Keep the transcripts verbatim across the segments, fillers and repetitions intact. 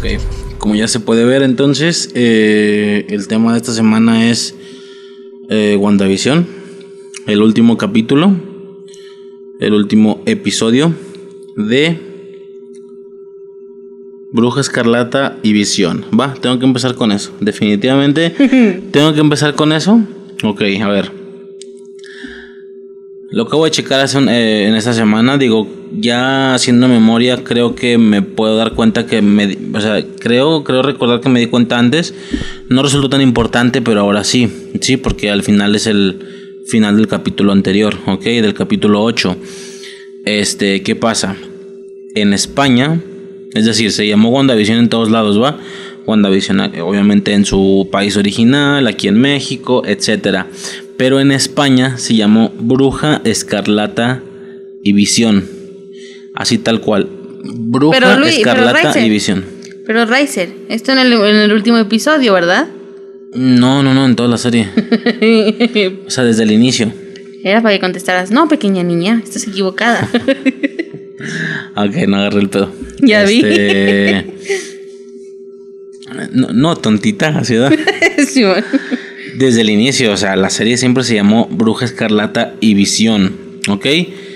Ok, como ya se puede ver entonces, eh, el tema de esta semana es eh, WandaVision, el último capítulo, el último episodio de Bruja Escarlata y Visión. Va, tengo que empezar con eso, definitivamente tengo que empezar con eso. Ok, a ver. Lo que voy a checar hace un, eh, en esta semana, digo, ya haciendo memoria, creo que me puedo dar cuenta que me, o sea, creo, creo recordar que me di cuenta antes. No resultó tan importante, pero ahora sí, sí, porque al final es el final del capítulo anterior, ok, del capítulo ocho. Este, ¿qué pasa? En España, es decir, se llamó WandaVision en todos lados, ¿va? WandaVision, obviamente en su país original, aquí en México, etcétera. Pero en España se llamó Bruja Escarlata y Visión. Así tal cual. Bruja pero Luis, Escarlata pero Raizer, y Visión. Pero Raizer, esto en el, en el último episodio, ¿verdad? No, no, no, en toda la serie. O sea, desde el inicio. Era para que contestaras, no, pequeña niña, estás equivocada. Ok, no agarré el pedo. Ya este... vi. No, no, tontita, así da. Sí, bueno. Desde el inicio, o sea, la serie siempre se llamó Bruja Escarlata y Visión, ¿ok?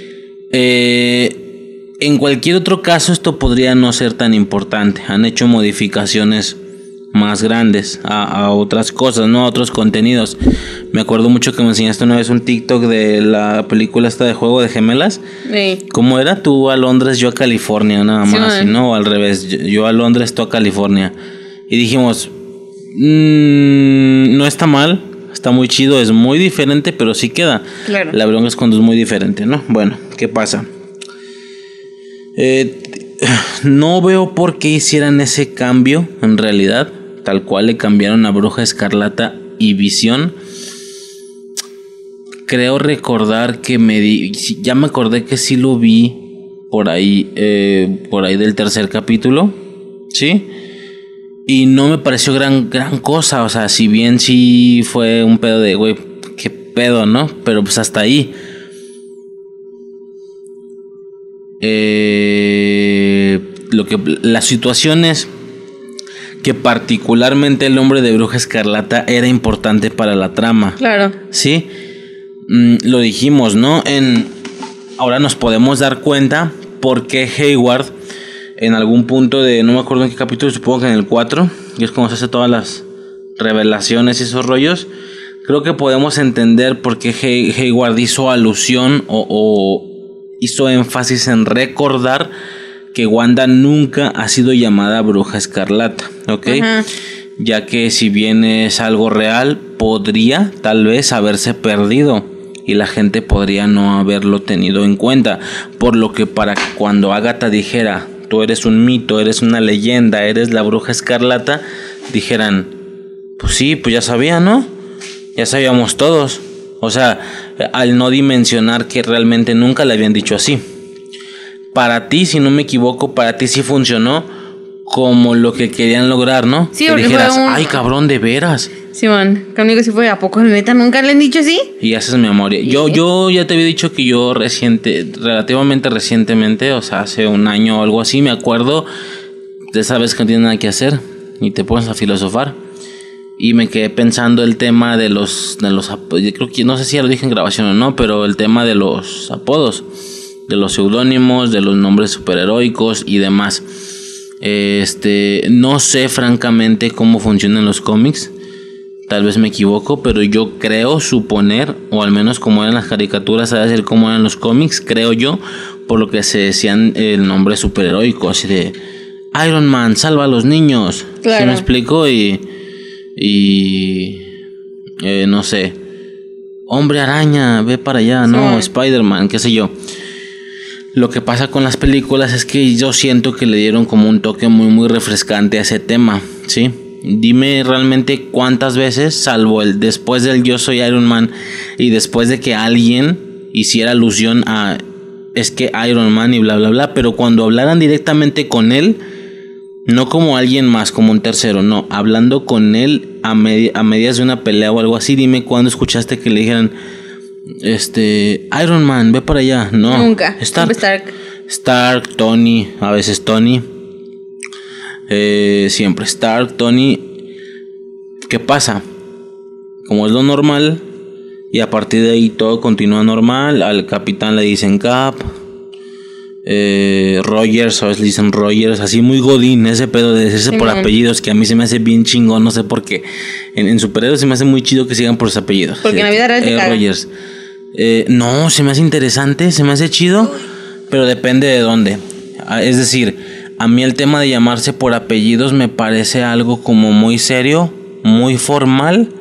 Eh, en cualquier otro caso esto podría no ser tan importante. Han hecho modificaciones más grandes a, a otras cosas, ¿no? A otros contenidos. Me acuerdo mucho que me enseñaste una vez un TikTok de la película esta de Juego de Gemelas. Sí. ¿Cómo era? Tú a Londres, yo a California, nada más, sí, ¿no? O al revés, yo, yo a Londres, tú a California. Y dijimos... Mm, no está mal, está muy chido, es muy diferente, pero sí queda. Claro. La bronca es cuando es muy diferente, ¿no? Bueno, ¿qué pasa? Eh, no veo por qué hicieran ese cambio, en realidad. Tal cual le cambiaron a Bruja Escarlata y Visión. Creo recordar que me di, ya me acordé que sí lo vi por ahí, eh, por ahí del tercer capítulo, ¿sí? Y no me pareció gran, gran cosa. O sea, si bien sí fue un pedo de, güey, qué pedo, ¿no? Pero pues hasta ahí. Eh, lo que, las situaciones que particularmente el nombre de Bruja Escarlata era importante para la trama. Claro. Sí. Mm, lo dijimos, ¿no? En, ahora nos podemos dar cuenta por qué Hayward... En algún punto de, no me acuerdo en qué capítulo, supongo que en el cuatro, que es como se hace todas las revelaciones y esos rollos. Creo que podemos entender por qué Hay- Hayward hizo alusión o, o hizo énfasis en recordar que Wanda nunca ha sido llamada Bruja Escarlata, ¿ok? Uh-huh. Ya que si bien es algo real, podría tal vez haberse perdido y la gente podría no haberlo tenido en cuenta. Por lo que para cuando Agatha dijera... tú eres un mito, eres una leyenda, eres la Bruja Escarlata, dijeran, pues sí, pues ya sabía, ¿no? Ya sabíamos todos. O sea, al no dimensionar que realmente nunca le habían dicho así. Para ti, si no me equivoco, para ti sí funcionó como lo que querían lograr, ¿no? Sí, que dijeras, un... ay, cabrón, de veras. Simón, sí, conmigo sí fue, ¿a poco neta nunca le han dicho así? Y haces memoria. Yo, yo ya te había dicho que yo reciente, relativamente recientemente, o sea, hace un año o algo así, me acuerdo de esa vez que no tienes nada que hacer y te pones a filosofar. Y me quedé pensando el tema de los, de los, yo creo que, no sé si ya lo dije en grabación o no, pero el tema de los apodos, de los seudónimos, de los nombres superheroicos y demás. Este, no sé francamente cómo funcionan los cómics. Tal vez me equivoco, pero yo creo suponer, o al menos como eran las caricaturas, a decir cómo eran los cómics, creo yo, por lo que se decían el nombre superheroico, así de Iron Man, salva a los niños. Claro. ¿Sí me explico? Y, y eh, no sé, Hombre Araña, ve para allá, sí. No, Spider-Man, qué sé yo. Lo que pasa con las películas es que yo siento que le dieron como un toque muy, muy refrescante a ese tema, ¿sí? Dime realmente cuántas veces, salvo el después del Yo soy Iron Man y después de que alguien hiciera alusión a es que Iron Man y bla bla bla, pero cuando hablaran directamente con él, no como alguien más, como un tercero, no, hablando con él a, medi- a medias de una pelea o algo así, dime cuándo escuchaste que le dijeran este Iron Man, ve para allá. No, nunca. Stark, Stark, Stark, Tony, a veces Tony. Eh, siempre Stark, Tony. ¿Qué pasa? Como es lo normal, y a partir de ahí todo continúa normal. Al capitán le dicen Cap. Eh, Rogers, a veces le dicen Rogers, así muy godín, ese pedo de decirse sí, por man. apellidos, que a mí se me hace bien chingón, no sé por qué. En, en superhéroes se me hace muy chido que sigan por sus apellidos. Porque en la vida real te eh, caga. Rogers. Eh, no, se me hace interesante, se me hace chido, pero depende de dónde. Es decir, a mí el tema de llamarse por apellidos me parece algo como muy serio, muy formal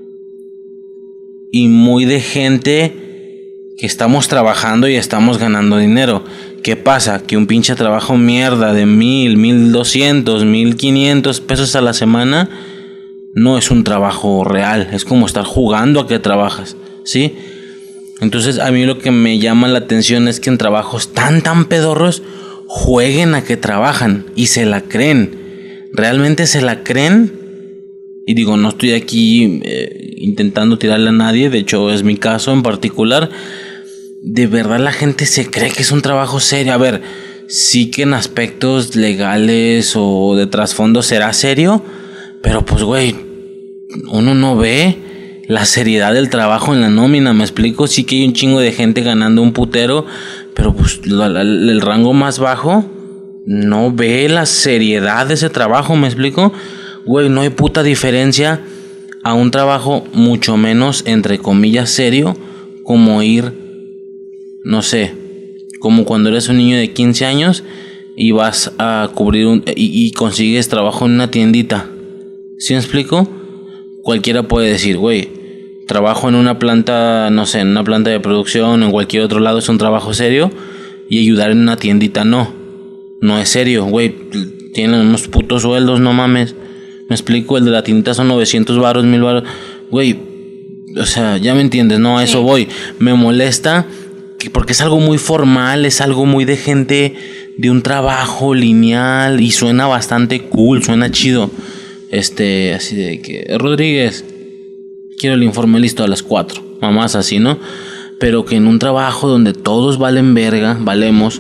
y muy de gente que estamos trabajando y estamos ganando dinero. ¿Qué pasa? Que un pinche trabajo mierda de mil, mil doscientos, mil quinientos pesos a la semana no es un trabajo real. Es como estar jugando a que trabajas, ¿sí? Entonces a mí lo que me llama la atención es que en trabajos tan tan pedorros jueguen a que trabajan y se la creen. Realmente se la creen. Y digo, no estoy aquí eh, intentando tirarle a nadie. De hecho es mi caso en particular. De verdad la gente se cree que es un trabajo serio. A ver, sí que en aspectos legales o de trasfondo será serio, pero pues güey, uno no ve la seriedad del trabajo en la nómina, ¿me explico? Sí que hay un chingo de gente ganando un putero, pero pues la, la, el rango más bajo no ve la seriedad de ese trabajo, ¿me explico? Güey, no hay puta diferencia a un trabajo mucho menos, entre comillas, serio, como ir, no sé, como cuando eres un niño de quince años y vas a cubrir un, y, y consigues trabajo en una tiendita. ¿Sí me explico? Cualquiera puede decir, güey, trabajo en una planta, no sé, en una planta de producción o en cualquier otro lado es un trabajo serio, y ayudar en una tiendita no. No es serio, güey, tienen unos putos sueldos, no mames. Me explico, el de la tiendita son novecientos varos, mil varos. Güey, o sea, ya me entiendes, no, a eso sí voy. Me molesta porque es algo muy formal, es algo muy de gente de un trabajo lineal y suena bastante cool, suena chido. Este, así de que, Rodríguez, quiero el informe listo a las cuatro, mamás así, ¿no? Pero que en un trabajo donde todos valen verga, valemos,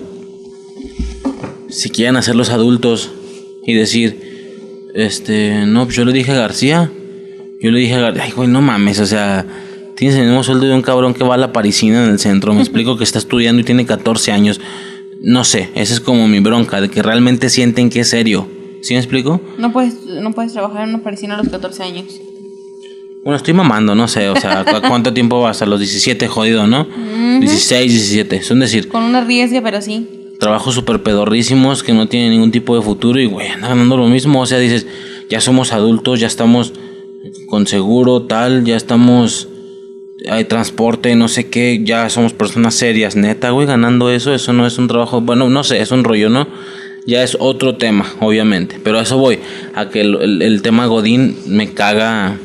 si quieren hacer los adultos y decir, este, no, pues yo le dije a García, yo le dije a García, ay, güey, no mames, o sea, tienes el mismo sueldo de un cabrón que va a la parisina en el centro. Me explico, que está estudiando y tiene catorce años. No sé, esa es como mi bronca, de que realmente sienten que es serio. ¿Sí me explico? No puedes, no puedes trabajar en una parisina a los catorce años. Bueno, estoy mamando, no sé, o sea, ¿cuánto tiempo vas? A los diecisiete, jodido, ¿no? Uh-huh. dieciséis, diecisiete, son decir. Con una riesga, pero sí. Trabajos súper pedorrísimos que no tienen ningún tipo de futuro y, güey, andan ganando lo mismo. O sea, dices, ya somos adultos, ya estamos con seguro, tal, ya estamos... hay transporte, no sé qué, ya somos personas serias, neta, güey, ganando eso, eso no es un trabajo, bueno, no sé, es un rollo, ¿no? Ya es otro tema, obviamente, pero a eso voy, a que el, el, el tema Godín me caga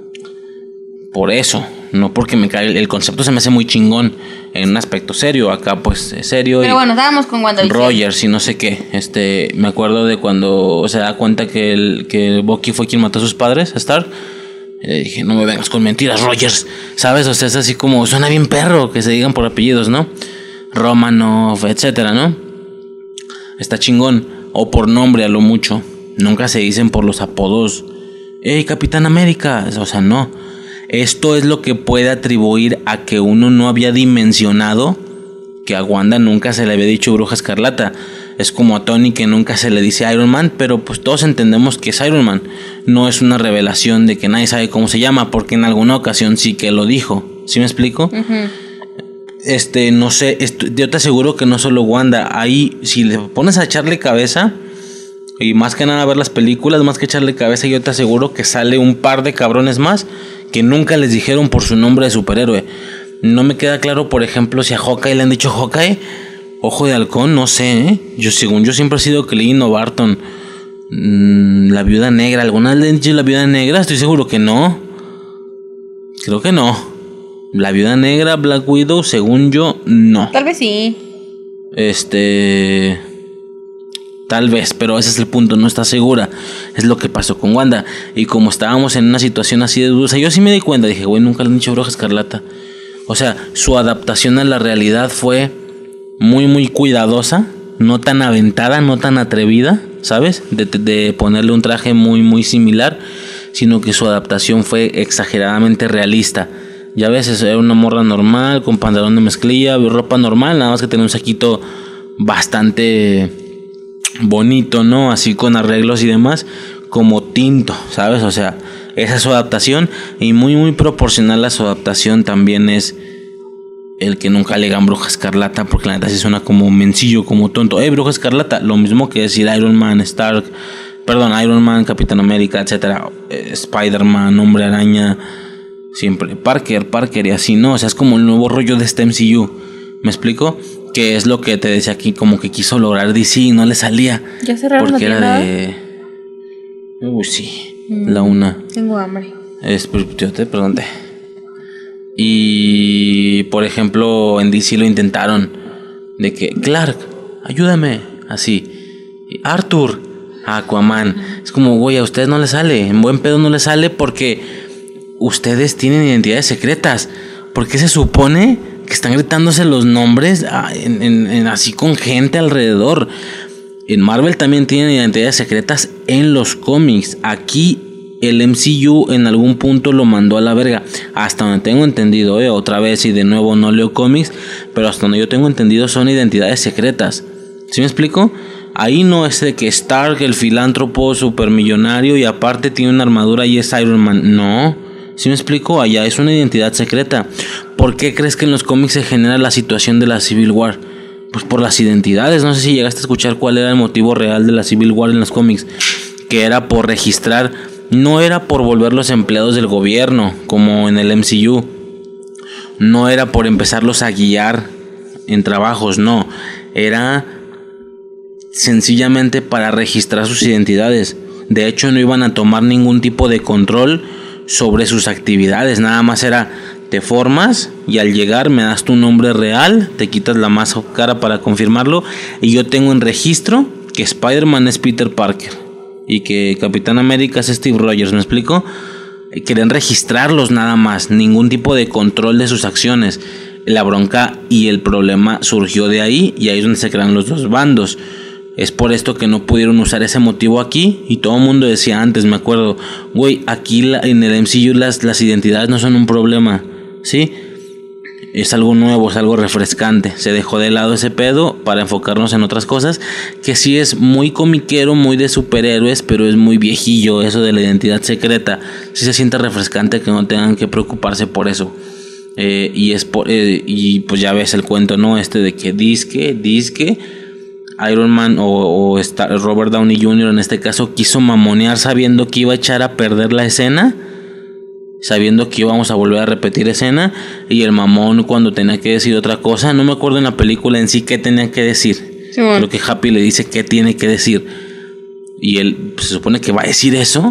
por eso, no porque me caga, el, el concepto se me hace muy chingón en un aspecto serio, acá pues es serio. Pero y bueno, estábamos con WandaVision. Rogers y no sé qué, este, me acuerdo de cuando se da cuenta que el, que Bucky fue quien mató a sus padres, a Stark. Y le dije, no me vengas con mentiras, Rogers, ¿sabes? O sea, es así como, suena bien perro que se digan por apellidos, ¿no? Romanoff, etcétera, ¿no? Está chingón. O por nombre a lo mucho. Nunca se dicen por los apodos. ¡Ey, Capitán América! O sea, no. Esto es lo que puede atribuir a que uno no había dimensionado que a Wanda nunca se le había dicho Bruja Escarlata. Es como a Tony que nunca se le dice Iron Man, pero pues todos entendemos que es Iron Man. No es una revelación de que nadie sabe cómo se llama, porque en alguna ocasión sí que lo dijo. ¿Sí me explico? Uh-huh. Este, no sé, esto, yo te aseguro que no solo Wanda. Ahí, si le pones a echarle cabeza, y más que nada a ver las películas, más que echarle cabeza, yo te aseguro que sale un par de cabrones más que nunca les dijeron por su nombre de superhéroe. No me queda claro, por ejemplo, si a Hawkeye le han dicho Hawkeye, Ojo de Halcón, no sé, ¿eh? Yo, según yo siempre he sido Clint o Barton. Mm, la Viuda Negra, ¿alguna vez le han dicho la Viuda Negra? Estoy seguro que no. Creo que no. La Viuda Negra, Black Widow, según yo, no. Tal vez sí. Este... Tal vez, pero ese es el punto, no está segura. Es lo que pasó con Wanda. Y como estábamos en una situación así de duda, yo sí me di cuenta, dije, güey, nunca le han dicho Bruja Escarlata. O sea, su adaptación a la realidad fue muy, muy cuidadosa, no tan aventada, no tan atrevida. ¿sabes? De, de ponerle un traje muy, muy similar, sino que su adaptación fue exageradamente realista. Ya ves, era una morra normal, con pantalón de mezclilla, ropa normal, nada más que tenía un saquito bastante bonito, ¿no? Así con arreglos y demás, como tinto, ¿sabes? O sea, esa es su adaptación, y muy, muy proporcional a su adaptación también es el que nunca le digan Bruja Escarlata, porque la neta sí suena como mencillo, como tonto. Eh, Bruja Escarlata, lo mismo que decir Iron Man, Stark, perdón, Iron Man, Capitán América, etcétera, eh, Spider-Man, Hombre Araña, siempre Parker, Parker y así, ¿no? O sea, es como el nuevo rollo de este M C U, ¿me explico? Que es lo que te decía aquí, como que quiso lograr D C y no le salía. ¿Ya cerraron porque la era tienda? de... Uy, sí, mm, la una. Tengo hambre. Es, yo te pregunté. Y por ejemplo en D C lo intentaron, de que Clark, ayúdame, así, y Arthur, Aquaman. Es como, güey, a ustedes no les sale, en buen pedo no les sale, porque ustedes tienen identidades secretas. Porque se supone que están gritándose los nombres en, en, en, así con gente alrededor. En Marvel también tienen identidades secretas en los cómics. Aquí el M C U en algún punto lo mandó a la verga, hasta donde tengo entendido, eh, otra vez, y de nuevo no leo cómics, pero hasta donde yo tengo entendido son identidades secretas. ¿Sí me explico? Ahí no es de que Stark, el filántropo supermillonario, y aparte tiene una armadura y es Iron Man. No, ¿sí me explico? Allá es una identidad secreta. ¿Por qué crees que en los cómics se genera la situación de la Civil War? Pues por las identidades. No sé si llegaste a escuchar cuál era el motivo real de la Civil War en los cómics, que era por registrar. No era por volverlos empleados del gobierno como en el M C U. No era por empezarlos a guiar en trabajos, no. Era sencillamente para registrar sus identidades. De hecho, no iban a tomar ningún tipo de control sobre sus actividades. Nada más era, te formas y al llegar me das tu nombre real, te quitas la máscara para confirmarlo, y yo tengo en registro que Spider-Man es Peter Parker y que Capitán América es Steve Rogers, ¿me explico? Querían registrarlos nada más, ningún tipo de control de sus acciones. La bronca y el problema surgió de ahí, y ahí es donde se crean los dos bandos. Es por esto que no pudieron usar ese motivo aquí, y todo el mundo decía antes, me acuerdo, güey, aquí la, en el M C U las, las identidades no son un problema, ¿sí? Es algo nuevo, es algo refrescante. Se dejó de lado ese pedo para enfocarnos en otras cosas, que sí es muy comiquero, muy de superhéroes, pero es muy viejillo eso de la identidad secreta. Sí se siente refrescante que no tengan que preocuparse por eso. Eh, y es por, eh, y pues ya ves el cuento, ¿no? Este de que disque, disque Iron Man o, o Star, Robert Downey junior en este caso quiso mamonear sabiendo que iba a echar a perder la escena, sabiendo que íbamos a volver a repetir escena, y el mamón cuando tenía que decir otra cosa, no me acuerdo en la película en sí qué tenía que decir, sí, bueno. Creo que Happy le dice qué tiene que decir, y él pues, se supone que va a decir eso,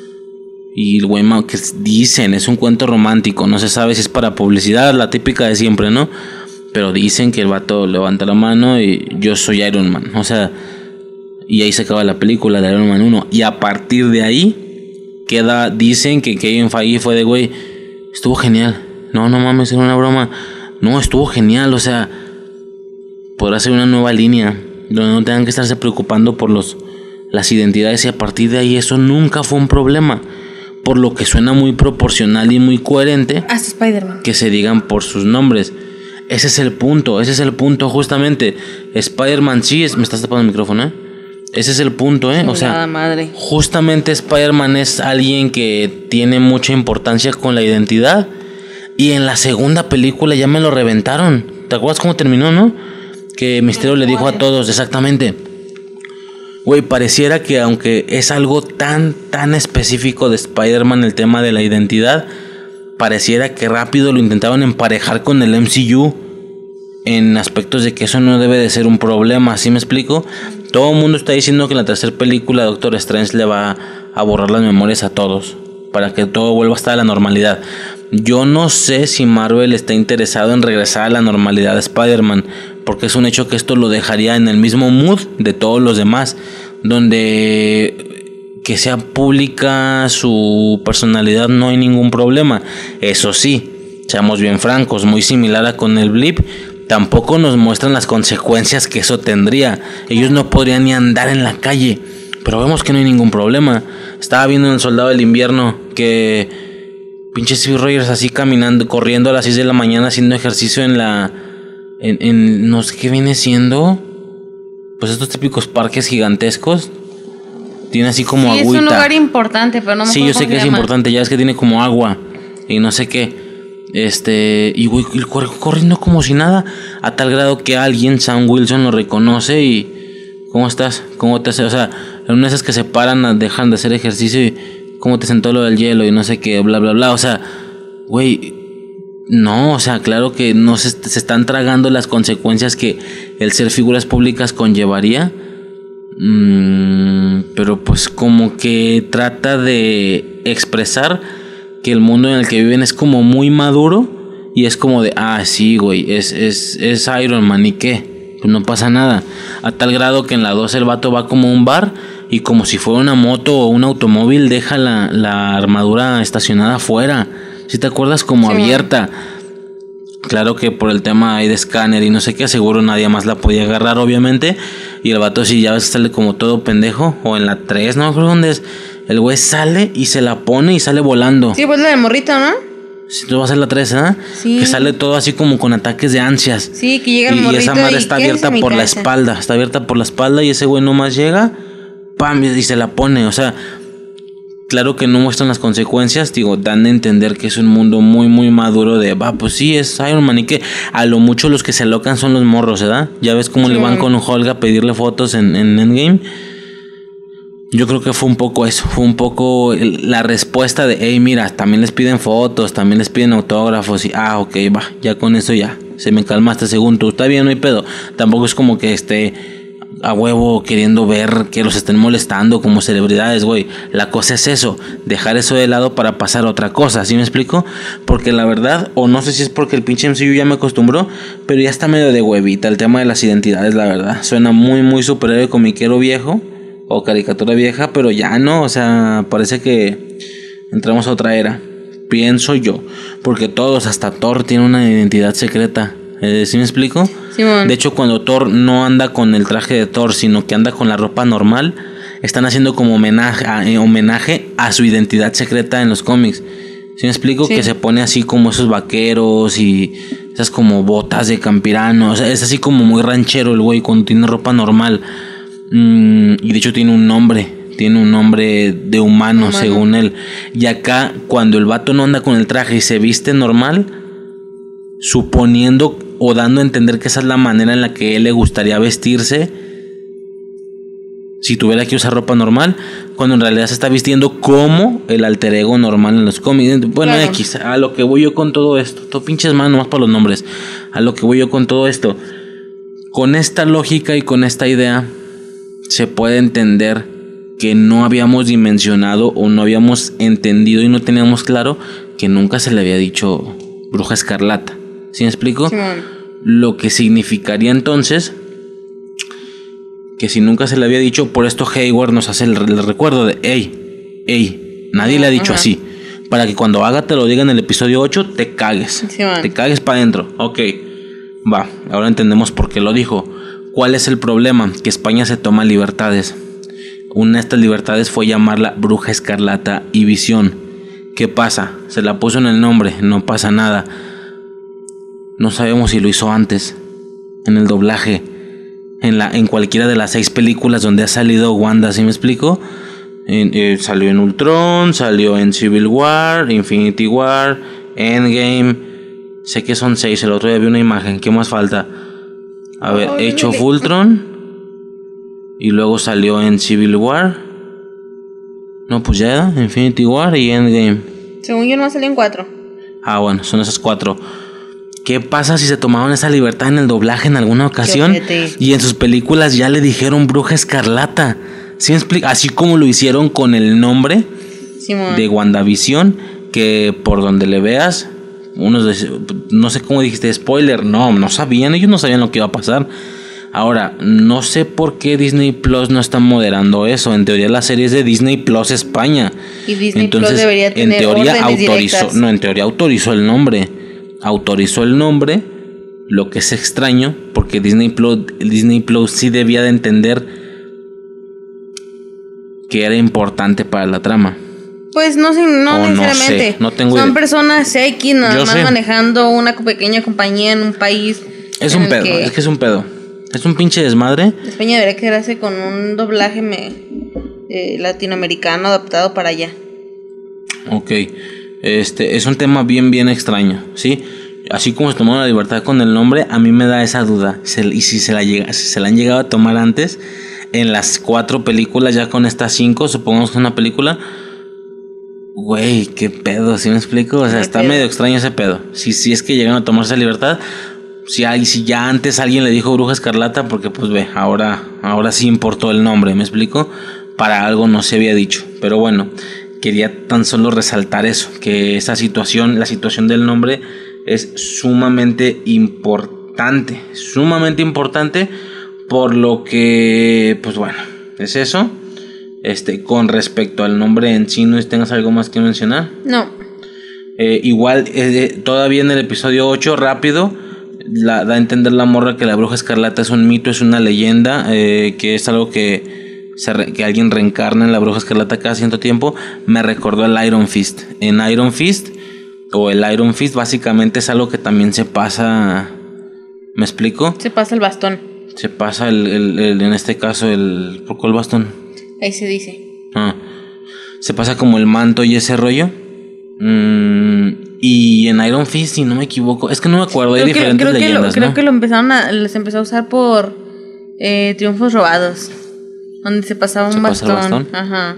y el güey que dicen, es un cuento romántico, no se sabe si es para publicidad, la típica de siempre, ¿no? Pero dicen que el vato levanta la mano y yo soy Iron Man, o sea, y ahí se acaba la película de Iron Man uno, y a partir de ahí queda, dicen que Kevin Feige fue de, güey, estuvo genial, no, no mames, era una broma, no, estuvo genial, o sea, podrá ser una nueva línea donde no tengan que estarse preocupando por los, las identidades, y a partir de ahí eso nunca fue un problema, por lo que suena muy proporcional y muy coherente. Hasta Spider-Man. Que se digan por sus nombres. Ese es el punto, ese es el punto justamente. Spider-Man sí es... Me estás tapando el micrófono, ¿eh? Ese es el punto, ¿eh? O sea, madre. Justamente Spider-Man es alguien que tiene mucha importancia con la identidad. Y en la segunda película ya me lo reventaron. ¿Te acuerdas cómo terminó, no? Que Mysterio le dijo a todos, exactamente. Güey, pareciera que aunque es algo tan, tan específico de Spider-Man el tema de la identidad, pareciera que rápido lo intentaban emparejar con el M C U en aspectos de que eso no debe de ser un problema, ¿sí me explico? Todo el mundo está diciendo que en la tercera película Doctor Strange le va a borrar las memorias a todos para que todo vuelva a estar a la normalidad. Yo no sé si Marvel está interesado en regresar a la normalidad de Spider-Man, porque es un hecho que esto lo dejaría en el mismo mood de todos los demás, donde que sea pública su personalidad no hay ningún problema. Eso sí, seamos bien francos, muy similar a con el Blip, tampoco nos muestran las consecuencias que eso tendría. Ellos no podrían ni andar en la calle, pero vemos que no hay ningún problema. Estaba viendo en El Soldado del Invierno que pinche Steve Rogers así caminando, corriendo a las seis de la mañana haciendo ejercicio en la... En, en no sé qué viene siendo, pues estos típicos parques gigantescos. Tiene así como sí, agüita. Es un lugar importante, pero no me Sí, yo sé que es importante, ya es que tiene como agua y no sé qué. Este, y güey, corre, corriendo como si nada, a tal grado que alguien, Sam Wilson, lo reconoce y... ¿Cómo estás? ¿Cómo te hace? O sea, en una de esas que se paran, dejan de hacer ejercicio y... ¿Cómo te sentó lo del hielo? Y no sé qué, bla, bla, bla. O sea, güey... No, o sea, claro que no se, se están tragando las consecuencias que el ser figuras públicas conllevaría. Mm, pero pues como que trata de expresar que el mundo en el que viven es como muy maduro. Y es como de, ah, sí, güey, es, es, es Iron Man, ¿y qué? Pues no pasa nada. A tal grado que en la dos el vato va como a un bar y como si fuera una moto o un automóvil deja la, la armadura estacionada afuera. Si te acuerdas, como sí, abierta. Claro que por el tema ahí de escáner y no sé qué, seguro nadie más la podía agarrar, obviamente. Y el vato sí, ya ves, sale como todo pendejo. O en la tres, no creo dónde es. El güey sale y se la pone y sale volando. Sí, pues la del morrito, ¿no? Si tú vas a ser la tres, ¿eh? Sí. Que sale todo así como con ataques de ansias. Sí, que llega el y, morrito. Y esa madre está abierta por la espalda. Está abierta por la espalda y ese güey nomás llega, pam, y se la pone. O sea... Claro que no muestran las consecuencias, digo, dan a entender que es un mundo muy, muy maduro de, va, pues sí, es Iron Man y que a lo mucho los que se alocan son los morros, ¿verdad? Ya ves cómo sí. Le van con Hulk a pedirle fotos en, en Endgame. Yo creo que fue un poco eso, fue un poco la respuesta de, hey, mira, también les piden fotos, también les piden autógrafos y, ah, ok, va, ya con eso ya, se me calmaste según tú, está bien, no hay pedo. Tampoco es como que esté... a huevo queriendo ver que los estén molestando como celebridades, güey. La cosa es eso, dejar eso de lado para pasar a otra cosa, ¿sí me explico? Porque la verdad, o no sé si es porque el pinche M C U ya me acostumbró, pero ya está medio de huevita el tema de las identidades, la verdad. Suena muy, muy superhéroe comiquero viejo o caricatura vieja, pero ya no, o sea, parece que entramos a otra era, pienso yo, porque todos, hasta Thor, tiene una identidad secreta. Eh, ¿Sí me explico? Simón. De hecho, cuando Thor no anda con el traje de Thor, sino que anda con la ropa normal, están haciendo como homenaje a, eh, homenaje a su identidad secreta en los cómics. ¿Sí me explico? Sí. Que se pone así como esos vaqueros y esas como botas de campirano. O sea, es así como muy ranchero el güey cuando tiene ropa normal. Mm, y de hecho tiene un nombre. Tiene un nombre de humano, humano, según él. Y acá, cuando el vato no anda con el traje y se viste normal, suponiendo o dando a entender que esa es la manera en la que él le gustaría vestirse si tuviera que usar ropa normal, cuando en realidad se está vistiendo como el alter ego normal en los cómics. Bueno, claro. X, a lo que voy yo con todo esto, todo pinches manos nomás para los nombres, a lo que voy yo con todo esto, con esta lógica y con esta idea se puede entender que no habíamos dimensionado o no habíamos entendido y no teníamos claro que nunca se le había dicho Bruja Escarlata. ¿Sí me explico? Sí. Lo que significaría entonces que si nunca se le había dicho, por esto Hayward nos hace el, el recuerdo de hey, hey, nadie le ha dicho uh-huh. así, para que cuando haga te lo diga en el episodio ocho, te cagues, sí, te cagues para adentro. Ok, va, ahora entendemos por qué lo dijo. ¿Cuál es el problema? Que España se toma libertades. Una de estas libertades fue llamarla Bruja Escarlata y Visión. ¿Qué pasa? Se la puso en el nombre, no pasa nada. No sabemos si lo hizo antes, en el doblaje, en la en cualquiera de las seis películas donde ha salido Wanda, ¿sí me explico? En, eh, salió en Ultron, salió en Civil War, Infinity War, Endgame. Sé que son seis, el otro día vi una imagen, ¿qué más falta? A ver, Age of Ultron. Y luego salió en Civil War. No, pues ya, Infinity War y Endgame. Según yo no salió en cuatro. Ah, bueno, son esas cuatro. ¿Qué pasa si se tomaron esa libertad en el doblaje en alguna ocasión? Y en sus películas ya le dijeron Bruja Escarlata. ¿Sí me explico? Así como lo hicieron con el nombre Simón. De WandaVision, que por donde le veas, unos de, no sé cómo dijiste, spoiler, no, no sabían, ellos no sabían lo que iba a pasar. Ahora, no sé por qué Disney Plus no está moderando eso. En teoría la serie es de Disney Plus España. Y Disney Entonces, Plus debería tener en teoría autorizó, directas. no, en teoría autorizó el nombre. Autorizó el nombre, lo que es extraño, porque Disney Plus, Disney Plus sí debía de entender que era importante para la trama. Pues no, no o necesariamente. No sé, no tengo Son idea. personas X nada Yo más sé. manejando una pequeña compañía en un país. Es en un el pedo, que es que es un pedo. Es un pinche desmadre. España debería quedarse con un doblaje me, eh, latinoamericano adaptado para allá. Ok. Este es un tema bien, bien extraño, ¿sí? Así como se tomaron la libertad con el nombre, a mí me da esa duda. Se, y si se, la llega, si se la han llegado a tomar antes, en las cuatro películas, ya con estas cinco, supongamos que es una película. Güey, qué pedo, ¿sí me explico? O sea, ¿Qué está pedo? medio extraño ese pedo. Si, si es que llegan a tomarse libertad, si, hay, si ya antes alguien le dijo Bruja Escarlata, porque pues ve, ahora, ahora sí importó el nombre, ¿me explico? Para algo no se había dicho. Pero bueno, quería tan solo resaltar eso, que esa situación, la situación del nombre es sumamente importante, sumamente importante, por lo que, pues bueno, es eso. Este, con respecto al nombre en sí, ¿no tengas algo más que mencionar? No. Eh, igual, eh, todavía en el episodio ocho, rápido, la, da a entender la morra que la Bruja Escarlata es un mito, es una leyenda, eh, que es algo que, se re, que alguien reencarna en la Bruja Escarlata cada cierto tiempo. Me recordó el Iron Fist. En Iron Fist, o el Iron Fist, básicamente es algo que también se pasa. ¿Me explico? Se pasa el bastón. Se pasa el, el, el en este caso, el. ¿Por qué el bastón? Ahí se dice. Ah, se pasa como el manto y ese rollo. Mm, y en Iron Fist, si no me equivoco, es que no me acuerdo, Creo hay que, diferentes creo leyendas, que lo, creo ¿no? que lo empezaron a, les empezó a usar por eh, Triunfos Robados, donde se pasaba un ¿Se pasa bastón. el bastón? Ajá.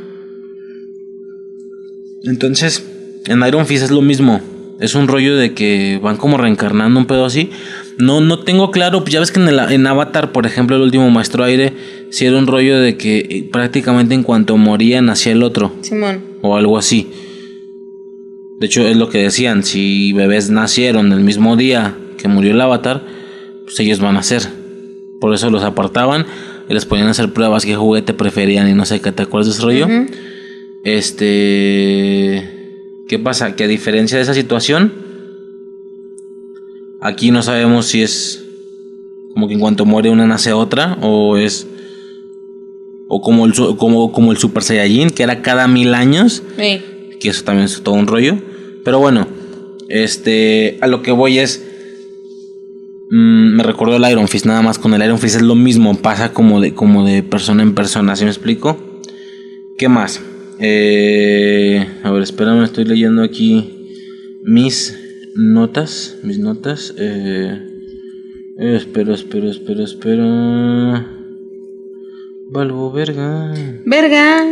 Entonces, en Iron Fist es lo mismo. Es un rollo de que van como reencarnando un pedo así. No, no tengo claro. Ya ves que en, el, en Avatar, por ejemplo, el último Maestro Aire, sí era un rollo de que eh, prácticamente en cuanto moría nacía el otro. Simón. O algo así. De hecho, es lo que decían. Si bebés nacieron el mismo día que murió el Avatar, pues ellos van a nacer. Por eso los apartaban y les ponían a hacer pruebas qué juguete preferían y no sé qué. ¿Te acuerdas de ese rollo? Uh-huh. Este... ¿Qué pasa? Que a diferencia de esa situación, aquí no sabemos si es como que en cuanto muere una nace otra, o es o como el, como, como el Super Saiyajin, que era cada mil años, Sí. que eso también es todo un rollo. Pero bueno, este, a lo que voy es, mmm, me recordó el Iron Fist. Nada más con el Iron Fist es lo mismo, pasa como de, como de persona en persona, ¿sí me explico? ¿Qué más? Eh, a ver, espérame, estoy leyendo aquí mis notas. Mis notas. Eh, eh, espero, espero, espero, espero. Valvo, verga. Verga.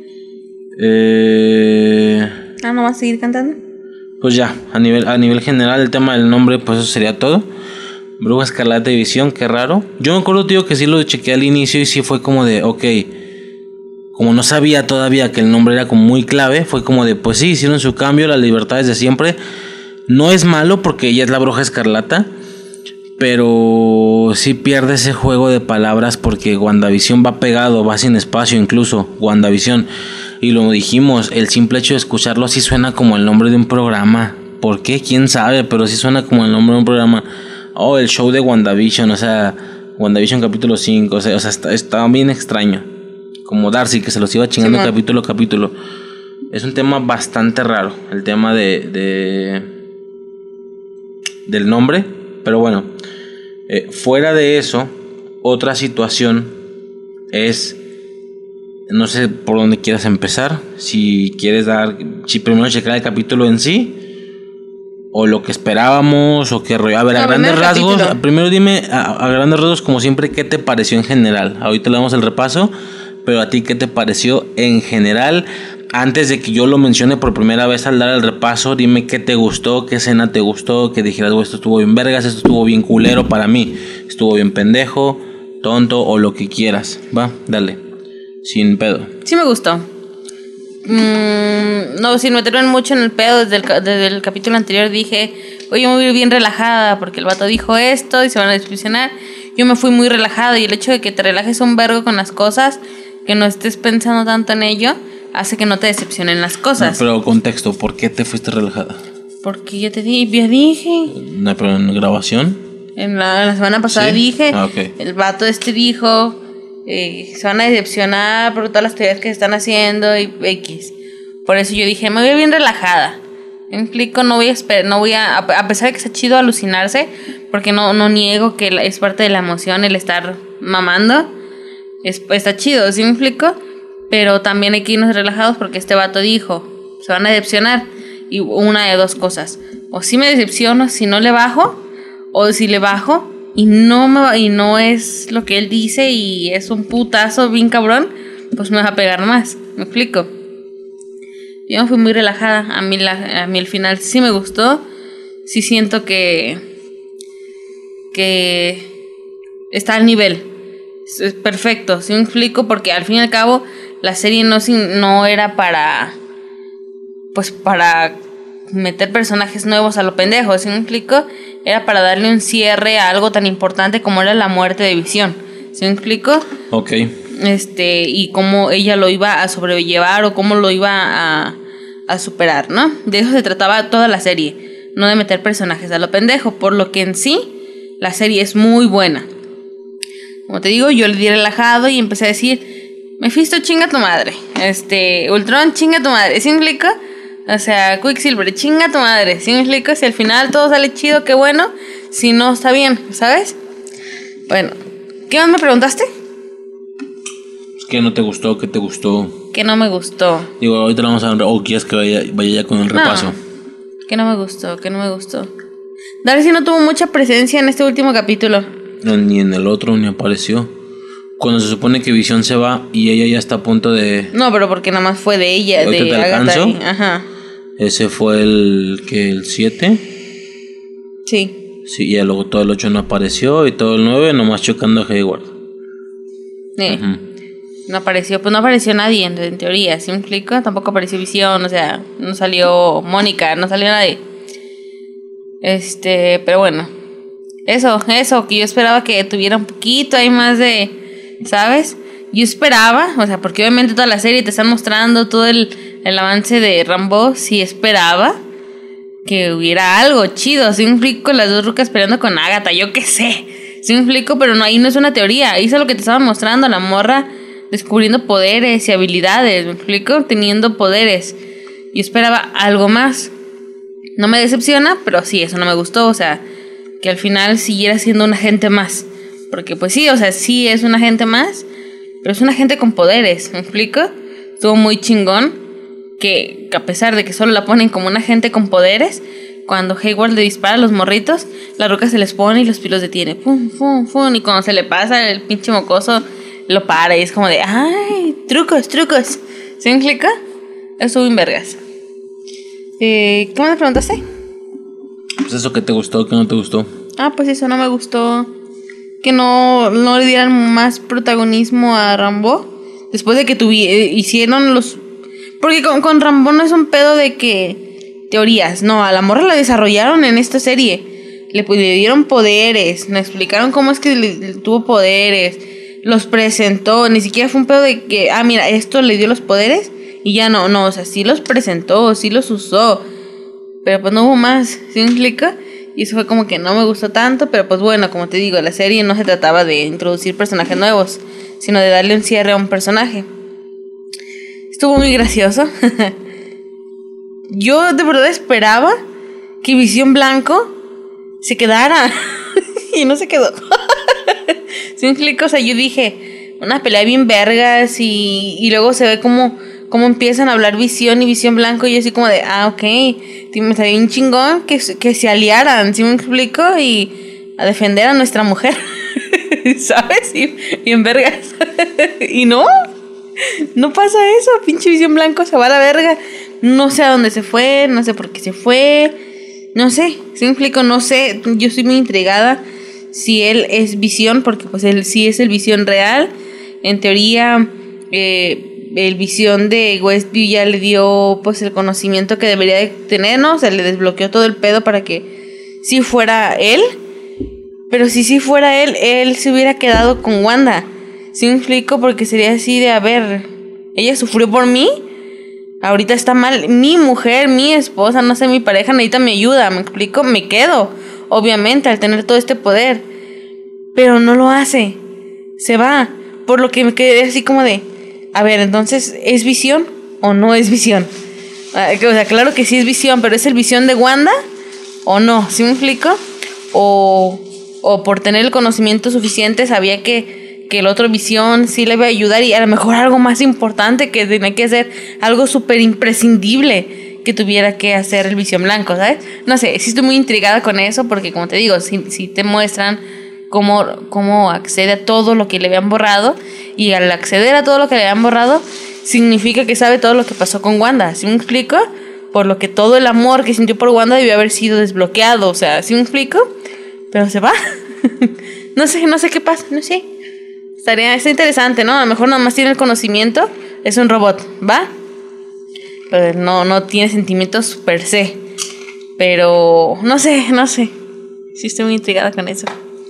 Eh, Ah, ¿no vas a seguir cantando? pues ya, a nivel, a nivel general, el tema del nombre, pues eso sería todo. Bruja Escarlata y Visión, qué raro. Yo me acuerdo, tío, que sí lo chequeé al inicio y sí fue como de, ok. Como no sabía todavía que el nombre era como muy clave, fue como de, pues sí, hicieron su cambio, las libertades de siempre. No es malo porque ella es la Bruja Escarlata, pero sí pierde ese juego de palabras porque WandaVision va pegado, va sin espacio incluso, WandaVision. Y lo dijimos, el simple hecho de escucharlo así suena como el nombre de un programa. ¿Por qué? ¿Quién sabe? Pero sí suena como el nombre de un programa. Oh, el show de WandaVision, o sea, WandaVision capítulo cinco, o sea, o sea está, está bien extraño. Como Darcy, que se los iba chingando sí, capítulo a capítulo. Es un tema bastante raro, el tema de, de del nombre. Pero bueno, eh, fuera de eso, otra situación es, no sé por dónde quieras empezar. Si quieres dar, si primero checar el capítulo en sí, o lo que esperábamos, o qué rollo. A ver, a no, grandes rasgos, capítulo. Primero dime a, a grandes rasgos, como siempre, ¿qué te pareció en general? Ahorita le damos el repaso. Pero a ti, ¿qué te pareció en general? Antes de que yo lo mencione por primera vez al dar el repaso, dime qué te gustó, qué escena te gustó, que dijeras, oh, esto estuvo bien vergas, esto estuvo bien culero para mí, estuvo bien pendejo, tonto o lo que quieras. Va, dale, sin pedo. Sí me gustó. Mm, no, sin meterme mucho en el pedo, desde el, desde el capítulo anterior dije, oye, me voy bien relajada porque el vato dijo esto y se van a desilusionar. Yo me fui muy relajada y el hecho de que te relajes un vergo con las cosas, que no estés pensando tanto en ello, hace que no te decepcionen las cosas. No, pero contexto, ¿por qué te fuiste relajada? Porque ya te di, ya dije. No, pero en grabación. En la, la semana pasada ¿Sí? dije, Ah, okay. El vato este dijo, eh, se van a decepcionar por todas las teorías que se están haciendo y X. Por eso yo dije, me voy bien relajada. ¿Me explico? No voy a esperar, no voy a, a pesar de que está chido alucinarse, porque no, no niego que es parte de la emoción el estar mamando. Es, está chido, ¿sí me explico? Pero también hay que irnos relajados porque este vato dijo, se van a decepcionar. Y una de dos cosas. O si me decepciono si no le bajo, o si le bajo y no, me, y no es lo que él dice y es un putazo bien cabrón, pues me va a pegar más. ¿Me explico? Yo me fui muy relajada. A mí, la, a mí el final sí me gustó. Sí siento que... Que... Está al nivel. Es perfecto, ¿sí me explico? Porque al fin y al cabo la serie no, no era para... Pues para meter personajes nuevos a lo pendejo, ¿sí me explico? Era para darle un cierre a algo tan importante como era la muerte de Visión, ¿sí me explico? Ok. Este, y cómo ella lo iba a sobrellevar o cómo lo iba a, a superar, ¿no? De eso se trataba toda la serie, no de meter personajes a lo pendejo, por lo que en sí la serie es muy buena. Como te digo, yo le di relajado y empecé a decir, Mephisto, chinga tu madre, este, Ultron, chinga tu madre, ¿sí me explico? O sea, Quicksilver, chinga tu madre, ¿sí me explico? Si al final todo sale chido, qué bueno. Si no, está bien, ¿sabes? Bueno, ¿qué más me preguntaste? ¿Qué no te gustó? ¿Qué te gustó? Que no me gustó. Digo, ahorita lo vamos a ver. ¿O quieres que vaya, vaya ya con el repaso? No, que no me gustó, que no me gustó. Darcy no tuvo mucha presencia en este último capítulo. No, ni en el otro, ni apareció. Cuando se supone que Visión se va y ella ya está a punto de... No, pero porque nada más fue de ella, ¿Ahorita de te Agatha. alcanzo? Y, ajá. Ese fue el... que ¿El siete? Sí. Sí, y luego todo el ocho no apareció y todo el nueve nomás chocando a Hayward. Sí. Uh-huh. No apareció, pues no apareció nadie en, en teoría, ¿sí me explico? Tampoco apareció Visión, o sea, no salió Mónica, no salió nadie. Este, pero bueno. Eso, eso, que yo esperaba que tuviera un poquito ahí más de, ¿sabes? Yo esperaba, o sea, porque obviamente toda la serie te están mostrando todo el, el avance de Rambo, sí esperaba que hubiera algo chido, ¿sí me explico? Las dos rucas peleando con Agatha, yo qué sé, ¿sí me explico? Pero no, ahí no es una teoría, ahí es lo que te estaban mostrando, la morra descubriendo poderes y habilidades, ¿me explico? Teniendo poderes. Yo esperaba algo más. No me decepciona, pero sí, eso no me gustó, o sea, que al final siguiera siendo un agente más. Porque pues sí, o sea, sí es un agente más, pero es un agente con poderes, ¿me explico? Estuvo muy chingón que a pesar de que solo la ponen como un agente con poderes, cuando Hayward le dispara a los morritos, la roca se les pone y los pilos detiene. Pum, pum, pum, y cuando se le pasa el pinche mocoso, lo para y es como de, ¡ay! Trucos, trucos. ¿Sí me explica? Estuvo en vergas. Eh, ¿Qué me preguntaste? Pues eso, que te gustó, que no te gustó. Ah, pues eso no me gustó. Que no, no le dieran más protagonismo a Rambo. Después de que tuvi- eh, hicieron los... Porque con, con Rambo no es un pedo de que... Teorías, no, a la morra la desarrollaron en esta serie. Le, le dieron poderes, me explicaron cómo es que le, le tuvo poderes. Los presentó, ni siquiera fue un pedo de que... Ah, mira, esto le dio los poderes y ya no, no, o sea, sí los presentó, sí los usó. Pero pues no hubo más, ¿sí me explica? Y eso fue como que no me gustó tanto, pero pues bueno, como te digo, la serie no se trataba de introducir personajes nuevos, sino de darle un cierre a un personaje. Estuvo muy gracioso. Yo de verdad esperaba que Visión Blanco se quedara y no se quedó. ¿Sí me explico? O sea, yo dije, una pelea bien vergas y, y luego se ve como... Cómo empiezan a hablar Visión y Visión Blanco. Y yo así como de, ah, ok, me está bien chingón que, que se aliaran, ¿sí me explico? Y a defender a nuestra mujer, ¿sabes? Y, y en vergas. Y no, no pasa eso, pinche Visión Blanco se va a la verga. No sé a dónde se fue, no sé por qué se fue, no sé, ¿sí me explico? No sé, yo estoy muy intrigada si él es Visión, porque pues él sí es el Visión real. En teoría, eh... el Visión de Westview ya le dio pues el conocimiento que debería de tener, ¿no? O sea, le desbloqueó todo el pedo para que sí fuera él. Pero si sí fuera él, él se hubiera quedado con Wanda. ¿Sí me explico? Porque sería así de, a ver, ella sufrió por mí, ahorita está mal, mi mujer, mi esposa, no sé, mi pareja necesita mi ayuda, ¿me explico? Me quedo. obviamente, al tener todo este poder. Pero no lo hace. Se va. Por lo que me quedé así como de... A ver, entonces, ¿es Visión o no es Visión? O sea, claro que sí es Visión, pero ¿es el Visión de Wanda o no? ¿Sí me explico? O, o por tener el conocimiento suficiente sabía que, que el otro Visión sí le iba a ayudar y a lo mejor algo más importante que tenía que hacer, algo súper imprescindible que tuviera que hacer el Visión Blanco, ¿sabes? No sé, sí estoy muy intrigada con eso porque, como te digo, si, si te muestran cómo, cómo accede a todo lo que le habían borrado, y al acceder a todo lo que le habían borrado significa que sabe todo lo que pasó con Wanda, ¿sí me explico? Por lo que todo el amor que sintió por Wanda debió haber sido desbloqueado, o sea, ¿sí me explico? Pero se va. no sé, no sé qué pasa, no sé. Estaría, está interesante, ¿no? A lo mejor nada más tiene el conocimiento, es un robot, ¿va? Pero no, no tiene sentimientos per se. Pero no sé, no sé. Sí estoy muy intrigada con eso.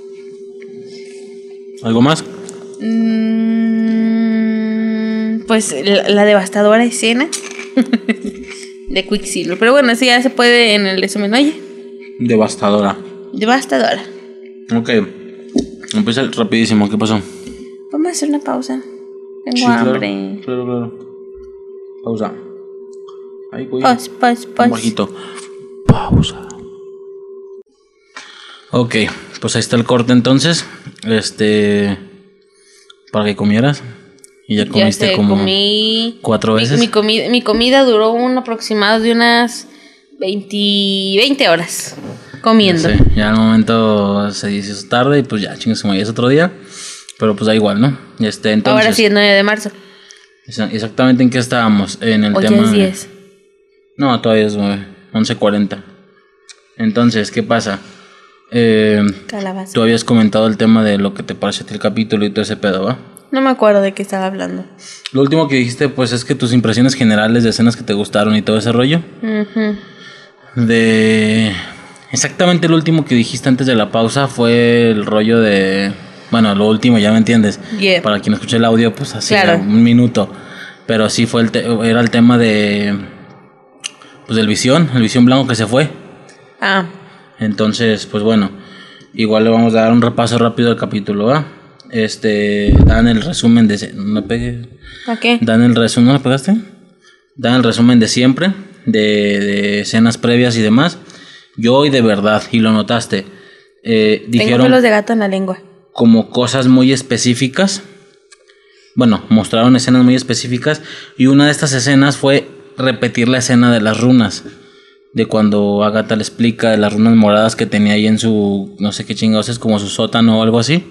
¿Algo más? Pues la, la devastadora escena de Quicksilver. Pero bueno, eso ya se puede en el resumen, oye. Devastadora. Devastadora. Ok. Empieza rapidísimo, ¿qué pasó? Vamos a hacer una pausa. Tengo sí, hambre. Claro, claro, claro. Pausa. Ahí, güey. Pause, pause, pause. Un bajito. Pausa. Ok, pues ahí está el corte entonces. Este... Para que comieras. Y ya comiste ya sé, como comí, cuatro veces. Mi, mi, comida, mi comida duró un aproximado de unas veinte horas comiendo. Ya, sé, ya al momento se hizo tarde y pues ya, chingues, como ya es otro día. Pero pues da igual, ¿no? Este, entonces, ahora sí, el nueve de marzo. Exactamente en qué estábamos. En el Hoy tema. Es diez. No, todavía es once cuarenta. Entonces, ¿qué pasa? Eh, Calabaza. Tú habías comentado el tema de lo que te pareció el capítulo y todo ese pedo, ¿va? No me acuerdo de qué estaba hablando. Lo último que dijiste, pues, es que tus impresiones generales de escenas que te gustaron y todo ese rollo. Uh-huh. De... Exactamente lo último que dijiste antes de la pausa fue el rollo de... Bueno, lo último, ya me entiendes. Yeah. Para quien escuche el audio, pues así, claro. Un minuto. Pero sí fue el te- era el tema de... Pues del Visión, el Visión Blanco que se fue. Ah. Entonces, pues bueno, igual le vamos a dar un repaso rápido al capítulo, ¿va? Este, dan el resumen de... No me pegué. ¿A qué? Dan el resumen, ¿no me pegaste? Dan el resumen de siempre, de, de escenas previas y demás. Yo hoy de verdad, y lo notaste, eh, dijeron... Tengo pelos de gato en la lengua. Como cosas muy específicas. Bueno, mostraron escenas muy específicas. Y una de estas escenas fue repetir la escena de las runas. De cuando Agatha le explica de las runas moradas que tenía ahí en su... No sé qué chingados es, como su sótano o algo así.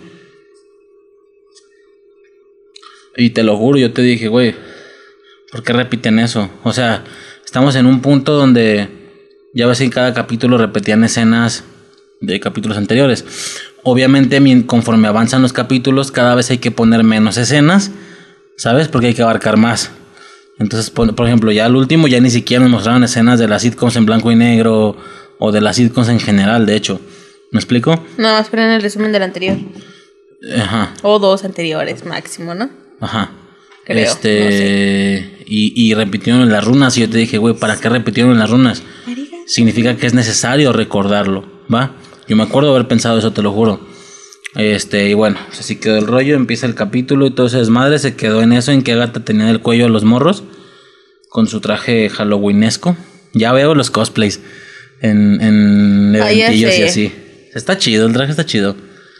Y te lo juro, yo te dije, güey, ¿por qué repiten eso? O sea, estamos en un punto donde... Ya ves que en cada capítulo repetían escenas de capítulos anteriores. Obviamente, conforme avanzan los capítulos, cada vez hay que poner menos escenas, ¿sabes? Porque hay que abarcar más. Entonces, por, por ejemplo, ya al último ya ni siquiera nos mostraron escenas de las sitcoms en blanco y negro o de las sitcoms en general, de hecho. ¿Me explico? Nada más ponen el resumen del anterior. Ajá. O dos anteriores máximo, ¿no? Ajá. Creo, este no sé. y, y repitieron las runas y yo te dije, güey, ¿para qué repitieron las runas? Significa que es necesario recordarlo, ¿va? Yo me acuerdo haber pensado eso, te lo juro. Este, y bueno, así quedó el rollo, empieza el capítulo y todo ese desmadre se quedó en eso, en que Agatha tenía el cuello a los morros con su traje halloweenesco. Ya veo los cosplays en, en eventillos y así. Está chido, el traje está chido.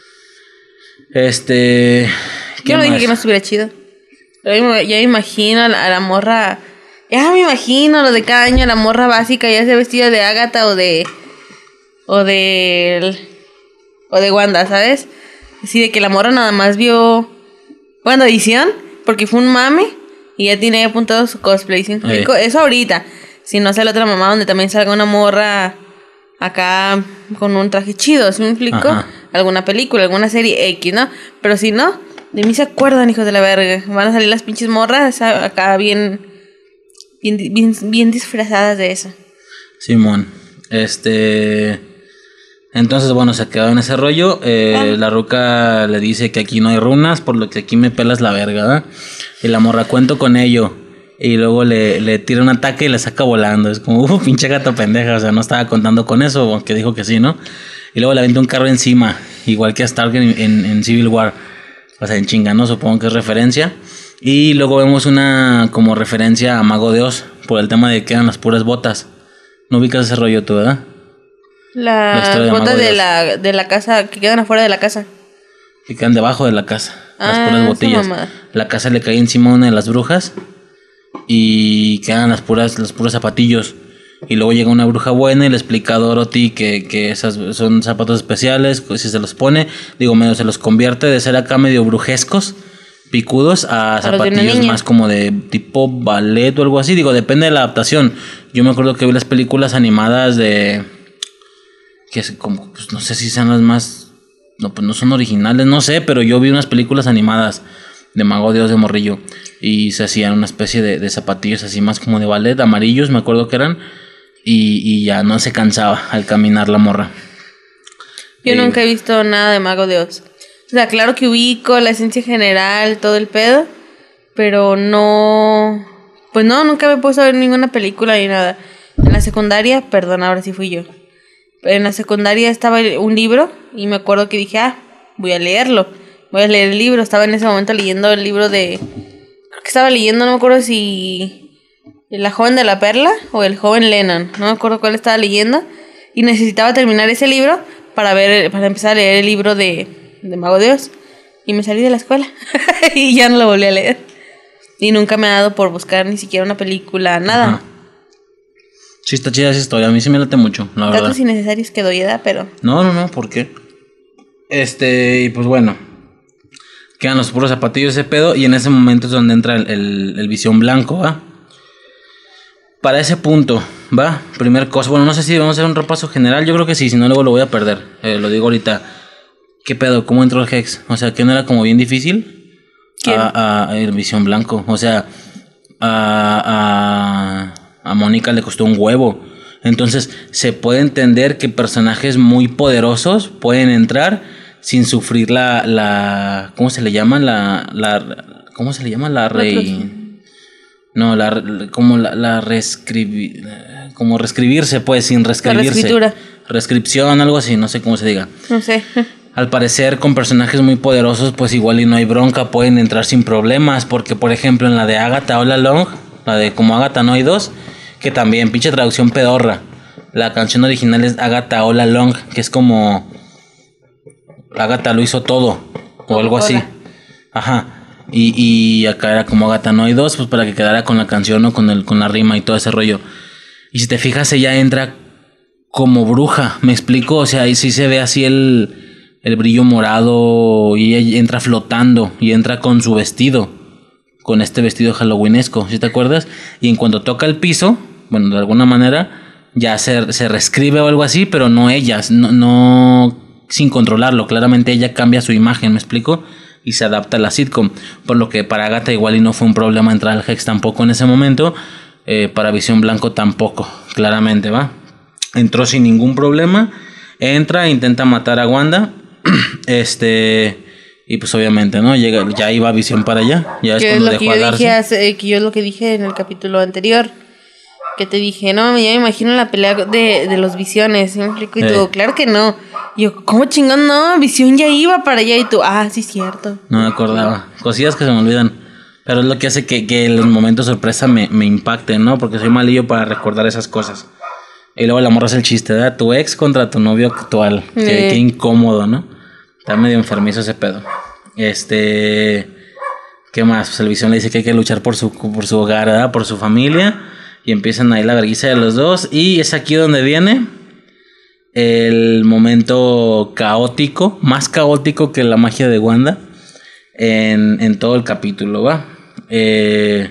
Este... Yo no dije que no estuviera chido. Ya me imagino a la, a la morra... Ya me imagino lo de cada año, la morra básica ya sea vestida de Agatha o de... O de... O de Wanda, ¿sabes? Así de que la morra nada más vio WandaVision porque fue un mame y ya tiene apuntado su cosplay. ¿Sí? Eh. Eso ahorita. Si no sale otra mamá donde también salga una morra acá con un traje chido, ¿sí me explico? Ajá. Alguna película, alguna serie X, ¿no? Pero si no, de mí se acuerdan, hijos de la verga. Van a salir las pinches morras acá bien, bien, bien, bien disfrazadas de eso. Simón, este... Entonces, bueno, se quedó en ese rollo. Eh, ah. La ruca le dice que aquí no hay runas, por lo que aquí me pelas la verga, ¿verdad? Y la morra, cuento con ello. Y luego le, le tira un ataque y le saca volando. Es como, uh, pinche gata pendeja. O sea, no estaba contando con eso, aunque dijo que sí, ¿no? Y luego le avienta un carro encima, igual que a Stark en, en, en Civil War. O sea, en chinga, ¿no? Supongo que es referencia. Y luego vemos una como referencia a Mago de Oz, por el tema de que eran las puras botas. No ubicas ese rollo tú, ¿verdad? Las La botas de, de la, de la casa, que quedan afuera de la casa. Que quedan debajo de la casa. Las Ah, puras botillas. La casa le cae encima a una de las brujas. Y quedan las puras, los puros zapatillos. Y luego llega una bruja buena y le explica a Dorothy que, que esas son zapatos especiales. Que si se los pone, digo, medio se los convierte de ser acá medio brujescos, picudos, a, a zapatillos más como de tipo ballet o algo así. Digo, depende de la adaptación. Yo me acuerdo que vi las películas animadas de... que es como, pues no sé si sean las más... No, pues no son originales, no sé, pero yo vi unas películas animadas de Mago de Oz de morrillo. Y se hacían una especie de, de zapatillos así más como de ballet, amarillos, me acuerdo que eran. Y, y ya no se cansaba al caminar la morra. Yo eh, nunca he visto nada de Mago de Oz. O sea, claro que ubico la esencia general, todo el pedo. Pero no... Pues no, nunca me he puesto a ver ninguna película ni nada. En la secundaria, perdón, ahora sí fui yo. En la secundaria estaba un libro y me acuerdo que dije, ah, voy a leerlo. Voy a leer el libro. Estaba en ese momento leyendo el libro de... Creo que estaba leyendo, no me acuerdo si... La joven de la perla o el joven Lennon. No me acuerdo cuál estaba leyendo. Y necesitaba terminar ese libro para ver para empezar a leer el libro de, de Mago de Oz. Y me salí de la escuela. Y ya no lo volví a leer. Y nunca me ha dado por buscar ni siquiera una película, nada. Ajá. Sí, está chida esa historia. A mí sí me late mucho, la verdad. Datos innecesarios que doy edad, pero... No, no, no, ¿por qué? Este, y pues bueno. Quedan los puros zapatillos ese pedo. Y en ese momento es donde entra el, el, el Visión Blanco, ¿va? Para ese punto, ¿va? Primer cosa. Bueno, no sé si vamos a hacer un repaso general. Yo creo que sí, si no luego lo voy a perder. Eh, lo digo ahorita. ¿Qué pedo? ¿Cómo entró el Hex? O sea, que no era como bien difícil. ¿Quién? A, a, a el Visión Blanco. O sea, a... a A Mónica le costó un huevo. Entonces se puede entender que personajes muy poderosos pueden entrar sin sufrir la... la ¿cómo se le llama? La... la ¿Cómo se le llama? La re... No, la... Como la, la reescribir... Como reescribirse, pues, sin reescribirse. La reescritura. Reescripción, algo así, no sé cómo se diga. No sé. Al parecer, con personajes muy poderosos, pues igual y no hay bronca, pueden entrar sin problemas. Porque, por ejemplo, en la de Agatha All Along, la de Como Agatha no hay dos... Que también, pinche traducción pedorra. La canción original es Agatha All Along, que es como... Agatha lo hizo todo, o algo así. Ajá. Y, y acá era como Agatha no hay dos, pues para que quedara con la canción, ¿no? Con, el, con la rima y todo ese rollo. Y si te fijas, ella entra como bruja, ¿me explico? O sea, ahí sí se ve así el, el brillo morado y ella entra flotando y entra con su vestido. Con este vestido halloweenesco, ¿sí te acuerdas? Y en cuanto toca el piso... Bueno, de alguna manera ya se, se reescribe o algo así, pero no ella, no, no sin controlarlo. Claramente ella cambia su imagen, ¿me explico? Y se adapta a la sitcom. Por lo que para Agatha igual y no fue un problema entrar al Hex tampoco en ese momento. Eh, para Visión Blanco tampoco, claramente, ¿va? Entró sin ningún problema. Entra, intenta matar a Wanda. este... Y pues obviamente, ¿no? Llega, ya iba Visión para allá. Ya es cuando dejó a Darcy. Hace, que yo es lo que dije en el capítulo anterior. Que te dije, no, ya me imagino la pelea de, de los Visiones. ¿Sí me explico? Y tú, claro que no. Y yo, ¿cómo chingón no? Visión ya iba para allá. Y tú, ah, sí, cierto. No me acordaba. Cosillas que se me olvidan. Pero es lo que hace que, que los momentos sorpresa me, me impacten, ¿no? Porque soy malillo para recordar esas cosas. Y luego la morra es el chiste, ¿verdad? Tu ex contra tu novio actual. Eh. Qué, qué incómodo, ¿no? Está medio enfermizo ese pedo. Este... ¿Qué más? Pues el Visión le dice que hay que luchar por su, por su hogar, ¿verdad? Por su familia. Y empiezan ahí la vergüenza de los dos. Y es aquí donde viene el momento caótico. Más caótico que la magia de Wanda. En, en todo el capítulo, ¿va? Eh,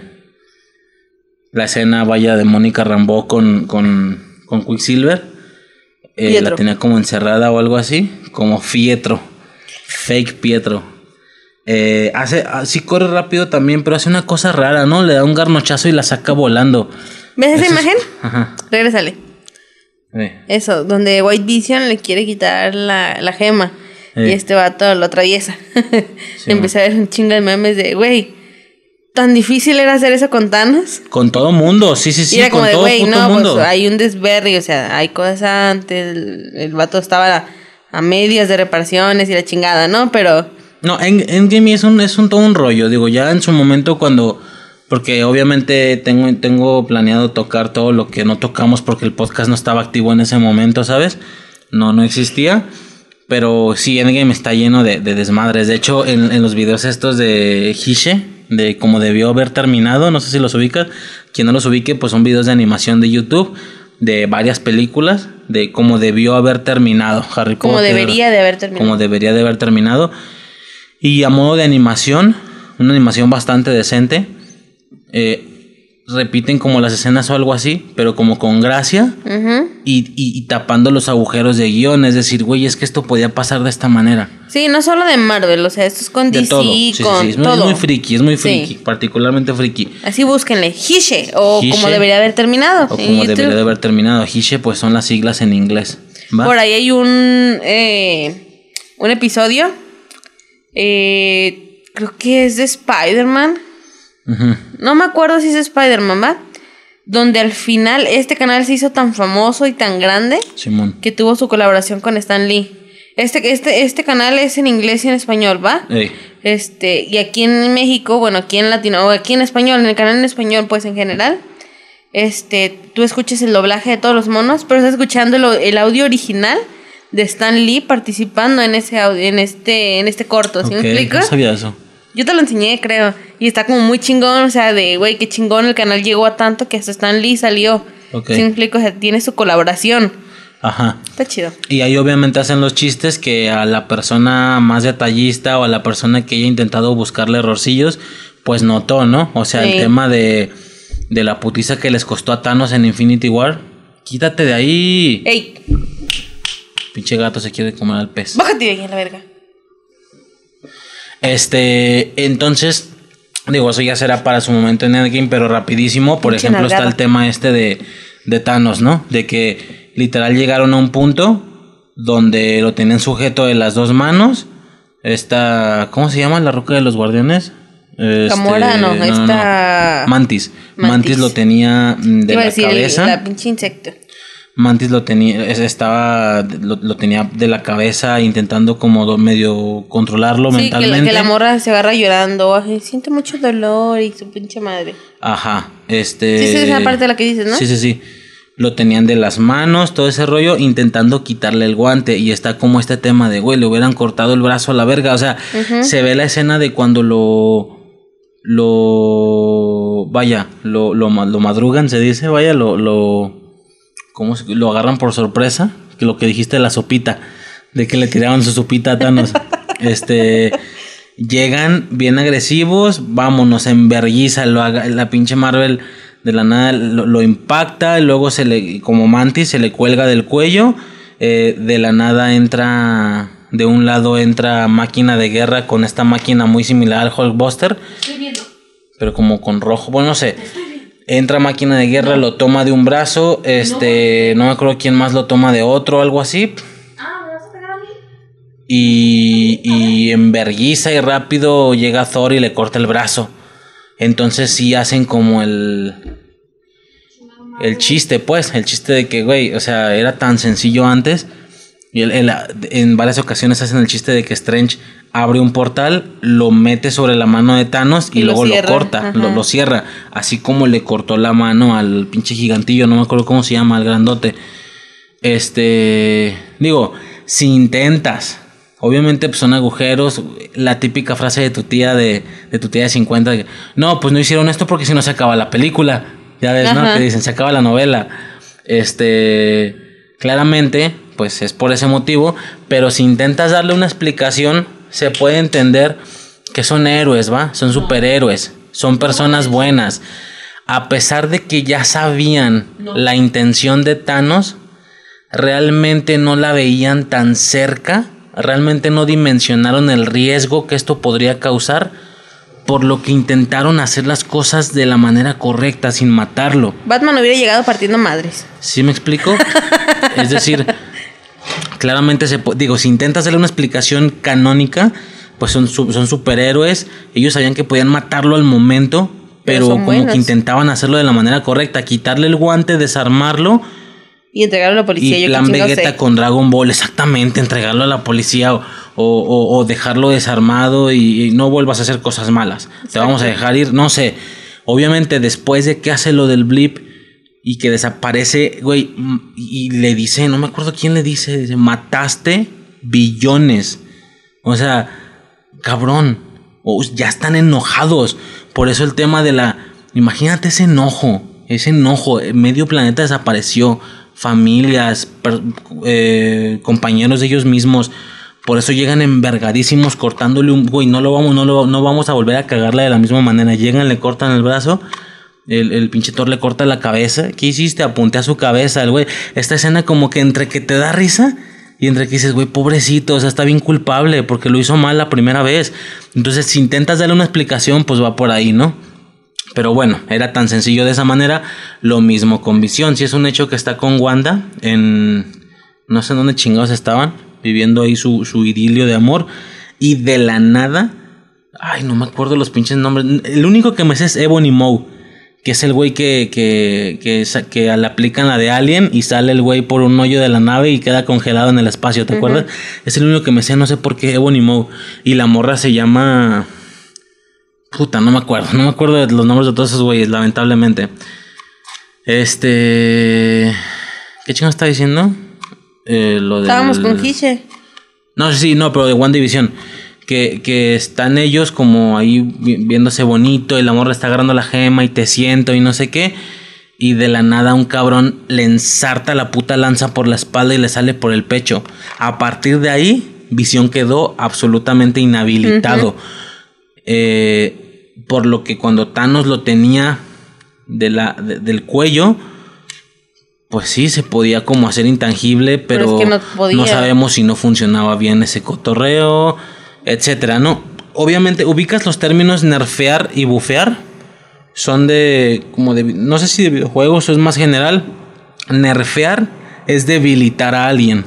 la escena, vaya, de Mónica Rambeau con, con, con Quicksilver. Eh, la tenía como encerrada o algo así. Como Pietro. Fake Pietro. Eh, hace, sí corre rápido también, pero hace una cosa rara, ¿no? Le da un garnochazo y la saca volando. ¿Ves esa Eso imagen? Es... Ajá. Regrésale. Eh. Eso, donde White Vision le quiere quitar la, la gema. Eh. Y este vato lo atraviesa. Sí, empieza a ver un chingo de memes de, güey, ¿tan difícil era hacer eso con Thanos? Con todo mundo, sí, sí, sí. Y era como con de, todo güey, no, mundo. Pues hay un desvergue, o sea, hay cosas antes. El, el vato estaba a medias de reparaciones y la chingada, ¿no? Pero... No, Endgame es un, es un todo un rollo. Digo, ya en su momento cuando... Porque obviamente tengo, tengo planeado tocar todo lo que no tocamos porque el podcast no estaba activo en ese momento, ¿sabes? No, no existía. Pero sí, Endgame está lleno de, de desmadres. De hecho, en, en los videos estos de Hishe, de cómo debió haber terminado, no sé si los ubicas. Quien no los ubique, pues son videos de animación de YouTube de varias películas, de cómo debió haber terminado Harry Potter. Como debería de haber terminado. Como debería de haber terminado. Y a modo de animación, una animación bastante decente. Eh, repiten como las escenas o algo así, pero como con gracia. Uh-huh. y, y, y tapando los agujeros de guión. Es decir, güey, es que esto podía pasar de esta manera. Sí, no solo de Marvel, o sea, esto es con de D C, todo. Sí, con sí, sí. Es, muy, todo. es muy friki, es muy friki, sí. Particularmente friki. Así búsquenle, Hishe, o Hishe, como debería haber terminado. O como YouTube. debería de haber terminado. Hishe, pues son las siglas en inglés. ¿Va? Por ahí hay un, eh, un episodio, eh, creo que es de Spider-Man. Uh-huh. No me acuerdo si es de Spider-Man, ¿va? Donde al final este canal se hizo tan famoso y tan grande, Simón, que tuvo su colaboración con Stan Lee. Este, este, este canal es en inglés y en español, ¿va? Ey. Este, y aquí en México, bueno, aquí en latino, o aquí en español, en el canal en español, pues en general, este, tú escuchas el doblaje de todos los monos, pero estás escuchando el, el audio original de Stan Lee participando en ese audio, en este, en este corto, ¿sí okay, me explico? No sabía eso. Yo te lo enseñé, creo. Y está como muy chingón, o sea, de, güey, qué chingón, el canal llegó a tanto que hasta Stan Lee salió. Okay. ¿Sí me explico? O sea, tiene su colaboración. Ajá. Está chido. Y ahí obviamente hacen los chistes que a la persona más detallista o a la persona que haya intentado buscarle errorcillos, pues notó, ¿no? O sea, sí. El tema de, de la putiza que les costó a Thanos en Infinity War. Quítate de ahí. ¡Ey! Pinche gato se quiere comer al pez. Bájate de ahí, la verga. Este, entonces, digo, eso ya será para su momento en Endgame, pero rapidísimo. Por Pinche ejemplo, nalgada. Está el tema este de, de Thanos, ¿no? De que literal llegaron a un punto donde lo tenían sujeto de las dos manos. Esta, ¿cómo se llama? La roca de los guardianes. Este, Gamora, no, no, esta... no. Mantis. Mantis. Mantis lo tenía de la decir, cabeza. La pinche insecto. Mantis lo tenía, estaba, lo, lo tenía de la cabeza intentando como medio controlarlo sí, mentalmente. Sí, que, que la morra se agarra llorando, ay, siente mucho dolor y su pinche madre. Ajá, este... Sí, sí, esa parte de la que dices, ¿no? Sí, sí, sí. Lo tenían de las manos, todo ese rollo, intentando quitarle el guante. Y está como este tema de, güey, le hubieran cortado el brazo a la verga. O sea, uh-huh. Se ve la escena de cuando lo... Lo... Vaya, lo, lo, lo madrugan, se dice, vaya, lo... lo ¿Cómo se, lo agarran por sorpresa? Que lo que dijiste de la sopita, de que le tiraron su sopita a Thanos. este, llegan bien agresivos, vámonos, enverguiza, lo haga, la pinche Marvel de la nada lo, lo impacta, y luego se le, como Mantis, se le cuelga del cuello, eh, de la nada entra, de un lado entra Máquina de Guerra con esta máquina muy similar al Hulkbuster, pero como con rojo, bueno, no sé. Entra Máquina de Guerra, no. Lo toma de un brazo, este, no. no me acuerdo quién más lo toma de otro, algo así. Ah, ¿me vas a pegar a mí? Y, y enverguiza y rápido llega Thor y le corta el brazo. Entonces sí hacen como el... El chiste, pues, el chiste de que, güey, o sea, era tan sencillo antes. Y el, el, en varias ocasiones hacen el chiste de que Strange abre un portal, lo mete sobre la mano de Thanos y, y luego lo, lo corta, lo, lo cierra. Así como le cortó la mano al pinche gigantillo, no me acuerdo cómo se llama, al grandote. Este, digo, si intentas, obviamente pues son agujeros, la típica frase de tu tía de, de tu tía de cincuenta, de, no, pues no hicieron esto porque si no se acaba la película. Ya ves, ajá. ¿No? Que dicen, se acaba la novela. Este, claramente, pues es por ese motivo, pero si intentas darle una explicación, se puede entender que son héroes, ¿va? Son superhéroes, son personas buenas. A pesar de que ya sabían no. la intención de Thanos, realmente no la veían tan cerca, realmente no dimensionaron el riesgo que esto podría causar, por lo que intentaron hacer las cosas de la manera correcta, sin matarlo. Batman hubiera llegado partiendo madres. ¿Sí me explico? Es decir... Claramente, se digo, si intentas darle una explicación canónica, pues son, son superhéroes. Ellos sabían que podían matarlo al momento, pero, pero como buenos. Que intentaban hacerlo de la manera correcta, quitarle el guante, desarmarlo Y entregarlo a la policía. Y yo plan Vegeta sé. Con Dragon Ball, exactamente, entregarlo a la policía o, o, o dejarlo desarmado y, y no vuelvas a hacer cosas malas. Exacto. Te vamos a dejar ir, no sé. Obviamente después de que hace lo del blip y que desaparece, güey, y le dice, no me acuerdo quién le dice, dice mataste billones. O sea, cabrón, oh, ya están enojados. Por eso el tema de la... Imagínate ese enojo, ese enojo, medio planeta desapareció. Familias, per, eh, compañeros de ellos mismos, por eso llegan envergadísimos cortándole un güey, no lo vamos, no lo no vamos a volver a cagarla de la misma manera. Llegan, le cortan el brazo, el, el pinche Thor le corta la cabeza. ¿Qué hiciste? Apunté a su cabeza, el güey. Esta escena como que entre que te da risa y entre que dices, güey, pobrecito, o sea, está bien culpable porque lo hizo mal la primera vez. Entonces, si intentas darle una explicación, pues va por ahí, ¿no? Pero bueno, era tan sencillo de esa manera. Lo mismo con Visión. Si es un hecho que está con Wanda en... No sé dónde chingados estaban, viviendo ahí su, su idilio de amor. Y de la nada... Ay, no me acuerdo los pinches nombres. El único que me sé es Ebony Maw, que es el güey que, que, que, que, que le aplican la de Alien y sale el güey por un hoyo de la nave y queda congelado en el espacio, ¿te uh-huh. acuerdas? Es el único que me sé, no sé por qué, Ebony Maw. Y la morra se llama... Puta, no me acuerdo. No me acuerdo de los nombres de todos esos güeyes, lamentablemente. Este... ¿Qué chingo está diciendo? Eh, lo del... Estábamos con Hiche. No, sí, no, pero de WandaVision. Que, que están ellos como ahí viéndose bonito y la morra está agarrando la gema y te siento y no sé qué. Y de la nada un cabrón le ensarta la puta lanza por la espalda y le sale por el pecho. A partir de ahí, Visión quedó absolutamente inhabilitado. Uh-huh. Eh... Por lo que cuando Thanos lo tenía de la, de, del cuello, pues sí, se podía como hacer intangible, pero, pero es que no, podía. No sabemos si no funcionaba bien ese cotorreo, etcétera, ¿no? Obviamente, ubicas los términos nerfear y bufear. Son de, como de, no sé si de videojuegos o es más general. Nerfear es debilitar a alguien.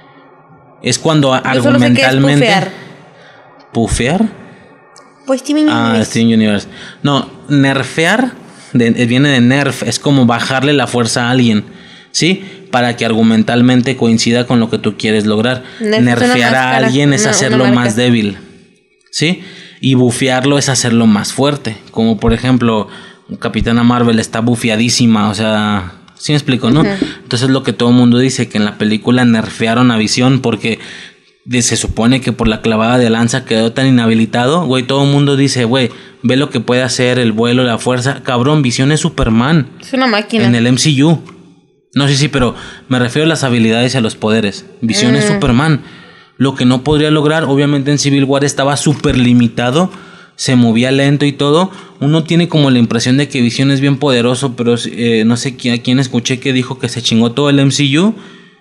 Es cuando Yo argumentalmente... Solo sé que es bufear. ¿Bufear? Pues Steven Universe. Ah, Steven Universe. No, nerfear de, viene de nerf, es como bajarle la fuerza a alguien, ¿sí? Para que argumentalmente coincida con lo que tú quieres lograr. Nerf Nerfear a alguien es una, hacerlo una más débil, ¿sí? Y bufearlo es hacerlo más fuerte. Como por ejemplo, Capitana Marvel está bufeadísima, o sea... ¿Sí me explico, no? Uh-huh. Entonces lo que todo el mundo dice, que en la película nerfearon a Visión porque... Se supone que por la clavada de lanza quedó tan inhabilitado. Güey, todo el mundo dice, güey, ve lo que puede hacer el vuelo, la fuerza. Cabrón, Visión es Superman. Es una máquina. En el M C U. No, sí, sí, pero me refiero a las habilidades y a los poderes. Visión mm. es Superman. Lo que no podría lograr, obviamente en Civil War estaba súper limitado. Se movía lento y todo. Uno tiene como la impresión de que Visión es bien poderoso, pero eh, no sé a quién escuché que dijo que se chingó todo el M C U.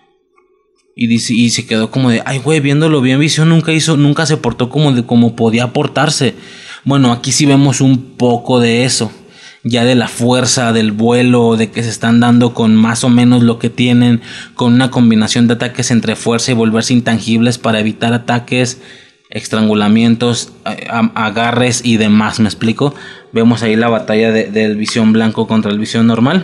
Y, dice, y se quedó como de, ay, güey, viéndolo bien, Visión nunca hizo, nunca se portó como, de, como podía portarse. Bueno, aquí sí vemos un poco de eso. Ya de la fuerza, del vuelo, de que se están dando con más o menos lo que tienen, con una combinación de ataques entre fuerza y volverse intangibles para evitar ataques, estrangulamientos, agarres y demás, ¿me explico? Vemos ahí la batalla de, del Visión blanco contra el Visión normal.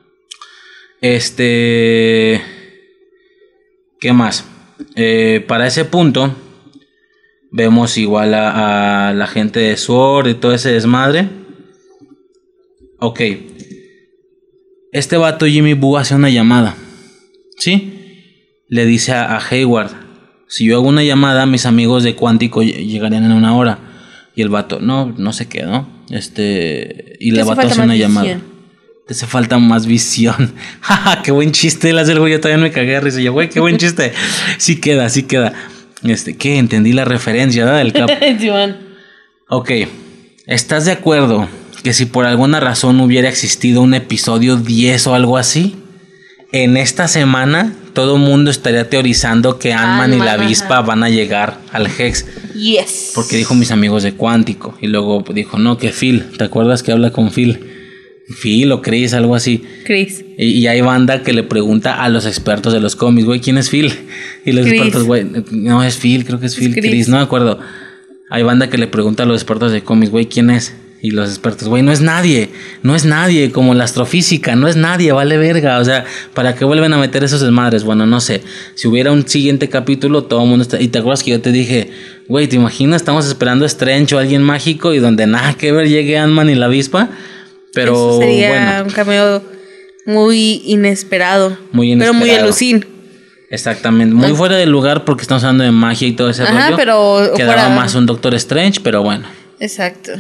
Este... ¿Qué más? Eh, para ese punto vemos igual a, a la gente de Sword y todo ese desmadre. Ok. Este vato Jimmy Boo hace una llamada, ¿sí? Le dice a, a Hayward, si yo hago una llamada, mis amigos de Cuántico llegarían en una hora. Y el vato, no, no sé qué, ¿no? Este... Y el vato hace una llamada. Te hace falta más visión. Jaja, qué buen chiste. El hace güey, yo todavía me cagué de risa. Yo, güey, qué buen chiste. Sí queda, sí queda. Este, ¿qué? Entendí la referencia, ¿verdad? Del cap. Sí, man. Ok. ¿Estás de acuerdo que si por alguna razón hubiera existido un episodio diez o algo así, en esta semana todo el mundo estaría teorizando que Ant-Man y la avispa van a llegar al Hex? Yes. Porque dijo mis amigos de Cuántico. Y luego dijo, no, que Phil. ¿Te acuerdas que habla con Phil? Phil o Chris, algo así. Chris. Y, y hay banda que le pregunta a los expertos de los cómics, güey, ¿quién es Phil? Y los Chris. expertos, güey, no es Phil, creo que es Phil, es Chris. Chris, no me acuerdo. Hay banda que le pregunta a los expertos de cómics, güey, ¿quién es? Y los expertos, güey, no es nadie, no es nadie, como la astrofísica, no es nadie, vale verga. O sea, ¿para qué vuelven a meter esos desmadres? Bueno, no sé. Si hubiera un siguiente capítulo, todo el mundo está... Y te acuerdas que yo te dije, güey, ¿te imaginas? Estamos esperando a Strange o alguien mágico y donde nada que ver llegue Ant-Man y la avispa. Pero eso sería bueno, un cameo muy inesperado. Muy inesperado. Pero muy alucin. Exactamente, muy fuera de lugar porque estamos hablando de magia y todo ese Ajá, rollo. pero quedaba fuera... más un Doctor Strange, pero bueno. Exacto.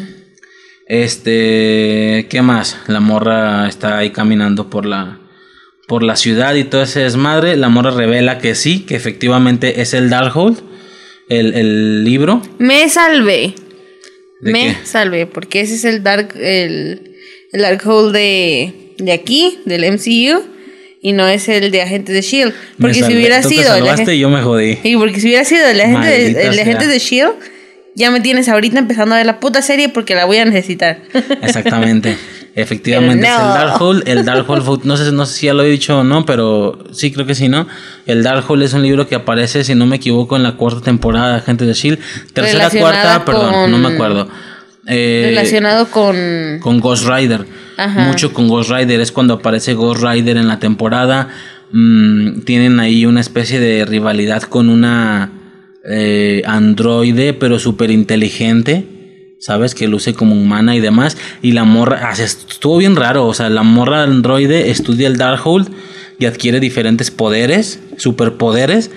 Este, ¿qué más? La morra está ahí caminando por la por la ciudad y todo ese desmadre. La morra revela que sí, que efectivamente es el Darkhold, el, el libro. Me salvé. ¿De Me qué? salvé, porque ese es el Dark el, el Darkhold de, de aquí, del M C U, y no es el de Agentes de S H I E L D. Porque Me si salvé. hubiera Tú te sido el salvaste agente, y yo me jodí. y porque si hubiera sido el agente de, Maldita el de sea. Agentes de S H I E L D, ya me tienes ahorita empezando a ver la puta serie porque la voy a necesitar. Exactamente. Efectivamente Pero es no. el Darkhold. El Darkhold, no sé, no sé si ya lo he dicho o no, pero sí creo que sí, ¿no? El Darkhold es un libro que aparece, si no me equivoco, en la cuarta temporada de Agentes de S H I E L D. Tercera, Relacionada cuarta, perdón, con- no me acuerdo. Eh, Relacionado con... con Ghost Rider. Ajá. Mucho con Ghost Rider. Es cuando aparece Ghost Rider en la temporada. Mm, tienen ahí una especie de rivalidad con una eh, androide, pero súper inteligente. ¿Sabes? Que luce como humana y demás. Y la morra... ah, estuvo bien raro. O sea, la morra androide estudia el Darkhold y adquiere diferentes poderes, superpoderes.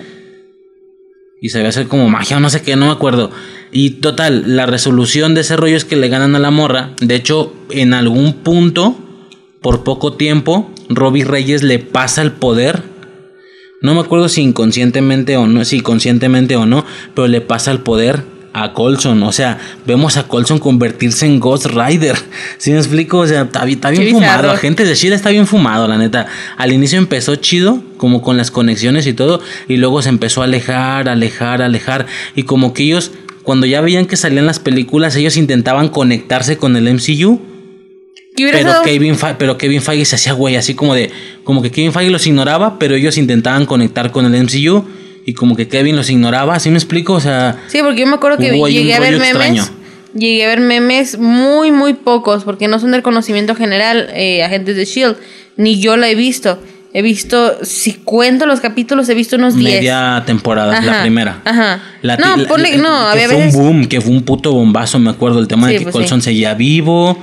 Y se ve hacer como magia o no sé qué, no me acuerdo. Y total, la resolución de ese rollo es que le ganan a la morra. De hecho, en algún punto, por poco tiempo, Robbie Reyes le pasa el poder. No me acuerdo si inconscientemente o no, si conscientemente o no, pero le pasa el poder a Coulson. O sea, vemos a Coulson convertirse en Ghost Rider. ¿Sí me explico? O sea, está, está bien Qué fumado. bizarro. Agentes de S H I E L D está bien fumado, la neta. Al inicio empezó chido, como con las conexiones y todo, y luego se empezó a alejar, alejar, alejar. Y como que ellos, cuando ya veían que salían las películas, ellos intentaban conectarse con el M C U. ¿Qué hubiera Pero sido? Kevin, Fe- pero Kevin Feige se hacía güey, así como de, como que Kevin Feige los ignoraba, pero ellos intentaban conectar con el M C U y como que Kevin los ignoraba, ¿sí me explico? O sea, Sí, porque yo me acuerdo que hubo ahí un llegué a ver rollo memes. extraño. Llegué a ver memes muy, muy pocos, porque no son del conocimiento general, eh, Agentes de S H I E L D. Ni yo la he visto. He visto, si cuento los capítulos, he visto unos diez. Media temporada, la Ajá, primera. ajá. La No, ti- la- ponle- la- no, que había fue veces- un boom, que fue un puto bombazo, me acuerdo, el tema Sí, de que pues Coulson sí. seguía vivo.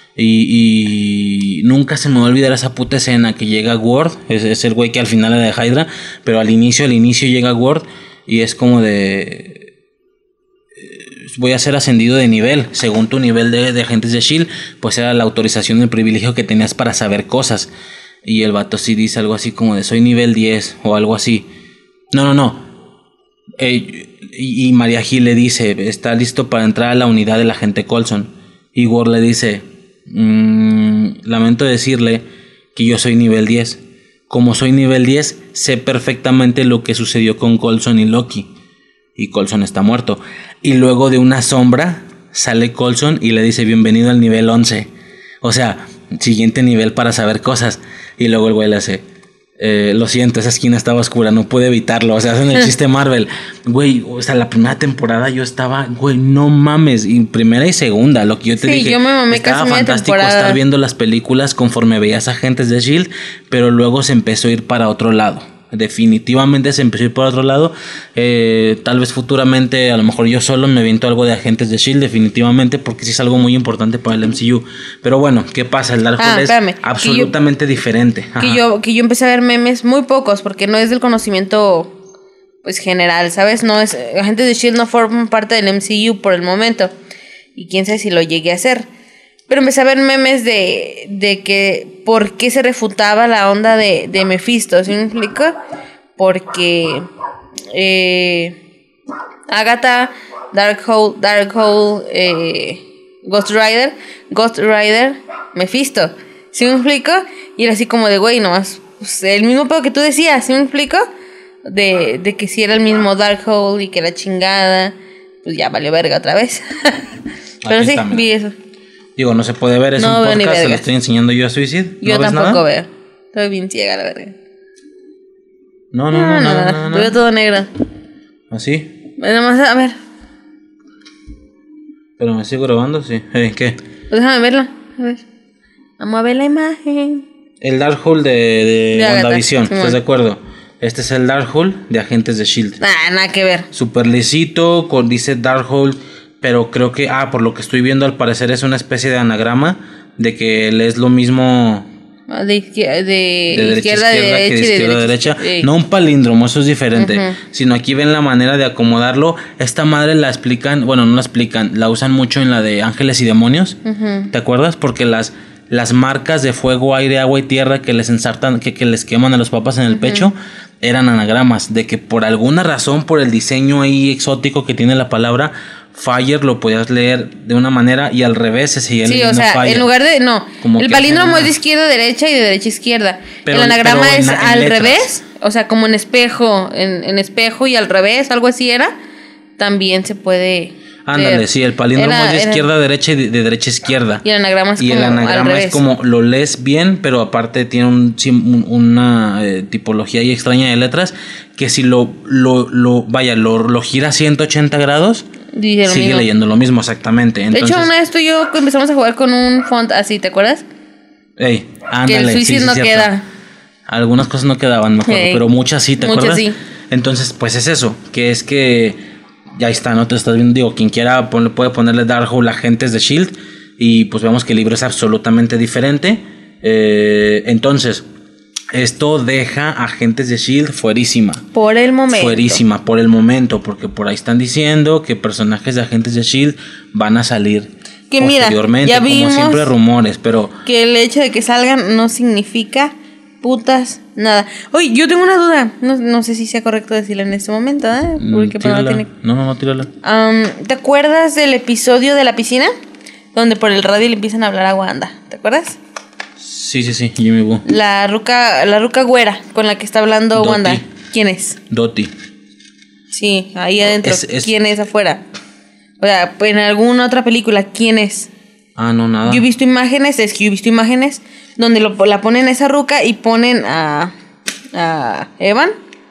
Y, y nunca se me va a olvidar esa puta escena que llega Ward, es, es el güey que al final era de Hydra, pero al inicio, al inicio llega Ward y es como de... eh, voy a ser ascendido de nivel, según tu nivel de, de agentes de S H I E L D, pues era la autorización y el privilegio que tenías para saber cosas. Y el vato sí dice algo así como de soy nivel diez o algo así. No, no, no. Eh, y, y Maria Hill le dice, está listo para entrar a la unidad del agente Coulson. Y Ward le dice, mmm, lamento decirle que yo soy nivel diez. Como soy nivel diez, sé perfectamente lo que sucedió con Coulson y Loki. Y Coulson está muerto. Y luego de una sombra sale Coulson y le dice, bienvenido al nivel once. O sea, siguiente nivel para saber cosas. Y luego el güey le hace, eh, lo siento, esa esquina estaba oscura, no pude evitarlo. O sea, hacen el chiste Marvel. Güey, o sea, la primera temporada yo estaba, güey, no mames. Y primera y segunda, lo que yo te Sí, dije. yo me mamé estaba casi media fantástico temporada. estar viendo las películas conforme veías agentes de S H I E L D, pero luego se empezó a ir para otro lado. Definitivamente se empezó a ir por otro lado. Eh, tal vez futuramente, a lo mejor yo solo me aviento algo de agentes de S H I E L D, definitivamente, porque sí es algo muy importante para el M C U. Pero bueno, ¿qué pasa? El Darkhold Ah, es espérame, que absolutamente diferente. Ajá. Que yo, que yo empecé a ver memes muy pocos, porque no es del conocimiento pues general, ¿sabes? No es, Agentes de S H I E L D no forman parte del M C U por el momento. Y quién sabe si lo llegué a hacer. Pero empecé a ver memes de, de que por qué se refutaba la onda de, de Mephisto, ¿sí me explico? Porque eh, Agatha, Darkhold, Darkhold, eh, Ghost Rider, Ghost Rider, Mephisto, ¿sí me explico? Y era así como de, güey, nomás, pues, el mismo pedo que tú decías, ¿sí me explico? De, de que si era el mismo Darkhold y que la chingada, pues ya valió verga otra vez. Pero Aquí sí, está, mira. vi eso. Digo, no se puede ver, es No un veo ni podcast, se lo verga. estoy enseñando yo a Suicide. ¿No Yo ves tampoco nada? veo. Estoy bien ciega, la verga. No, no, no, nada, nada, Veo nada. todo negro. ¿Así? Bueno, más a ver. Pero me sigo grabando, sí. Eh, ¿Qué? Pues déjame verla. A ver. Vamos a ver la imagen. El Darkhold de, de, De Agatha, WandaVision, Simón. ¿estás de acuerdo? Este es el Darkhold de Agentes de S H I E L D. Nah, nada que ver. Super lisito, con, dice Darkhold, pero creo que, ah, por lo que estoy viendo, al parecer es una especie de anagrama de que él es lo mismo De, izquier- de, de derecha izquierda, a de izquierda que derecha de y de izquierda a derecha. derecha. Sí. No un palíndromo, eso es diferente. Ujú. Sino aquí ven la manera de acomodarlo. Esta madre la explican, bueno, no la explican, la usan mucho en la de Ángeles y Demonios. Ujú. ¿Te acuerdas? Porque las, las marcas de fuego, aire, agua y tierra que les ensartan, que, que les queman a los papas en el pecho, eran anagramas. De que por alguna razón, por el diseño ahí exótico que tiene la palabra, Fire lo podías leer de una manera y al revés se seguía Sí, o leyendo sea, Fire. en lugar de. No, Como el que palíndromo hacen es de una- izquierda a derecha y de derecha a izquierda. Pero- el anagrama pero en es la- en al letras. revés, o sea, como en espejo, en, en espejo y al revés, algo así era. También se puede. Ándale, leer. sí, el palíndromo Era- es de era- izquierda a derecha y de, de derecha a izquierda. Y el anagrama es Y como el al anagrama revés. es como lo lees bien, pero aparte tiene un, sí, un- una eh, tipología ahí extraña de letras que si lo, lo, lo vaya, lo, lo gira ciento ochenta grados, Dice lo sigue mismo. leyendo lo mismo exactamente. Entonces, De hecho, una vez tú y yo empezamos a jugar con un font así, ¿te acuerdas? ey, que ándale, el sí, suicide sí, no cierto. queda. Algunas cosas no quedaban, me acuerdo, Ey, pero muchas sí, ¿te muchas acuerdas? sí. Entonces, pues es eso, que es que ya está, no te estás viendo, digo, quien quiera ponle- puede ponerle Darkhold Agentes de S H I E L D y pues vemos que el libro es absolutamente diferente. Eh, entonces, esto deja a Agentes de S H I E L D fuerísima. Por el momento. Fuerísima por el momento, porque por ahí están diciendo que personajes de Agentes de S H I E L D van a salir Que mira, posteriormente, ya como vimos siempre rumores, pero Que el hecho de que salgan no significa putas nada. Oye, yo tengo una duda. No, no sé si sea correcto decirla en este momento, ¿eh? mm, Porque pero no tírala. tiene. No, no, no, tírala. Am, ¿Te acuerdas del episodio de la piscina? Donde por el radio le empiezan a hablar a Wanda. ¿Te acuerdas? Sí, sí, sí, Jimmy Boo. La ruca, la ruca güera con la que está hablando Dottie. Wanda. ¿Quién es? Dottie. Sí, ahí adentro. Es- es- ¿Quién es afuera? O sea, en alguna otra película, ¿quién es? Ah, no, nada. Yo he visto imágenes, es que yo he visto imágenes donde lo, la ponen a esa ruca y ponen a, a Evan.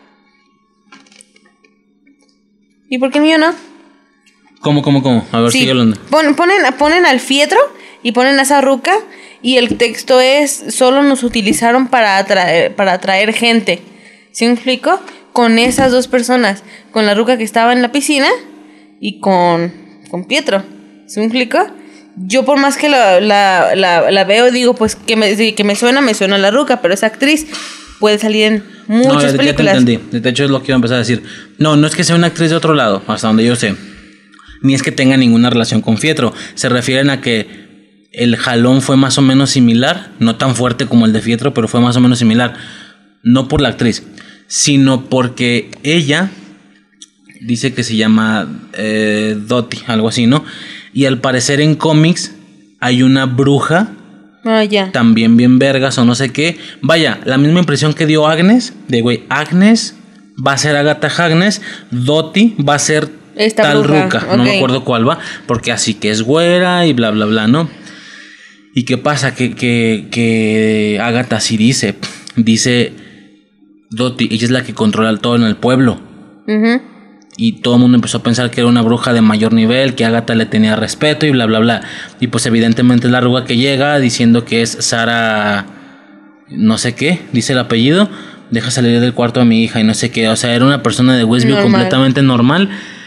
¿Y por qué el mío no? ¿Cómo, cómo, cómo? A ver, Sí, sigue hablando. pon- ponen, ponen al fietro y ponen a esa ruca y el texto es, solo nos utilizaron para atraer, para atraer gente. ¿Sí me explico? Con esas dos personas, con la ruca que estaba en la piscina y con, con Pietro. ¿Sí me explico? Yo por más que la, la, la, la veo, digo, pues que me, sí, que me suena, me suena la ruca, pero esa actriz puede salir en No, muchas ya, ya te películas. entendí. De hecho, es lo que iba a empezar a decir. No, no es que sea una actriz de otro lado, hasta donde yo sé. Ni es que tenga ninguna relación con Fietro. Se refieren a que el jalón fue más o menos similar. No tan fuerte como el de Fietro, pero fue más o menos similar. No por la actriz, sino porque ella dice que se llama eh, Dottie, algo así, ¿no? Y al parecer en cómics hay una bruja Ah, ya. también bien vergas o no sé qué. Vaya, la misma impresión que dio Agnes, de güey, Agnes va a ser Agatha Harkness, Dottie va a ser Esta tal bruja, ruca, no me ok. acuerdo cuál va, porque así que es güera y bla bla bla, ¿no? ¿Y qué pasa? Que, que, que Agatha sí dice, dice Dottie, ella es la que controla todo en el pueblo. Ujú. Y todo el mundo empezó a pensar que era una bruja de mayor nivel, que Agatha le tenía respeto y bla, bla, bla. Y pues evidentemente es la arruga que llega diciendo que es Sara, no sé qué, dice el apellido, deja salir del cuarto a mi hija y no sé qué. O sea, era una persona de Westview Normal. completamente normal.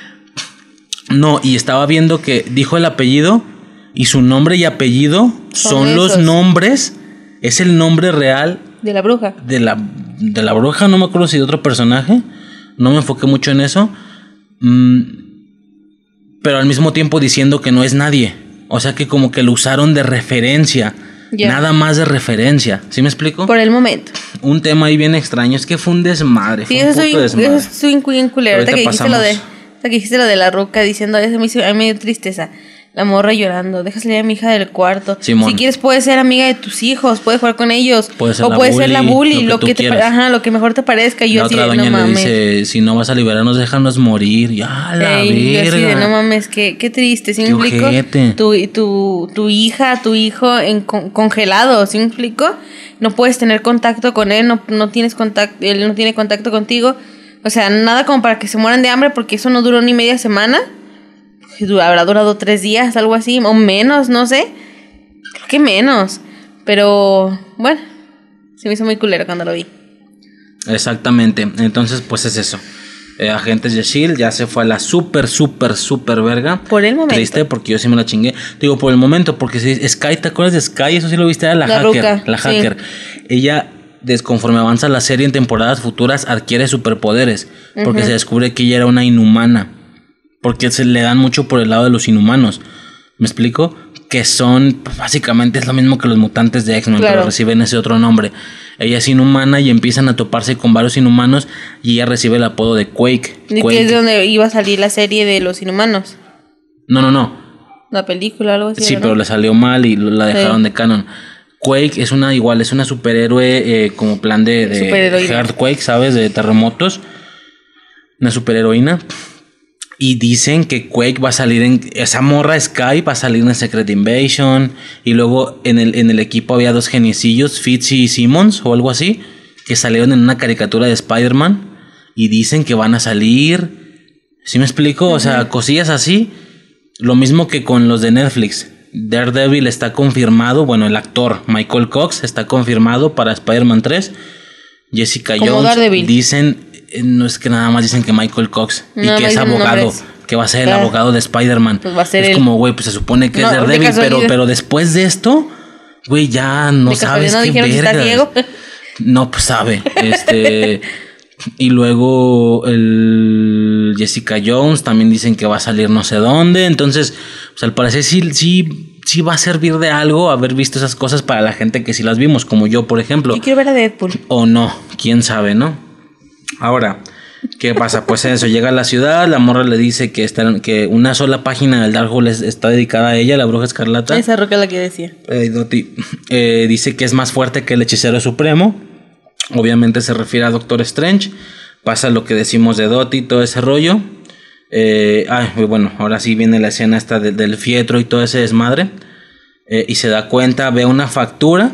No, y estaba viendo que dijo el apellido y su nombre y apellido son, Son los esos. nombres, es el nombre real De la bruja. de la, de la bruja, no me acuerdo si de otro personaje, no me enfoqué mucho en eso, mm, pero al mismo tiempo diciendo que no es nadie, o sea que como que lo usaron de referencia, Ya. nada más de referencia, ¿sí me explico? Por el momento. Un tema ahí bien extraño, es que fue un desmadre, Sí, fue un eso soy, puto desmadre. eso soy bien culero. Ahorita Ahorita que dijiste lo de, pasamos. ahorita que dijiste lo de la ruca diciendo, eso me hizo, a mí me dio tristeza. La morra llorando, deja salir a mi hija del cuarto. Simón. Si quieres puedes ser amiga de tus hijos, puedes jugar con ellos. Puedes ser o la puedes ser la bully, bully, lo lo que que, tú te, quieras. ajá, lo que mejor te parezca. Y yo La así otra de, doña no le mames. dice, si no vas a liberarnos, déjanos morir, ya la Ey, yo así de, verga. no mames, qué, qué triste, ¿sí me Qué explico? ojete. Tu, tu, tu hija, tu hijo en con- congelado, ¿sí me explico? No puedes tener contacto con él, no, no tienes contacto, él no tiene contacto contigo. O sea, nada como para que se mueran de hambre porque eso no duró ni media semana. Du- Habrá durado tres días, algo así, o menos, no sé. Creo que menos. Pero, bueno, se me hizo muy culero cuando lo vi. Exactamente. Entonces, pues es eso. Eh, Agentes de S H I E L D ya se fue a la super, super, super verga. Por el momento. Triste porque yo sí me la chingué. Digo, por el momento, porque si Sky, ¿te acuerdas de Sky? Eso sí lo viste, era la, La hacker. ruca, La hacker. Sí. Ella, conforme avanza la serie en temporadas futuras, adquiere superpoderes. Porque uh-huh. se descubre que ella era una inhumana. Porque se le dan mucho por el lado de los inhumanos. ¿Me explico? Que son, pues, básicamente es lo mismo que los mutantes de X-Men, claro. pero reciben ese otro nombre. Ella es inhumana y empiezan a toparse con varios inhumanos y ella recibe el apodo de Quake. ¿Y Quake. que es de donde iba a salir la serie de los inhumanos? No, no, no. La película, algo así. Sí, ¿no? pero le salió mal y la dejaron sí. de canon. Quake es una igual, es una superhéroe eh, como plan de, de Earthquake, ¿sabes? De terremotos. Una superheroína. Y dicen que Quake va a salir en... Esa morra Sky va a salir en Secret Invasion. Y luego en el, en el equipo había dos geniecillos, Fitzy y Simmons o algo así, que salieron en una caricatura de Spider-Man. Y dicen que van a salir... ¿Sí me explico? Uh-huh. O sea, cosillas así. Lo mismo que con los de Netflix. Daredevil está confirmado. Bueno, el actor Michael Cox está confirmado para Spider-Man tres. Jessica Jones. Daredevil. Dicen... No es que nada más dicen que Michael Cox y no, que no es abogado, nombres. Que va a ser el ah, abogado de Spider-Man. Pues va a ser es el... como, güey, pues se supone que no, es Daredevil, de pero, pero después de esto, güey, ya no de sabes no qué verga. No, pues sabe. Este y luego el Jessica Jones también dicen que va a salir no sé dónde. Entonces, pues al parecer sí, sí, sí va a servir de algo haber visto esas cosas para la gente que sí las vimos, como yo, por ejemplo. Yo quiero ver a Deadpool. O no, quién sabe, ¿no? Ahora, ¿qué pasa? Pues eso, llega a la ciudad, la morra le dice que, está, que una sola página del Darkhold está dedicada a ella, la Bruja Escarlata. Esa roca es la que decía. Eh, Dottie, eh, dice que es más fuerte que el Hechicero Supremo. Obviamente se refiere a Doctor Strange. Pasa lo que decimos de Dottie, todo ese rollo. Eh, ay, bueno, ahora sí viene la escena esta de, del fietro y todo ese desmadre. Eh, y se da cuenta, ve una factura,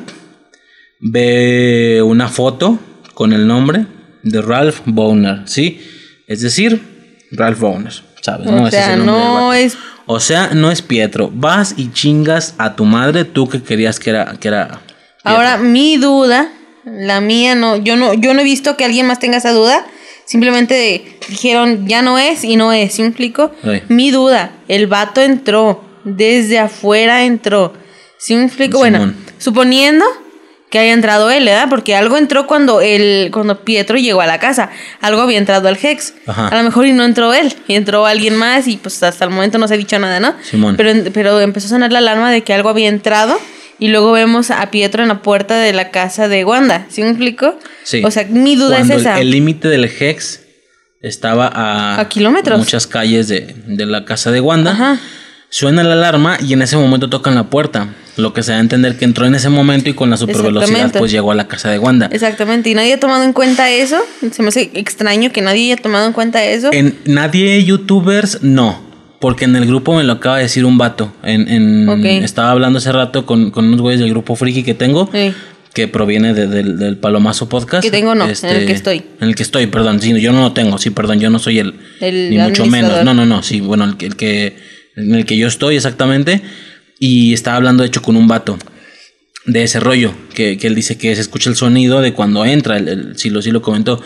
ve una foto con el nombre de Ralph Bohner, ¿sí? Es decir, Ralph Bohner, ¿sabes? O no, sea, ese es el no es... O sea, no es Pietro. Vas y chingas a tu madre, tú que querías que era, que era Pietro. Ahora, mi duda, la mía no, yo no, yo no he visto que alguien más tenga esa duda. Simplemente dijeron, ya no es y no es, ¿sí me explico? Sí. Mi duda, el vato entró, desde afuera entró, ¿sí me explico? Simón. Bueno, suponiendo que haya entrado él, ¿verdad? Porque algo entró cuando él, cuando Pietro llegó a la casa. Algo había entrado al Hex. Ajá. A lo mejor y no entró él, y entró alguien más y pues hasta el momento no se ha dicho nada, ¿no? Simón. Pero, pero empezó a sonar la alarma de que algo había entrado y luego vemos a Pietro en la puerta de la casa de Wanda. ¿Sí me explico? Sí. O sea, mi duda cuando es esa. El límite del Hex estaba a... A kilómetros. Muchas calles de, de la casa de Wanda. Ajá. Suena la alarma y en ese momento tocan la puerta. Lo que se da a entender que entró en ese momento y con la supervelocidad pues llegó a la casa de Wanda. Exactamente, y nadie ha tomado en cuenta eso. Se me hace extraño que nadie haya tomado en cuenta eso. En nadie youtubers, no. Porque en el grupo me lo acaba de decir un vato. En, en okay. Estaba hablando hace rato con, con unos güeyes del grupo friki que tengo. Sí. Que proviene de, de, del Palomazo Podcast. Que tengo no, este, en el que estoy. En el que estoy, perdón. Sí, yo no lo tengo, sí, perdón. Yo no soy el... el ni mucho menos. No, no, no, sí, bueno, el, el que... En el que yo estoy exactamente. Y estaba hablando de hecho con un vato de ese rollo, que, que él dice que se escucha el sonido de cuando entra, el, el, sí, lo, sí lo comentó.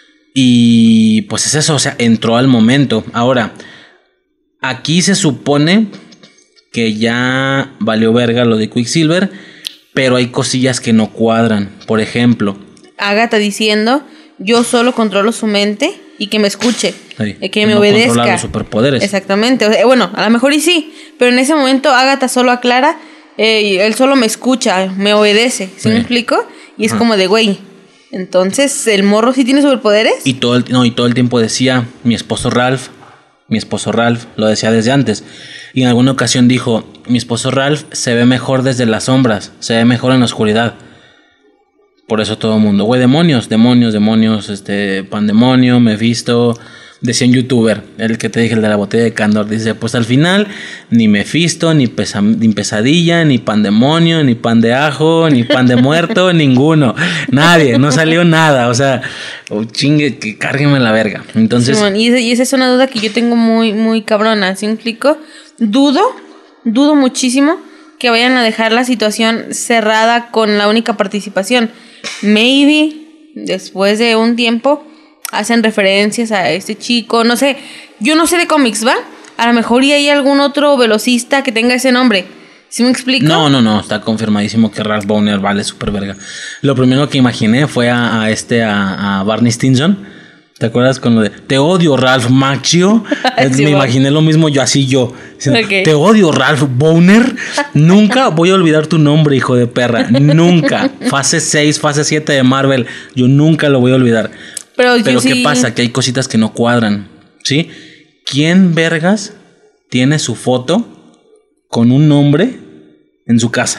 Y pues es eso, o sea, entró al momento. Ahora, aquí se supone que ya valió verga lo de Quicksilver, pero hay cosillas que no cuadran. Por ejemplo, Agatha diciendo, yo solo controlo su mente y que me escuche, sí, que, que me no obedezca. Controlar los superpoderes. Exactamente. O sea, bueno, a lo mejor y sí, pero en ese momento Agatha solo aclara, eh, él solo me escucha, me obedece, ¿sí, sí. me explico? Y es Ajá. como de, güey, entonces el morro sí tiene superpoderes. Y todo el, no, y todo el tiempo decía, mi esposo Ralph, mi esposo Ralph, lo decía desde antes. Y en alguna ocasión dijo, mi esposo Ralph se ve mejor desde las sombras, se ve mejor en la oscuridad. Por eso todo el mundo, güey, demonios, demonios, demonios, este, Pandemonio, Mephisto. Decía un youtuber, el que te dije, el de la botella de Candor, dice, pues al final, ni Mephisto, ni, pesa, ni Pesadilla, ni Pandemonio, ni Pan de Ajo, ni Pan de Muerto, ninguno. Nadie, no salió nada, o sea, oh, chingue, que cárguenme la verga. Entonces... Simón, y, y esa es una duda que yo tengo muy, muy cabrona, ¿sí me explico? Dudo, dudo muchísimo que vayan a dejar la situación cerrada con la única participación. Maybe, después de un tiempo, hacen referencias a este chico. No sé, yo no sé de cómics, ¿va? A lo mejor y hay algún otro velocista que tenga ese nombre. ¿Sí me explico? No, no, no, está confirmadísimo que Ralph Bohner vale súper verga. Lo primero que imaginé fue a, a este, a, a Barney Stinson. ¿Te acuerdas con lo de te odio, Ralph Macchio? Sí, me bueno. imaginé lo mismo yo, así yo. Okay. Te odio, Ralph Bohner. Nunca voy a olvidar tu nombre, hijo de perra. Nunca. Fase seis, fase siete de Marvel. Yo nunca lo voy a olvidar. Pero, Pero ¿qué sí... pasa? Que hay cositas que no cuadran. ¿Sí? ¿Quién vergas tiene su foto con un nombre en su casa?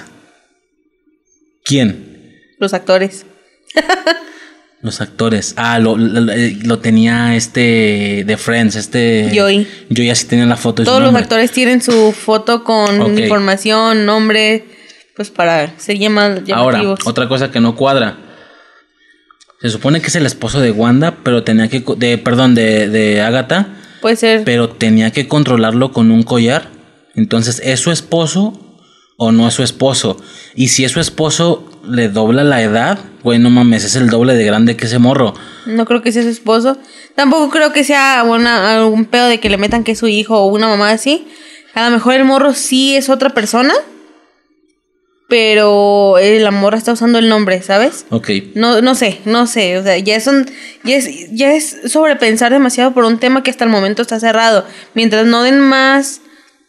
¿Quién? Los actores. Los actores. Ah, lo, lo, lo tenía este de Friends, este... Joey. Joey así tenía la foto de Todos su los nombre. actores tienen su foto con okay. información, nombre, pues para ser llamados llamativos. Ahora, otra cosa que no cuadra. Se supone que es el esposo de Wanda, pero tenía que... De, perdón, de, de Agatha. Puede ser. Pero tenía que controlarlo con un collar. Entonces, ¿es su esposo o no es su esposo? Y si es su esposo, ¿le dobla la edad? Güey, no mames, es el doble de grande que ese morro. No creo que sea su esposo. Tampoco creo que sea una, algún pedo de que le metan que es su hijo o una mamá así. A lo mejor el morro sí es otra persona, pero la morra está usando el nombre, ¿sabes? Ok. No, no sé, no sé. O sea, ya es, un, ya, es, ya es sobrepensar demasiado por un tema que hasta el momento está cerrado. Mientras no den más...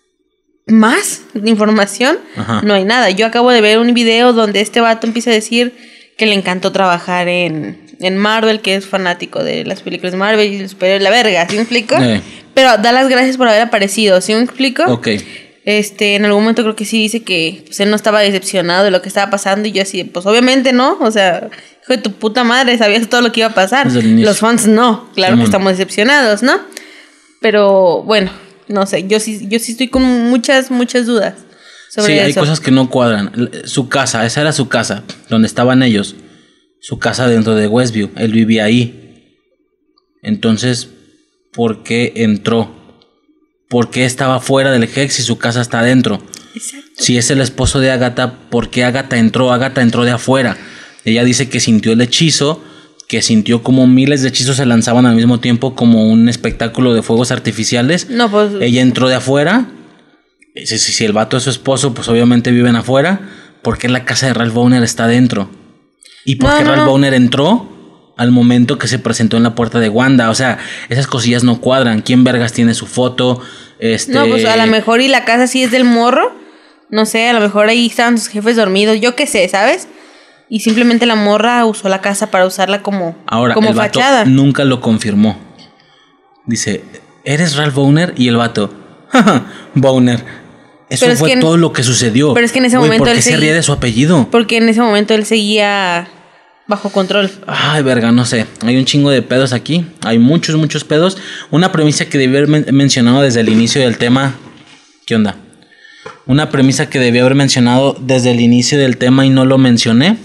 más información, Ajá. no hay nada. Yo acabo de ver un video donde este vato empieza a decir que le encantó trabajar en, en Marvel, que es fanático de las películas de Marvel y el superhéroe la verga, ¿sí me explico? Eh. Pero da las gracias por haber aparecido, ¿sí me explico? Ok. Este, en algún momento creo que sí dice que pues, él no estaba decepcionado de lo que estaba pasando y yo así, pues obviamente no, o sea, hijo de tu puta madre, sabías todo lo que iba a pasar. Los fans no, claro sí, que estamos decepcionados, ¿no? Pero bueno, no sé, yo sí, yo sí estoy con muchas, muchas dudas sobre sí, eso. Hay cosas que no cuadran. Su casa, esa era su casa, donde estaban ellos. Su casa dentro de Westview, él vivía ahí. Entonces, ¿por qué entró? ¿Por qué estaba fuera del Hex y su casa está adentro? Exacto. Si es el esposo de Agatha, ¿por qué Agatha entró? Agatha entró de afuera. Ella dice que sintió el hechizo, que sintió como miles de hechizos se lanzaban al mismo tiempo como un espectáculo de fuegos artificiales. No, pues... Ella entró de afuera. Si, si, si el vato es su esposo, pues obviamente viven afuera. ¿Por qué la casa de Ralph Bohner está adentro? ¿Y por qué no, no, Ralph no. Bohner entró al momento que se presentó en la puerta de Wanda? O sea, esas cosillas no cuadran. ¿Quién vergas tiene su foto? Este... No, pues a lo mejor y la casa sí es del morro. No sé, a lo mejor ahí estaban sus jefes dormidos. Yo qué sé, ¿sabes? Y simplemente la morra usó la casa para usarla como, Ahora, como el vato fachada. Nunca lo confirmó. Dice, ¿eres Ralph Bohner? Y el vato, jaja, Bohner. Eso pero fue es que, todo lo que sucedió. Pero es que en ese Uy, momento ¿por qué él se seguía, ríe de su apellido? Porque en ese momento él seguía bajo control. Ay, verga, no sé. Hay un chingo de pedos aquí. Hay muchos, muchos pedos. Una premisa que debí haber men- mencionado desde el inicio del tema. ¿Qué onda? Una premisa que debí haber mencionado desde el inicio del tema y no lo mencioné.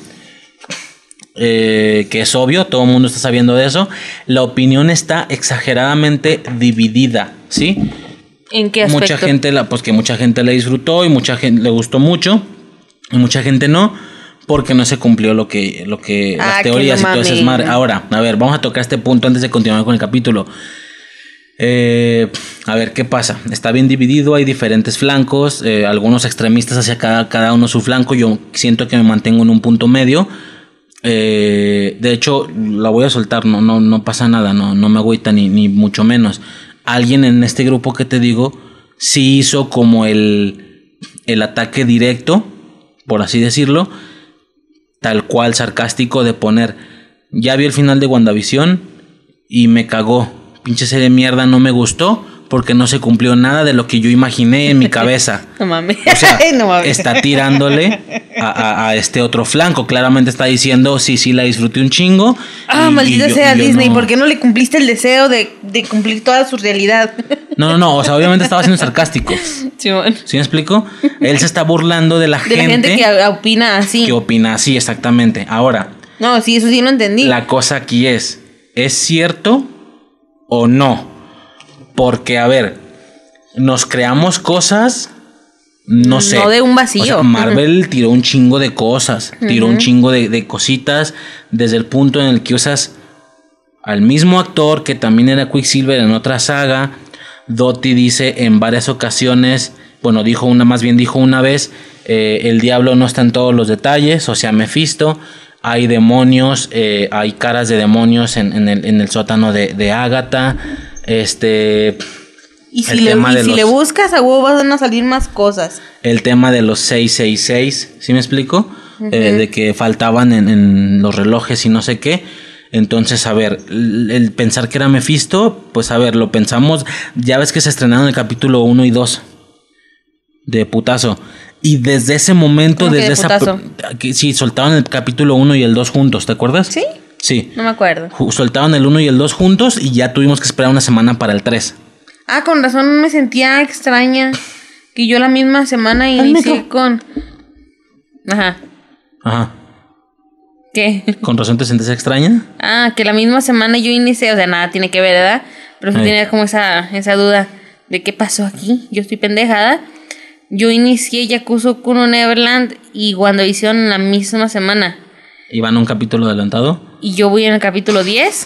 Eh, que es obvio, todo el mundo está sabiendo de eso. La opinión está exageradamente dividida, ¿sí? ¿En qué aspecto? Mucha gente, la, pues que mucha gente le disfrutó y mucha gente le gustó mucho y mucha gente no, porque no se cumplió lo que, lo que ah, las teorías que no y todo ese desmadre. Ahora, a ver, vamos a tocar este punto antes de continuar con el capítulo. Eh, a ver, ¿qué pasa? Está bien dividido, hay diferentes flancos, eh, algunos extremistas hacia cada, cada uno su flanco. Yo siento que me mantengo en un punto medio. Eh, de hecho, la voy a soltar, no, no, no pasa nada, no, no me agüita ni, ni mucho menos. Alguien en este grupo que te digo sí hizo como el, el ataque directo, por así decirlo, tal cual sarcástico de poner, ya vi el final de WandaVision y me cagó, pinche serie de mierda, no me gustó porque no se cumplió nada de lo que yo imaginé en mi cabeza. No mames. O sea, no mames. Está tirándole a, a, a este otro flanco. Claramente está diciendo, sí, sí, la disfruté un chingo. Ah, y, maldita y yo, sea y Disney, no... ¿por qué no le cumpliste el deseo de, de cumplir toda su realidad? No, no, no, o sea, obviamente estaba siendo sarcástico. Sí, bueno. ¿Sí me explico? Él se está burlando de la de gente. De la gente que opina así. Que opina así, exactamente. Ahora. No, sí, eso sí lo entendí. La cosa aquí es, ¿es cierto o no? Porque, a ver, nos creamos cosas, no sé. No de un vacío. O sea, Marvel tiró un chingo de cosas, tiró uh-huh. un chingo de, de cositas desde el punto en el que usas al mismo actor que también era Quicksilver en otra saga. Doty dice en varias ocasiones, bueno, dijo una, más bien dijo una vez, eh, el diablo no está en todos los detalles, o sea, Mephisto. Hay demonios, eh, hay caras de demonios en, en, el, en el sótano de, de Agatha. Este. Y si, le, y si los, le buscas a huevo van a salir más cosas. El tema de los seis seis seis, ¿sí me explico? Uh-huh. Eh, de que faltaban en, en los relojes y no sé qué. Entonces, a ver, el, el pensar que era Mephisto, pues a ver, lo pensamos. Ya ves que se estrenaron el capítulo uno y dos de putazo. Y desde ese momento, desde de esa... Que, sí, soltaban el capítulo uno y el dos juntos, ¿te acuerdas? ¿Sí? Sí. No me acuerdo. Soltaban el uno y el dos juntos y ya tuvimos que esperar una semana para el tres. Ah, con razón me sentía extraña. Que yo la misma semana inicié con... Ajá. Ajá. ¿Qué? ¿Con razón te sentías extraña? Ah, que la misma semana yo inicié, o sea, nada tiene que ver, ¿verdad? Pero sí Ay. tenía como esa, esa duda de qué pasó aquí. Yo estoy pendejada. Yo inicié Yakuza Kuno Neverland y WandaVision en la misma semana. ¿Iban a un capítulo adelantado? Y yo voy en el capítulo diez.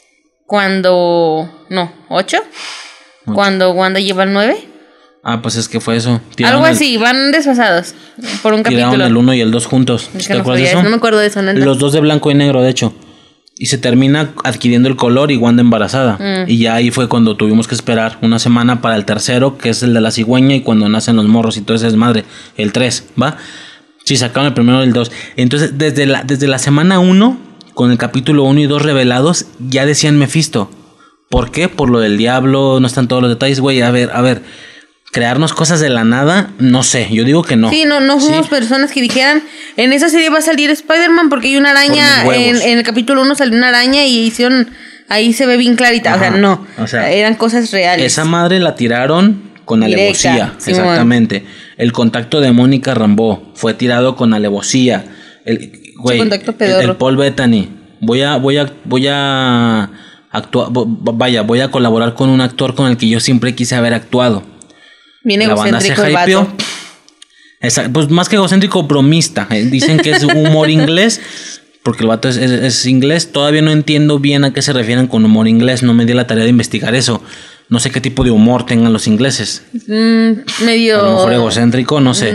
Cuando... No, ¿ocho? ocho. Cuando Wanda lleva el nueve. Ah, pues es que fue eso. Algo así, el, van desfasados por un capítulo. Tiraron el uno y el dos juntos. Es que ¿Te no, acuerdas de eso? No me acuerdo de eso. ¿No? Los dos de blanco y negro, de hecho. Y se termina adquiriendo el color y Wanda embarazada. Mm. Y ya ahí fue cuando tuvimos que esperar una semana para el tercero, que es el de la cigüeña, y cuando nacen los morros y todo ese desmadre. El tres, ¿va? Sí, sacaron el primero y el dos. Entonces, desde la, desde la semana uno, con el capítulo uno y dos revelados, ya decían Mephisto. ¿Por qué? Por lo del diablo, no están todos los detalles. Güey, a ver, a ver... Crearnos cosas de la nada, no sé, yo digo que no. Sí, no, no somos ¿Sí? personas que dijeran, en esa serie va a salir Spider-Man porque hay una araña, en, en el capítulo uno salió una araña y hicieron, ahí se ve bien clarita, Ajá. o sea, no, o sea, eran cosas reales. Esa madre la tiraron con Directa, alevosía, sí, exactamente. Bueno. El contacto de Mónica Rambeau fue tirado con alevosía. El, güey, el, el Paul Bettany, voy a, voy a, voy a actuar, vaya, voy a colaborar con un actor con el que yo siempre quise haber actuado. Bien egocéntrico el vato. Esa, pues más que egocéntrico, bromista. Dicen que es humor inglés, porque el vato es, es, es inglés. Todavía no entiendo bien a qué se refieren con humor inglés. No me di la tarea de investigar eso. No sé qué tipo de humor tengan los ingleses. Mm, medio... A lo mejor egocéntrico, no sé.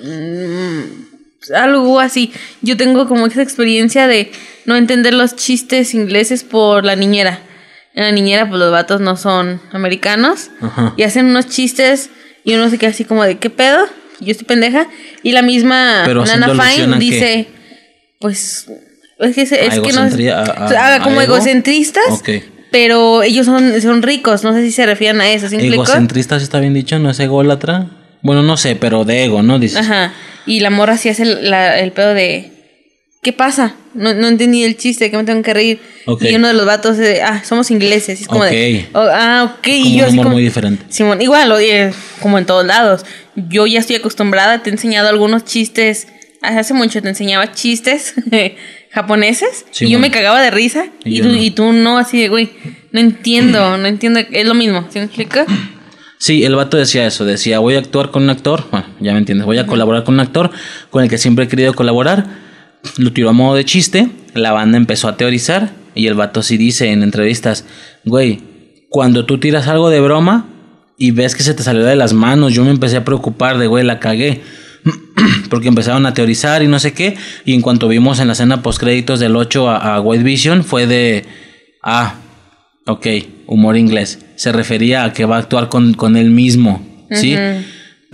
Mm, algo así. Yo tengo como esa experiencia de no entender los chistes ingleses por la niñera. En la niñera, pues los vatos no son americanos. Ajá. Y hacen unos chistes... Y uno se queda así como de, ¿qué pedo? Yo estoy pendeja. Y la misma Pero Nana Fine dice, pues, es que, es, es que no... A, a, a como a egocentristas, okay. Pero ellos son, son ricos. No sé si se refieren a eso. ¿Sí egocentristas está bien dicho, ¿no es ególatra? Bueno, no sé, pero de ego, ¿no? Dices. Ajá. Y la morra sí hace el, la, el pedo de... ¿Qué pasa? No, no entendí el chiste, que me tengo que reír. Okay. Y uno de los vatos de, ah, somos ingleses. Y es como okay. de, oh, ah, ok. Es como y yo un así humor como, muy diferente. Simón, igual, oye, como en todos lados. Yo ya estoy acostumbrada, te he enseñado algunos chistes. Hace mucho te enseñaba chistes japoneses. Sí, y yo bueno. me cagaba de risa. Y, y, tú, no. y tú no, así de, güey, no entiendo, no entiendo. Es lo mismo, ¿sí me explica? Sí, el vato decía eso, decía, voy a actuar con un actor. Bueno, ya me entiendes, voy a uh-huh. colaborar con un actor con el que siempre he querido colaborar. Lo tiró a modo de chiste, la banda empezó a teorizar y el vato sí dice en entrevistas, güey, cuando tú tiras algo de broma y ves que se te salió de las manos, yo me empecé a preocupar de, güey, la cagué, porque empezaron a teorizar y no sé qué, y en cuanto vimos en la escena postcréditos del ocho a, a White Vision fue de, ah, ok, humor inglés, se refería a que va a actuar con, con él mismo, ¿sí? Uh-huh.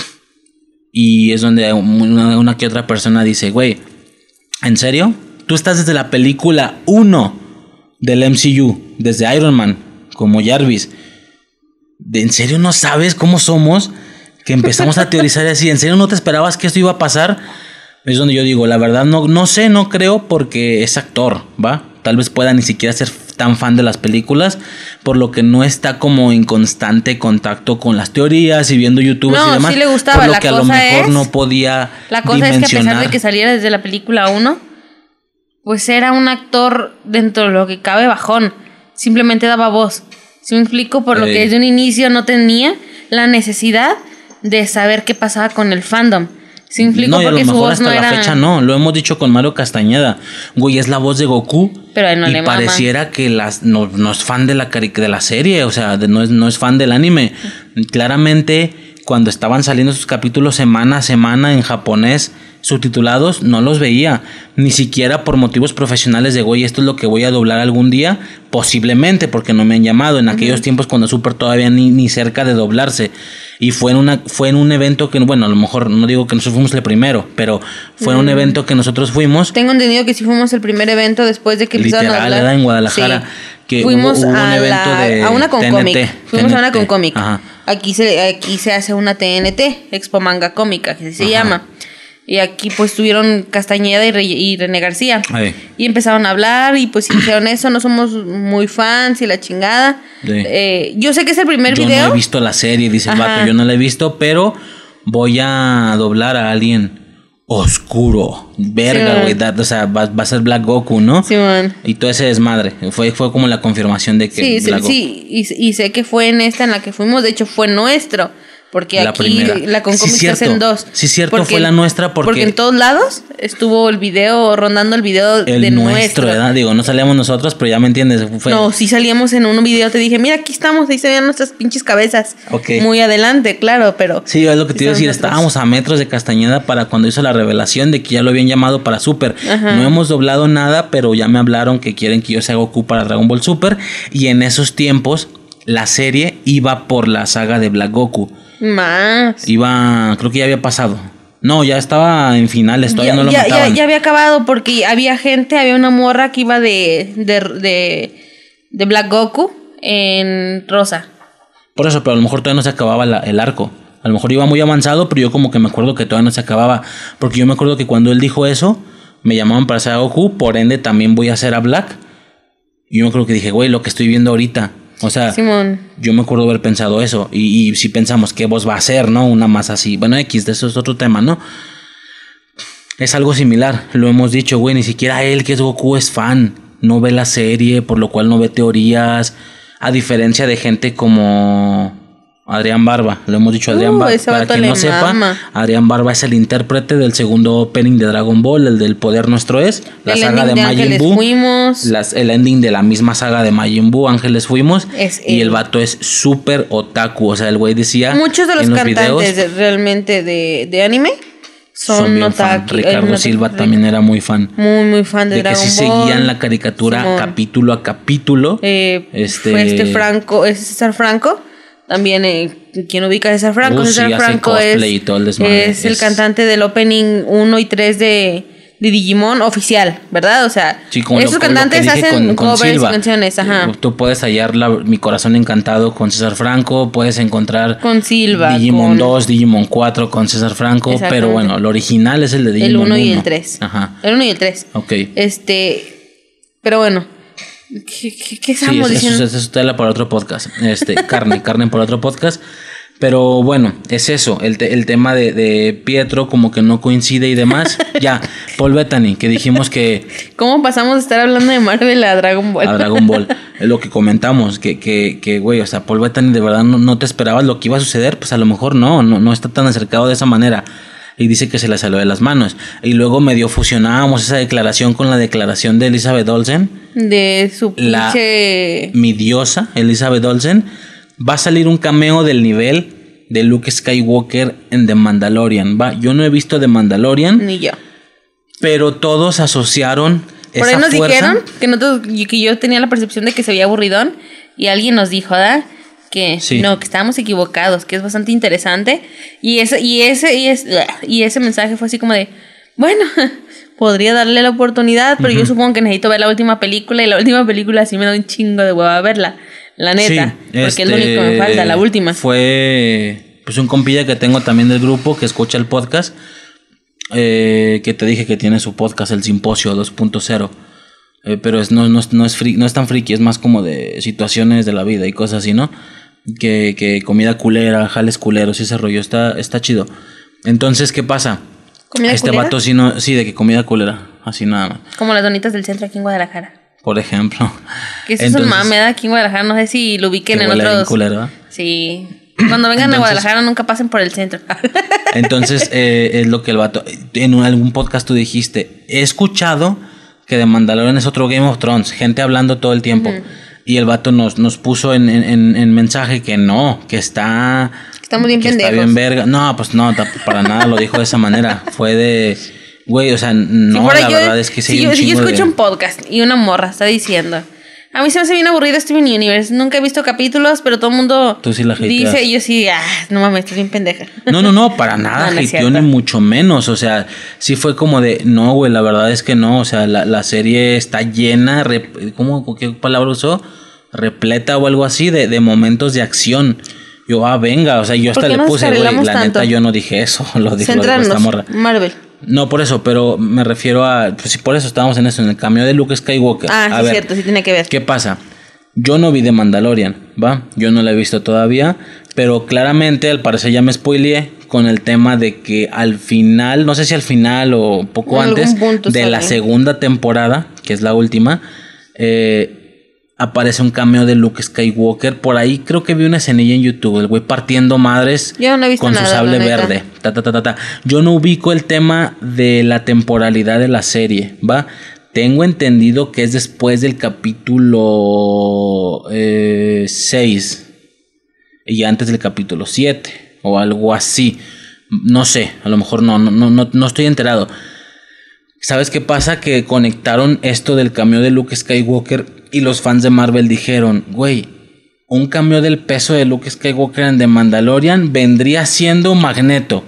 Y es donde una, una que otra persona dice, güey, ¿en serio? Tú estás desde la película uno del M C U, desde Iron Man, como Jarvis. ¿En serio no sabes cómo somos? Que empezamos a teorizar así. ¿En serio no te esperabas que esto iba a pasar? Es donde yo digo, la verdad no, no sé, no creo porque es actor, ¿va? Tal vez pueda ni siquiera ser tan fan de las películas, por lo que no está como en constante contacto con las teorías y viendo YouTube no, y demás. Sí le gustaba. Por lo la que cosa a lo mejor es, no podía La cosa dimensionar. Es que a pesar de que saliera desde la película uno, pues era un actor dentro de lo que cabe bajón. Simplemente daba voz. ¿Sí me explico? Por lo eh. que desde un inicio no tenía la necesidad de saber qué pasaba con el fandom. ¿Sí me explico? No, y a lo Porque su mejor voz hasta no la era... fecha no. Lo hemos dicho con Mario Castañeda. Güey, es la voz de Goku. Pero a él no y le mama. pareciera que las, no, no es fan de la, cari- de la serie. O sea, de- no, es, no es fan del anime. Claramente, cuando estaban saliendo sus capítulos semana a semana en japonés subtitulados, no los veía. Ni siquiera por motivos profesionales de, güey, esto es lo que voy a doblar algún día. Posiblemente, porque no me han llamado. En uh-huh. aquellos tiempos cuando Super todavía ni, ni cerca de doblarse. Y fue en una fue en un evento que, bueno, a lo mejor no digo que nosotros fuimos el primero, pero fue en mm. un evento que nosotros fuimos. Tengo entendido que sí fuimos el primer evento después de que literal, empezaron a hablar. Literal, en Guadalajara. Sí. Que fuimos hubo, hubo a, un evento la, de a una con T N T, cómic. Fuimos T N T. a una con cómic. Ajá. Aquí se, aquí se hace una T N T, Expo Manga Cómica, que se Ajá. llama. Y aquí pues tuvieron Castañeda y, Re, y René García. Ay. Y empezaron a hablar y pues dijeron eso, no somos muy fans y la chingada. Sí. Eh, yo sé que es el primer yo video. Yo no he visto la serie, dice el vato, yo no la he visto, pero voy a doblar a alguien oscuro. Verga, güey. Sí, o sea, va, va a ser Black Goku, ¿no? Sí, man. Y todo ese desmadre. Fue, fue como la confirmación de que sí, Black sí, Goku. Sí, y, y sé que fue en esta en la que fuimos, de hecho fue nuestro. Porque la aquí primera. la con cómics sí, se hacen dos. Sí, cierto, porque, fue la nuestra porque... Porque en todos lados estuvo el video, rondando el video el de nuestro. nuestro. ¿Verdad? Digo, no salíamos nosotros, pero ya me entiendes. Fue... No, sí salíamos en un video, te dije, mira, aquí estamos, ahí se veían nuestras pinches cabezas. Okay. Muy adelante, claro, pero... Sí, es lo que te iba a decir, nosotros. Estábamos a metros de Castañeda para cuando hizo la revelación de que ya lo habían llamado para Super. Ajá. No hemos doblado nada, pero ya me hablaron que quieren que yo sea Goku para Dragon Ball Super. Y en esos tiempos, la serie iba por la saga de Black Goku. Más. Iba, creo que ya había pasado. No, ya estaba en finales, todavía ya, no lo ya, mataban. Ya, ya había acabado porque había gente, había una morra que iba de, de, de, de Black Goku en rosa. Por eso, pero a lo mejor todavía no se acababa la, el arco. A lo mejor iba muy avanzado, pero yo como que me acuerdo que todavía no se acababa. Porque yo me acuerdo que cuando él dijo eso, me llamaban para hacer a Goku, por ende también voy a hacer a Black. Y yo me acuerdo que dije, güey, lo que estoy viendo ahorita. O sea, Simón. Yo me acuerdo haber pensado eso. Y, y si pensamos qué voz va a ser, ¿no? Una más así. Bueno, X, de eso es otro tema, ¿no? Es algo similar. Lo hemos dicho, güey. Ni siquiera él, que es Goku, es fan. No ve la serie, por lo cual no ve teorías. A diferencia de gente como Adrián Barba. Lo hemos dicho, Adrián uh, Barba. Para quien no sepa, Adrián Barba es el intérprete del segundo opening de Dragon Ball, el del Poder Nuestro Es. La el saga de, de Majin Buu. Fuimos. Las, el ending de la misma saga de Majin Buu, Ángeles Fuimos. Es y el, el vato es súper otaku. O sea, el güey decía. Muchos de los, los cantantes videos, realmente de, de anime son, son otaku. Ricardo Silva Rick, también era muy fan. Muy, muy fan de, de Dragon Ball. De que sí Ball, seguían la caricatura Simón. capítulo a capítulo. Eh, este... Fue este Franco, es César Franco. También, eh, ¿quién ubica a César Franco? Uh, César sí, Franco es, y todo el, desmadre. es, es el cantante del opening uno y tres de, de Digimon oficial, ¿verdad? O sea, sí, como esos lo, cantantes lo hacen con, con covers Silva. y canciones, ajá. Tú puedes hallar la, Mi Corazón Encantado con César Franco, puedes encontrar con Silva, Digimon con... dos, Digimon cuatro con César Franco, pero bueno, el original es el de Digimon el uno y uno. el tres. Ajá. El uno y el tres. Ok. Este, pero bueno, ¿qué, qué, qué estamos sí, diciendo? Eso, eso, eso es tela para otro podcast. Este, carne, carne para otro podcast. Pero bueno, es eso, el, te, el tema de, de Pietro como que no coincide y demás. Ya, Paul Bettany, que dijimos que... ¿Cómo pasamos de estar hablando de Marvel a Dragon Ball? A Dragon Ball, es lo que comentamos, que, que, que güey, o sea, Paul Bettany de verdad no, no te esperabas lo que iba a suceder, pues a lo mejor no, no, no está tan acercado de esa manera. Y dice que se le salió de las manos. Y luego medio fusionábamos esa declaración con la declaración de Elizabeth Olsen. De su la pinche... mi diosa, Elizabeth Olsen. Va a salir un cameo del nivel de Luke Skywalker en The Mandalorian. Va, yo no he visto The Mandalorian. Ni yo. Pero todos asociaron esa Por ahí nos fuerza. dijeron que, nosotros, que yo tenía la percepción de que se veía aburridón. Y alguien nos dijo, ¿verdad? Que sí. No, que estábamos equivocados, que es bastante interesante. Y ese, y ese, y ese, y ese mensaje fue así como de, bueno, podría darle la oportunidad, pero uh-huh. yo supongo que necesito ver la última película. Y la última película sí me da un chingo de hueva verla. La neta, sí, porque este, es lo único que me falta, la última. Fue pues un compilla que tengo también del grupo que escucha el podcast, eh, que te dije que tiene su podcast, el Simposio dos punto cero. Eh, pero es, no, no, no, es free, no es tan friki, es más como de situaciones de la vida y cosas así, ¿no? Que, que comida culera, jales culeros y ese rollo, está, está chido. Entonces, ¿qué pasa? ¿Comida este culera? vato sí, no, sí, de que comida culera, así nada más. Como las donitas del centro aquí en Guadalajara. Por ejemplo. Que eso Entonces, es un mame, ¿verdad? Aquí en Guadalajara, no sé si lo ubiquen en otros. Culero, ¿eh? Sí. Cuando vengan Entonces, a Guadalajara nunca pasen por el centro. Entonces, eh, es lo que el vato... En algún podcast tú dijiste, he escuchado que The Mandalorian es otro Game of Thrones, gente hablando todo el tiempo. Uh-huh. Y el vato nos, nos puso en, en, en mensaje que no, que está... Estamos bien que pendejos. Está bien verga. No, pues no, para nada lo dijo de esa manera. Fue de... Güey, o sea, no, si la yo, verdad es que sí. Si, yo, si yo escucho de... un podcast y una morra está diciendo... A mí se me hace bien aburrido Steven Universe. Nunca he visto capítulos, pero todo el mundo Tú sí la dice y yo sí, ah, no mames, estás bien pendeja. No, no, no, para nada, no, no hateó ni mucho menos. O sea, sí fue como de, no, güey, la verdad es que no. O sea, la, la serie está llena, rep, ¿cómo, qué palabra usó? Repleta o algo así de, de momentos de acción. Yo, ah, venga, o sea, yo hasta le puse, güey, la tanto? neta yo no dije eso. Lo dijo esta morra. Marvel. No, por eso, pero me refiero a... Pues sí, por eso estábamos en eso, en el cameo de Luke Skywalker. Ah, a sí, ver, cierto, sí tiene que ver. ¿Qué pasa? Yo no vi The Mandalorian, ¿va? Yo no la he visto todavía, pero claramente, al parecer ya me spoileé con el tema de que al final, no sé si al final o poco antes de la segunda temporada, que es la última, eh... aparece un cameo de Luke Skywalker. Por ahí creo que vi una escenilla en YouTube, el güey partiendo madres Yo no he visto con nada, su sable verde. Ta, ta, ta, ta, ta. Yo no ubico el tema de la temporalidad de la serie, ¿va? Tengo entendido que es después del capítulo eh, seis y antes del capítulo siete o algo así. No sé, a lo mejor no, no, no, no estoy enterado. ¿Sabes qué pasa? Que conectaron esto del cameo de Luke Skywalker y los fans de Marvel dijeron, güey, un cameo del peso de Luke Skywalker en The Mandalorian vendría siendo Magneto,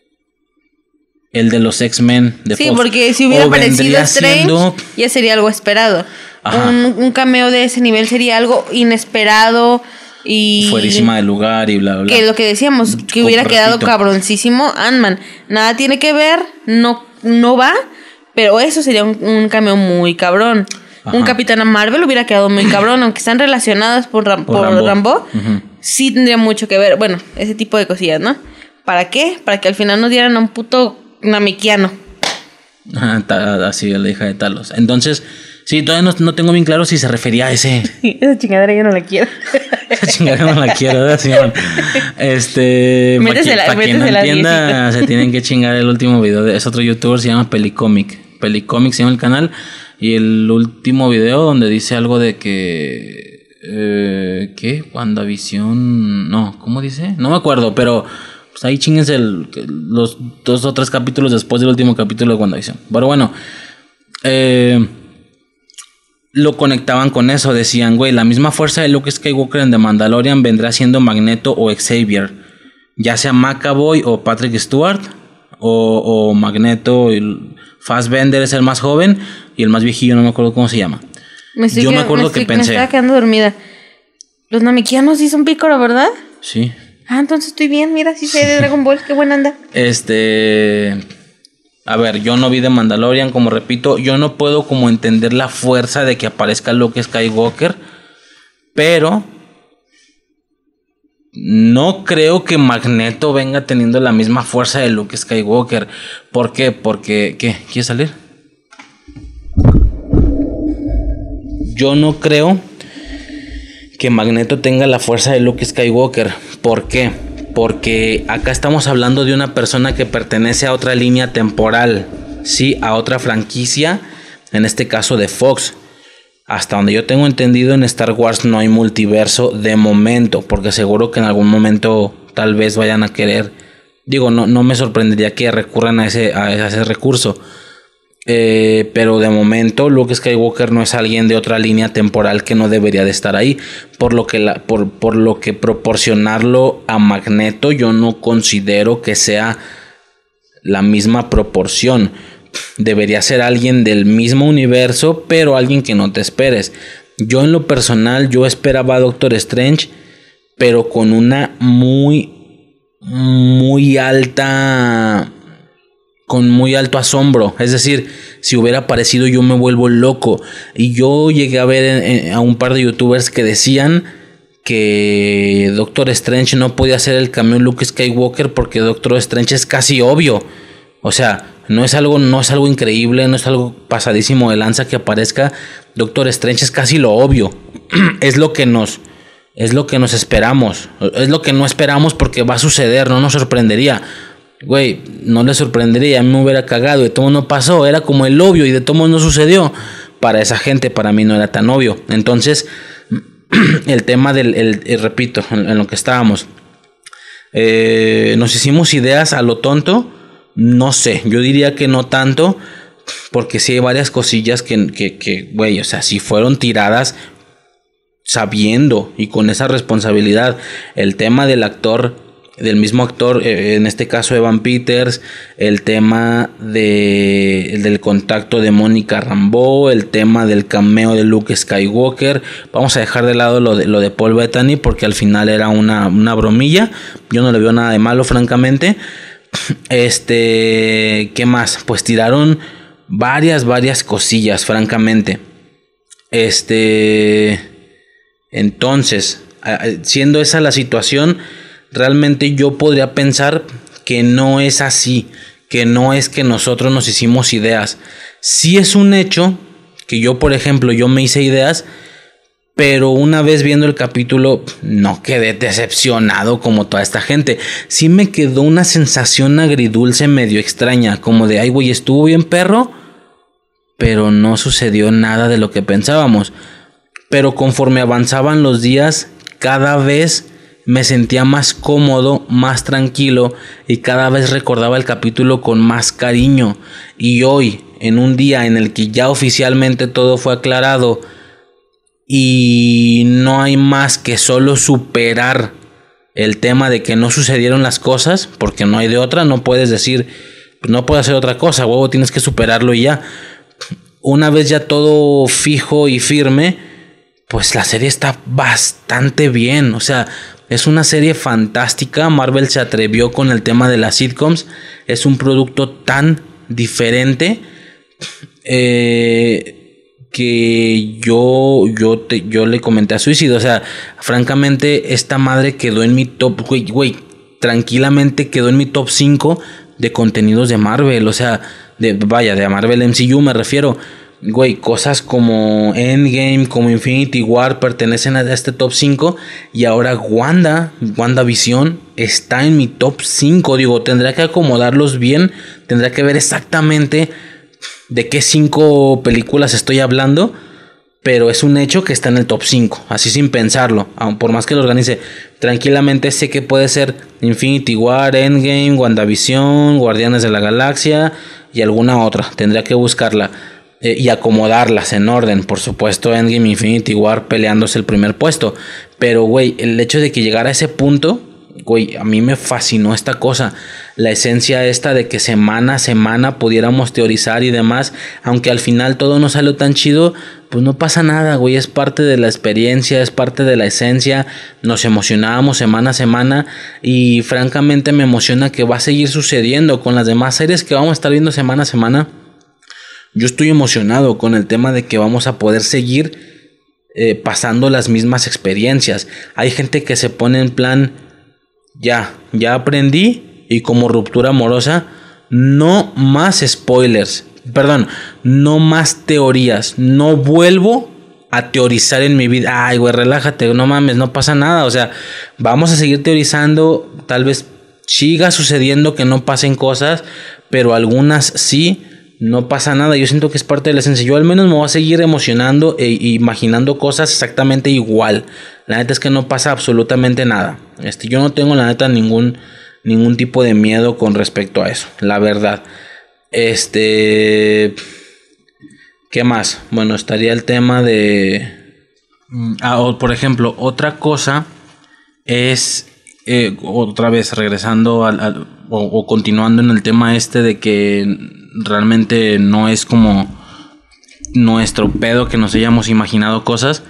el de los X-Men de Sí, Fox. Porque si hubiera o aparecido Strange, siendo... ya sería algo esperado. Un, un cameo de ese nivel sería algo inesperado y... fuerísima de lugar y bla, bla, bla. Que lo que decíamos, que hubiera Repito. quedado cabroncísimo Ant-Man. Nada tiene que ver, no, no va... Pero eso sería un, un cameo muy cabrón. Ajá. Un Capitana Marvel hubiera quedado muy cabrón. Aunque están relacionadas por, Ram, por, por Rambo, Rambo uh-huh. sí tendría mucho que ver. Bueno, ese tipo de cosillas, ¿no? ¿Para qué? Para que al final nos dieran a un puto namiquiano. Así, la hija de Talos. Entonces, sí, todavía no, no tengo bien claro si se refería a ese... Esa chingadera yo no la quiero. Esa chingadera no la quiero, ¿verdad, Simón? Este... Para quien, pa quien no entienda, se tienen que chingar el último video. De, es otro youtuber, se llama Pelicomic. Pelicomic se llama el canal. Y el último video donde dice algo de que... Eh, ¿Qué? WandaVision... No, ¿cómo dice? No me acuerdo, pero... Pues ahí chinguense el, los dos o tres capítulos después del último capítulo de WandaVision. Pero bueno... Eh... Lo conectaban con eso, decían, güey, la misma fuerza de Luke Skywalker en The Mandalorian vendrá siendo Magneto o Xavier, ya sea McAvoy o Patrick Stewart, o, o Magneto, el Fassbender es el más joven y el más viejillo, no me acuerdo cómo se llama. Me Yo que, me acuerdo me que estoy, pensé... Me estaba quedando dormida. Los namiquianos sí son pícoro, ¿verdad? Sí. Ah, entonces estoy bien, mira, sí sé de Dragon Ball, qué buena anda. Este... A ver, yo no vi The Mandalorian, como repito, yo no puedo como entender la fuerza de que aparezca Luke Skywalker, pero no creo que Magneto venga teniendo la misma fuerza de Luke Skywalker. ¿Por qué? Porque, ¿qué? ¿Quieres salir? Yo no creo que Magneto tenga la fuerza de Luke Skywalker. ¿Por qué? Porque acá estamos hablando de una persona que pertenece a otra línea temporal, sí, a otra franquicia, en este caso de Fox. Hasta donde yo tengo entendido, en Star Wars no hay multiverso de momento, porque seguro que en algún momento tal vez vayan a querer, digo, no, no me sorprendería que recurran a ese, a ese recurso. Eh, pero de momento Luke Skywalker no es alguien de otra línea temporal que no debería de estar ahí, por lo que la, por, por lo que proporcionarlo a Magneto yo no considero que sea la misma proporción. Debería ser alguien del mismo universo, pero alguien que no te esperes. Yo en lo personal yo esperaba a Doctor Strange, pero con una muy muy alta con muy alto asombro, es decir, si hubiera aparecido yo me vuelvo loco. Y yo llegué a ver en, en, a un par de youtubers que decían que Doctor Strange no podía hacer el cameo Luke Skywalker porque Doctor Strange es casi obvio. O sea, no es algo, no es algo increíble, no es algo pasadísimo de lanza que aparezca Doctor Strange, es casi lo obvio. Es lo que nos es lo que nos esperamos. Es lo que no esperamos porque va a suceder, no nos sorprendería. Güey, no le sorprendería, a mí me hubiera cagado, de todo no pasó, era como el obvio y de todo no sucedió. Para esa gente, para mí no era tan obvio. Entonces, el tema del, el, el, repito, en, en lo que estábamos, eh, nos hicimos ideas a lo tonto, no sé, yo diría que no tanto, porque sí hay varias cosillas que, que, que, güey, o sea, si fueron tiradas sabiendo y con esa responsabilidad. El tema del actor, del mismo actor, eh, en este caso Evan Peters, el tema de, del contacto de Mónica Rambeau, el tema del cameo de Luke Skywalker. Vamos a dejar de lado lo de, lo de Paul Bettany porque al final era una, una bromilla. Yo no le veo nada de malo, francamente. Este, ¿qué más? Pues tiraron varias, varias cosillas, francamente. Este, entonces, siendo esa la situación, realmente yo podría pensar que no es así, que no es que nosotros nos hicimos ideas. Sí es un hecho que yo, por ejemplo, yo me hice ideas, pero una vez viendo el capítulo no quedé decepcionado como toda esta gente. Sí me quedó una sensación agridulce medio extraña, como de, ay güey, estuvo bien perro, pero no sucedió nada de lo que pensábamos. Pero conforme avanzaban los días, cada vez me sentía más cómodo, más tranquilo y cada vez recordaba el capítulo con más cariño. Y hoy, en un día en el que ya oficialmente todo fue aclarado y no hay más que solo superar el tema de que no sucedieron las cosas, porque no hay de otra, no puedes decir, no puedo hacer otra cosa, huevo, tienes que superarlo y ya. Una vez ya todo fijo y firme, pues la serie está bastante bien, o sea, es una serie fantástica. Marvel se atrevió con el tema de las sitcoms, es un producto tan diferente eh, que yo, yo, te, yo le comenté a Suicidio, o sea, francamente esta madre quedó en mi top, güey, güey, tranquilamente quedó en mi top cinco de contenidos de Marvel, o sea, de, vaya, de Marvel M C U me refiero. Güey, cosas como Endgame, como Infinity War pertenecen a este top cinco. Y ahora Wanda, WandaVision está en mi top cinco. Digo, tendrá que acomodarlos bien. Tendrá que ver exactamente de qué cinco películas estoy hablando. Pero es un hecho que está en el top cinco. Así sin pensarlo. Aun por más que lo organice. Tranquilamente sé que puede ser Infinity War, Endgame, WandaVision, Guardianes de la Galaxia y alguna otra. Tendría que buscarla. Eh, y acomodarlas en orden, por supuesto Endgame, Infinity War peleándose el primer puesto, pero güey, el hecho de que llegara a ese punto, güey, a mí me fascinó esta cosa, la esencia esta de que semana a semana pudiéramos teorizar y demás, aunque al final todo no salió tan chido, pues no pasa nada, güey, es parte de la experiencia, es parte de la esencia, nos emocionábamos semana a semana y francamente me emociona que va a seguir sucediendo con las demás series que vamos a estar viendo semana a semana. Yo estoy emocionado con el tema de que vamos a poder seguir eh, pasando las mismas experiencias. Hay gente que se pone en plan, ya, ya aprendí y como ruptura amorosa, no más spoilers, perdón, no más teorías, no vuelvo a teorizar en mi vida. Ay, güey, relájate, no mames, no pasa nada, o sea, vamos a seguir teorizando, tal vez siga sucediendo que no pasen cosas, pero algunas sí. No pasa nada, yo siento que es parte de la esencia. Yo al menos me voy a seguir emocionando e imaginando cosas exactamente igual. La neta es que no pasa absolutamente nada. Este, yo no tengo la neta ningún, ningún tipo de miedo con respecto a eso, la verdad. Este, ¿qué más? Bueno, estaría el tema de... Ah, o, por ejemplo, otra cosa es... Eh, otra vez regresando al, al, o, o continuando en el tema este de que realmente no es como nuestro pedo que nos hayamos imaginado cosas.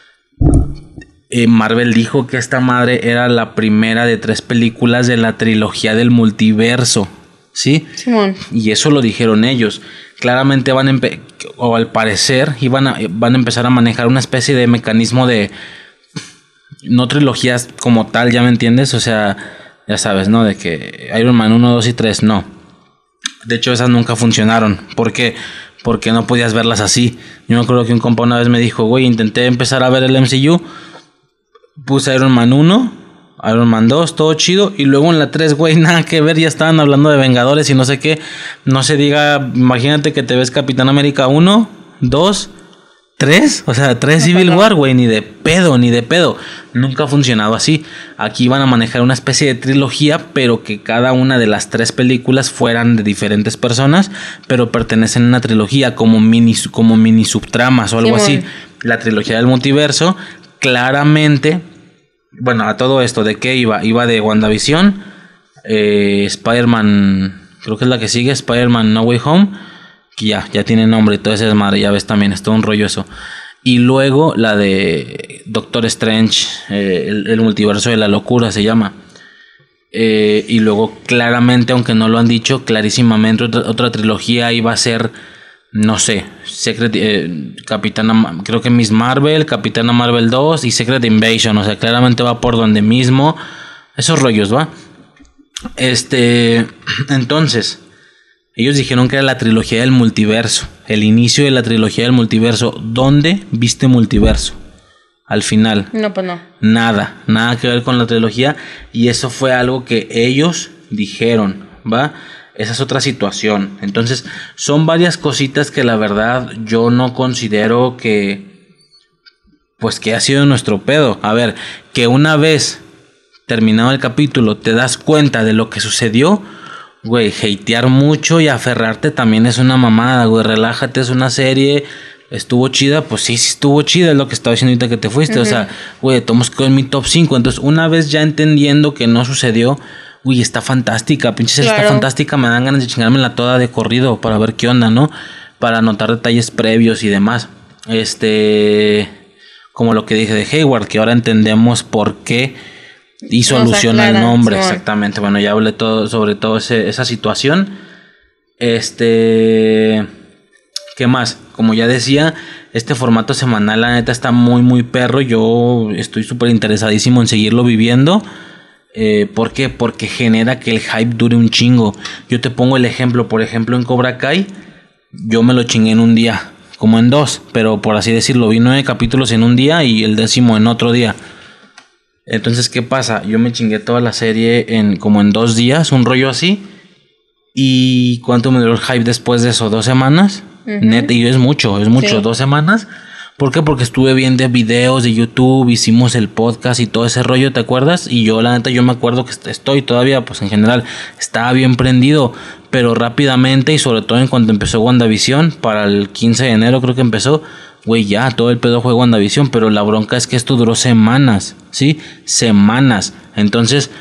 eh, Marvel dijo que esta madre era la primera de tres películas de la trilogía del multiverso, ¿sí? Simón. Y eso lo dijeron ellos. Claramente van a empe- o al parecer iban a, van a empezar a manejar una especie de mecanismo de no trilogías como tal, ¿ya me entiendes? O sea, ya sabes, ¿no? De que Iron Man uno, dos y tres, no. De hecho, esas nunca funcionaron. ¿Por qué? Porque no podías verlas así. Yo me acuerdo que un compa una vez me dijo, güey, intenté empezar a ver el M C U puse Iron Man uno, Iron Man dos, todo chido. Y luego en la tres, güey, nada que ver, ya estaban hablando de Vengadores y no sé qué. No se diga, imagínate que te ves Capitán América uno, dos, tres. O sea, tres no, Civil perdón. War, güey, ni de pedo, ni de pedo. Nunca ha funcionado así. Aquí van a manejar una especie de trilogía, pero que cada una de las tres películas fueran de diferentes personas, pero pertenecen a una trilogía como mini, como mini subtramas o algo sí, así. Muy. La trilogía del multiverso, claramente... Bueno, a todo esto, ¿de qué iba? Iba de WandaVision, eh, Spider-Man, creo que es la que sigue, Spider-Man No Way Home, que ya, ya tiene nombre y todo ese desmadre, ya ves también, es todo un rollo eso. Y luego la de Doctor Strange, eh, el, el multiverso de la locura se llama. Eh, y luego claramente, aunque no lo han dicho, clarísimamente otra, otra trilogía iba a ser... No sé, Secret, eh, Capitana, creo que Miss Marvel, Capitana Marvel dos y Secret Invasion, o sea, claramente va por donde mismo, esos rollos, ¿va? Este, entonces, ellos dijeron que era la trilogía del multiverso, el inicio de la trilogía del multiverso. ¿Dónde viste multiverso? Al final. No, pues no. Nada, nada que ver con la trilogía, y eso fue algo que ellos dijeron, ¿va? Esa es otra situación. Entonces, son varias cositas que la verdad yo no considero que... Pues que ha sido nuestro pedo. A ver, que una vez terminado el capítulo te das cuenta de lo que sucedió... Güey, hatear mucho y aferrarte también es una mamada, güey. Relájate, es una serie... Estuvo chida, pues sí, sí estuvo chida, es lo que estaba diciendo ahorita que te fuiste. Uh-huh. O sea, güey, tomamos en mi top cinco. Entonces, una vez ya entendiendo que no sucedió... Uy, está fantástica, pinche serie claro. Está fantástica, me dan ganas de chingármela toda de corrido para ver qué onda, ¿no? Para anotar detalles previos y demás. Este, como lo que dije de Hayward, que ahora entendemos por qué hizo Nos alusión aclara, al nombre, sí. Exactamente. Bueno, ya hablé todo sobre todo ese, esa situación. Este, ¿qué más? Como ya decía, este formato semanal, la neta, está muy, muy perro. Yo estoy súper interesadísimo en seguirlo viviendo. Eh, ¿Por qué? Porque genera que el hype dure un chingo. Yo te pongo el ejemplo, por ejemplo en Cobra Kai, yo me lo chingué en un día, como en dos, pero por así decirlo, vi nueve capítulos en un día y el décimo en otro día. Entonces, ¿qué pasa? Yo me chingué toda la serie en como en dos días, un rollo así. ¿Y cuánto me duró el hype después de eso? ¿Dos semanas? Uh-huh. Neta, y es mucho, es mucho, sí. Dos semanas. ¿Por qué? Porque estuve viendo videos de YouTube, hicimos el podcast y todo ese rollo, ¿te acuerdas? Y yo, la neta, yo me acuerdo que estoy todavía, pues en general, estaba bien prendido. Pero rápidamente, y sobre todo en cuanto empezó WandaVision, para el quince de enero creo que empezó, güey, ya, todo el pedo fue WandaVision. Pero la bronca es que esto duró semanas, ¿sí? Semanas. Entonces...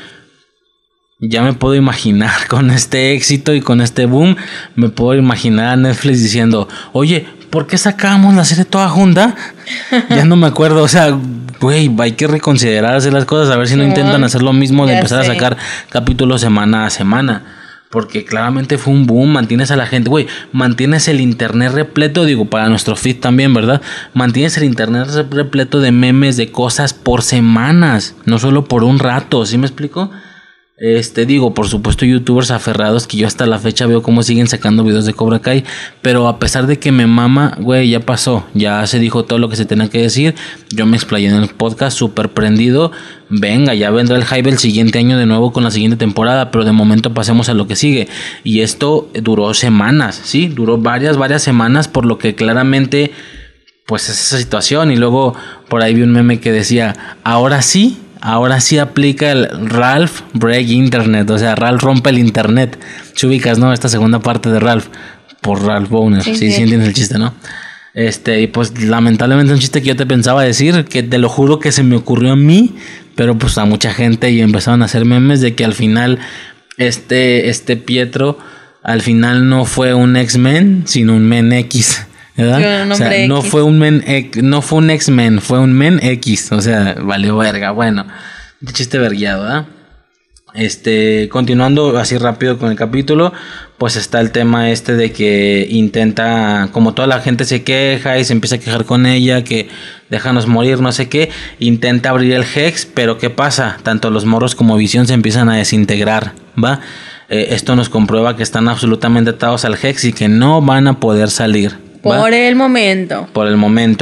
ya me puedo imaginar con este éxito y con este boom, me puedo imaginar a Netflix diciendo, oye, ¿por qué sacamos la serie toda junta? Ya no me acuerdo, o sea, güey, hay que reconsiderar hacer las cosas, a ver si no intentan hacer lo mismo de empezar sé. a sacar capítulos semana a semana. Porque claramente fue un boom, mantienes a la gente, güey, mantienes el internet repleto, digo, para nuestro feed también, ¿verdad? Mantienes el internet repleto de memes, de cosas por semanas, no solo por un rato, ¿sí me explico? Este, digo, por supuesto, youtubers aferrados que yo hasta la fecha veo cómo siguen sacando videos de Cobra Kai. Pero a pesar de que me mama, güey, ya pasó. Ya se dijo todo lo que se tenía que decir. Yo me explayé en el podcast, súper prendido. Venga, ya vendrá el hype el siguiente año de nuevo con la siguiente temporada. Pero de momento pasemos a lo que sigue. Y esto duró semanas, ¿sí? Duró varias, varias semanas. Por lo que claramente, pues es esa situación. Y luego por ahí vi un meme que decía, ahora sí... Ahora sí aplica el Ralph Break Internet. O sea, Ralph rompe el internet. Si ubicas, ¿no? Esta segunda parte de Ralph. Por Ralph Bohner. Sí, sí, sí entiendes el chiste, ¿no? Este, y pues lamentablemente un chiste que yo te pensaba decir, que te lo juro que se me ocurrió a mí, pero pues a mucha gente, y empezaron a hacer memes de que al final este, este Pietro al final no fue un X-Men, sino un Men X. ¿Verdad? O sea, no fue un men, no fue un X-Men, fue un Men X. O sea, valió verga. Bueno, de chiste vergueado, ¿verdad? Este, continuando así rápido con el capítulo, pues está el tema este de que intenta, como toda la gente se queja y se empieza a quejar con ella, que déjanos morir, no sé qué, intenta abrir el Hex, pero ¿qué pasa? Tanto los morros como Visión se empiezan a desintegrar, ¿va? Eh, esto nos comprueba que están absolutamente atados al Hex y que no van a poder salir. ¿Va? Por el momento. Por el momento.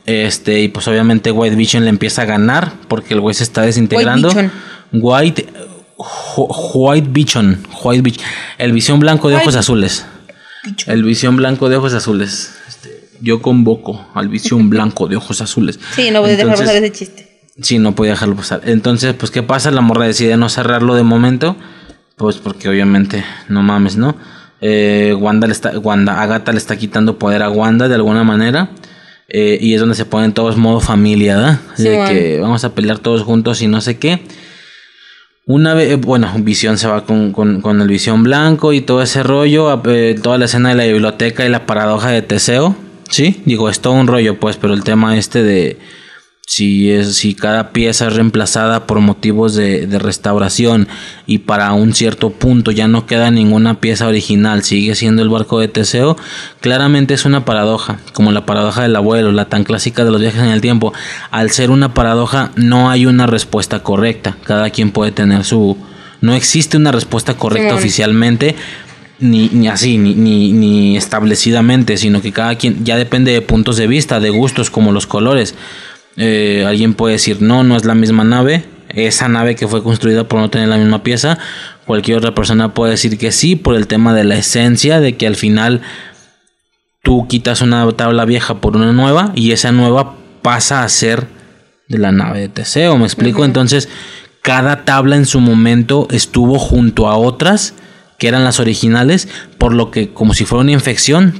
Este, y pues obviamente White Vision le empieza a ganar porque el güey se está desintegrando. White Vision. White, White Vision, White Vision, el Visión Blanco de White ojos azules. Vision. El Visión Blanco de ojos azules. Este, yo convoco al Visión Blanco de ojos azules. Sí, no voy a dejar pasar ese chiste. Sí, no podía dejarlo pasar. Entonces, pues, ¿qué pasa? La morra decide no cerrarlo de momento. Pues porque obviamente, no mames, ¿no? Eh, Wanda le está, Wanda, Agatha le está quitando poder a Wanda de alguna manera. Eh, y es donde se ponen todos modo familia, ¿verdad? Sí, de bueno. que vamos a pelear todos juntos y no sé qué. Una vez, bueno, Visión se va con, con, con el Visión Blanco y todo ese rollo. Eh, toda la escena de la biblioteca y la paradoja de Teseo. Sí, digo, es todo un rollo, pues, pero el tema este de si es si cada pieza es reemplazada por motivos de, de restauración y para un cierto punto ya no queda ninguna pieza original, sigue siendo el barco de Teseo, claramente es una paradoja, como la paradoja del abuelo, la tan clásica de los viajes en el tiempo. Al ser una paradoja no hay una respuesta correcta, cada quien puede tener su... No existe una respuesta correcta sí, oficialmente, ni, ni así, ni, ni, ni establecidamente, sino que cada quien ya depende de puntos de vista, de gustos, como los colores. Eh, alguien puede decir no, no es la misma nave, esa nave que fue construida por no tener la misma pieza. Cualquier otra persona puede decir que sí, por el tema de la esencia, de que al final tú quitas una tabla vieja por una nueva y esa nueva pasa a ser de la nave de Teseo, ¿me explico? Uh-huh. Entonces cada tabla en su momento estuvo junto a otras que eran las originales, por lo que como si fuera una infección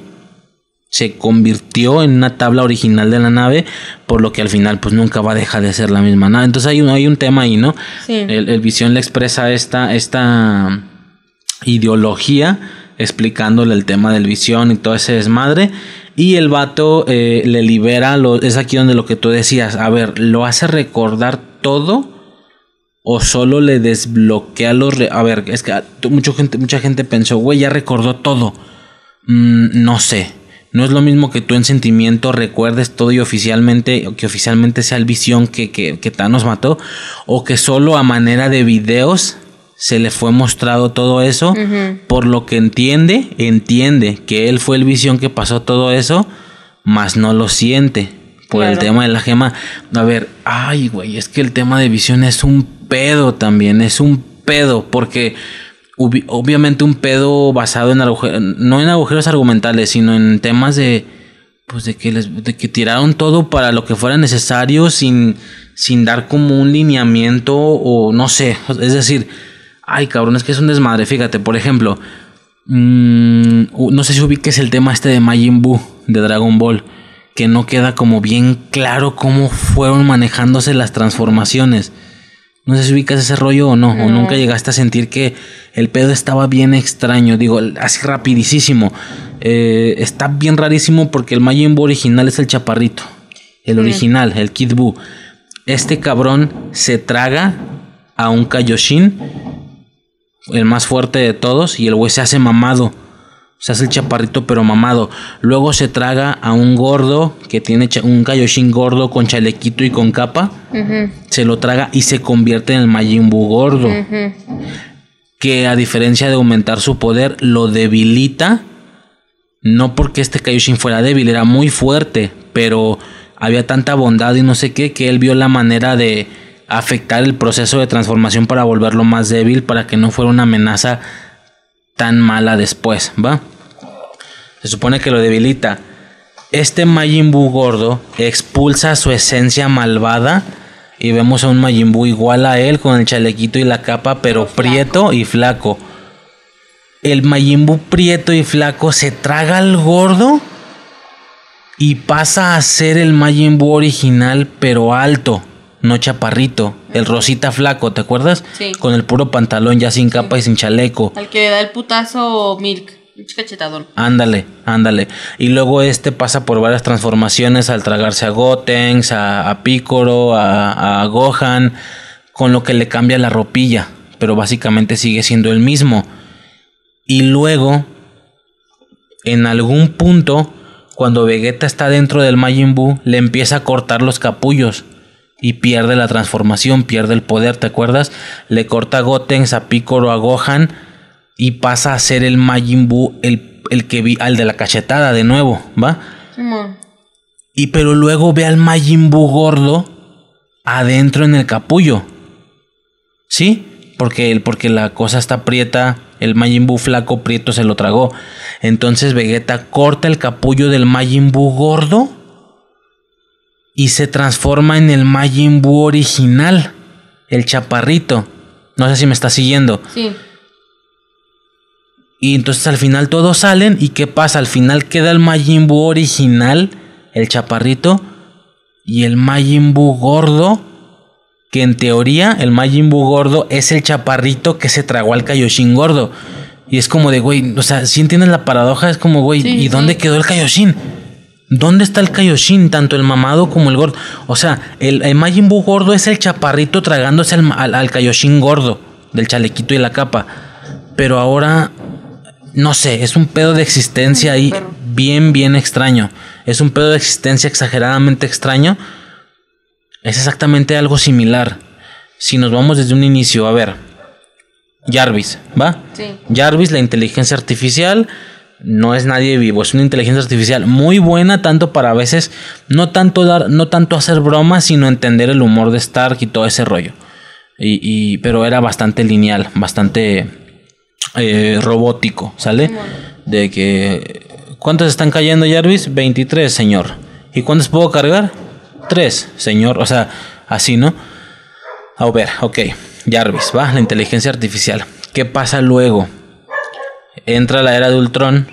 se convirtió en una tabla original de la nave, por lo que al final pues nunca va a dejar de ser la misma nave. Entonces hay un, hay un tema ahí, ¿no? Sí. El, el Visión le expresa esta, esta ideología explicándole el tema del Visión y todo ese desmadre, y el vato eh, le libera, lo, es aquí donde lo que tú decías, a ver, ¿lo hace recordar todo o solo le desbloquea los... Re- a ver, es que mucha gente, mucha gente pensó, güey, ya recordó todo. Mm, no sé. No es lo mismo que tú en sentimiento recuerdes todo y oficialmente, que oficialmente sea el Visión que, que, que Thanos mató, o que solo a manera de videos se le fue mostrado todo eso, uh-huh. por lo que entiende, entiende que él fue el Visión que pasó todo eso, mas no lo siente por claro. el tema de la gema. A ver, ay güey, es que el tema de Visión es un pedo también, es un pedo, porque... obviamente un pedo basado en agujeros, no en agujeros argumentales, sino en temas de pues de que les, de que tiraron todo para lo que fuera necesario sin, sin dar como un lineamiento o no sé, es decir, ay cabrón, es que es un desmadre. Fíjate, por ejemplo, mmm, no sé si ubiques el tema este de Majin Buu de Dragon Ball, que no queda como bien claro cómo fueron manejándose las transformaciones. No sé si ubicas ese rollo o no, no, o nunca llegaste a sentir que el pedo estaba bien extraño, digo, así rapidísimo. Eh, está bien rarísimo porque el Majin Buu original es el chaparrito, el original, el Kid Buu. Este cabrón se traga a un Kaioshin, el más fuerte de todos, y el güey se hace mamado. Se hace el chaparrito pero mamado. Luego se traga a un gordo que tiene cha- un Kaioshin gordo con chalequito y con capa. Uh-huh. Se lo traga y se convierte en el Majin Buu gordo. Uh-huh. Que a diferencia de aumentar su poder, lo debilita. No porque este Kaioshin fuera débil, era muy fuerte, pero había tanta bondad y no sé qué, que él vio la manera de afectar el proceso de transformación para volverlo más débil, para que no fuera una amenaza tan mala después, ¿va? Se supone que lo debilita. Este Majin Buu gordo expulsa su esencia malvada y vemos a un Majin Buu igual a él con el chalequito y la capa, pero prieto y flaco. El Majin Buu prieto y flaco se traga al gordo y pasa a ser el Majin Buu original, pero alto, no chaparrito, el rosita flaco, ¿te acuerdas? Sí. Con el puro pantalón, ya sin capa sí. y sin chaleco. Al que le da el putazo Milk, un cachetadón. Ándale, ándale. Y luego este pasa por varias transformaciones al tragarse a Gotenks, a, a Piccolo, a, a Gohan, con lo que le cambia la ropilla, pero básicamente sigue siendo el mismo. Y luego, en algún punto, cuando Vegeta está dentro del Majin Buu, le empieza a cortar los capullos. Y pierde la transformación, pierde el poder, ¿te acuerdas? Le corta a Gotenks, a Piccolo, a Gohan y pasa a ser el Majin Buu, el, el que vi, al de la cachetada de nuevo, ¿va? Sí, Y pero luego ve al Majin Buu gordo adentro en el capullo. ¿Sí? Porque, el, porque la cosa está prieta. El Majin Buu flaco prieto se lo tragó. Entonces Vegeta corta el capullo del Majin Buu gordo y se transforma en el Majin Buu original, el chaparrito. No sé si me está siguiendo. Sí. Y entonces al final todos salen. ¿Y qué pasa? Al final queda el Majin Buu original, el chaparrito, y el Majin Buu gordo, que en teoría el Majin Buu gordo es el chaparrito que se tragó al Kaioshin gordo. Y es como de, güey, o sea, si entiendes la paradoja, es como, güey, sí, ¿y dónde sí. quedó el Kaioshin? ¿Dónde está el Kaioshin? Tanto el mamado como el gordo. O sea, el, el Majin Buu gordo es el chaparrito tragándose al, al, al Kaioshin gordo, del chalequito y la capa. Pero ahora, no sé, es un pedo de existencia ahí bien, bien extraño. Es un pedo de existencia exageradamente extraño. Es exactamente algo similar. Si nos vamos desde un inicio, a ver, Jarvis, ¿va? Sí. Jarvis, la inteligencia artificial, no es nadie vivo, es una inteligencia artificial muy buena, tanto para a veces, no tanto dar, no tanto hacer bromas, sino entender el humor de Stark y todo ese rollo. Y, y pero era bastante lineal, bastante eh, robótico, ¿sale? Bueno. De que ¿cuántos están cayendo, Jarvis? veintitrés, señor. ¿Y cuántos puedo cargar? tres, señor. O sea, así, ¿no? A ver, ok. Jarvis, va, la inteligencia artificial. ¿Qué pasa luego? Entra la era de Ultron.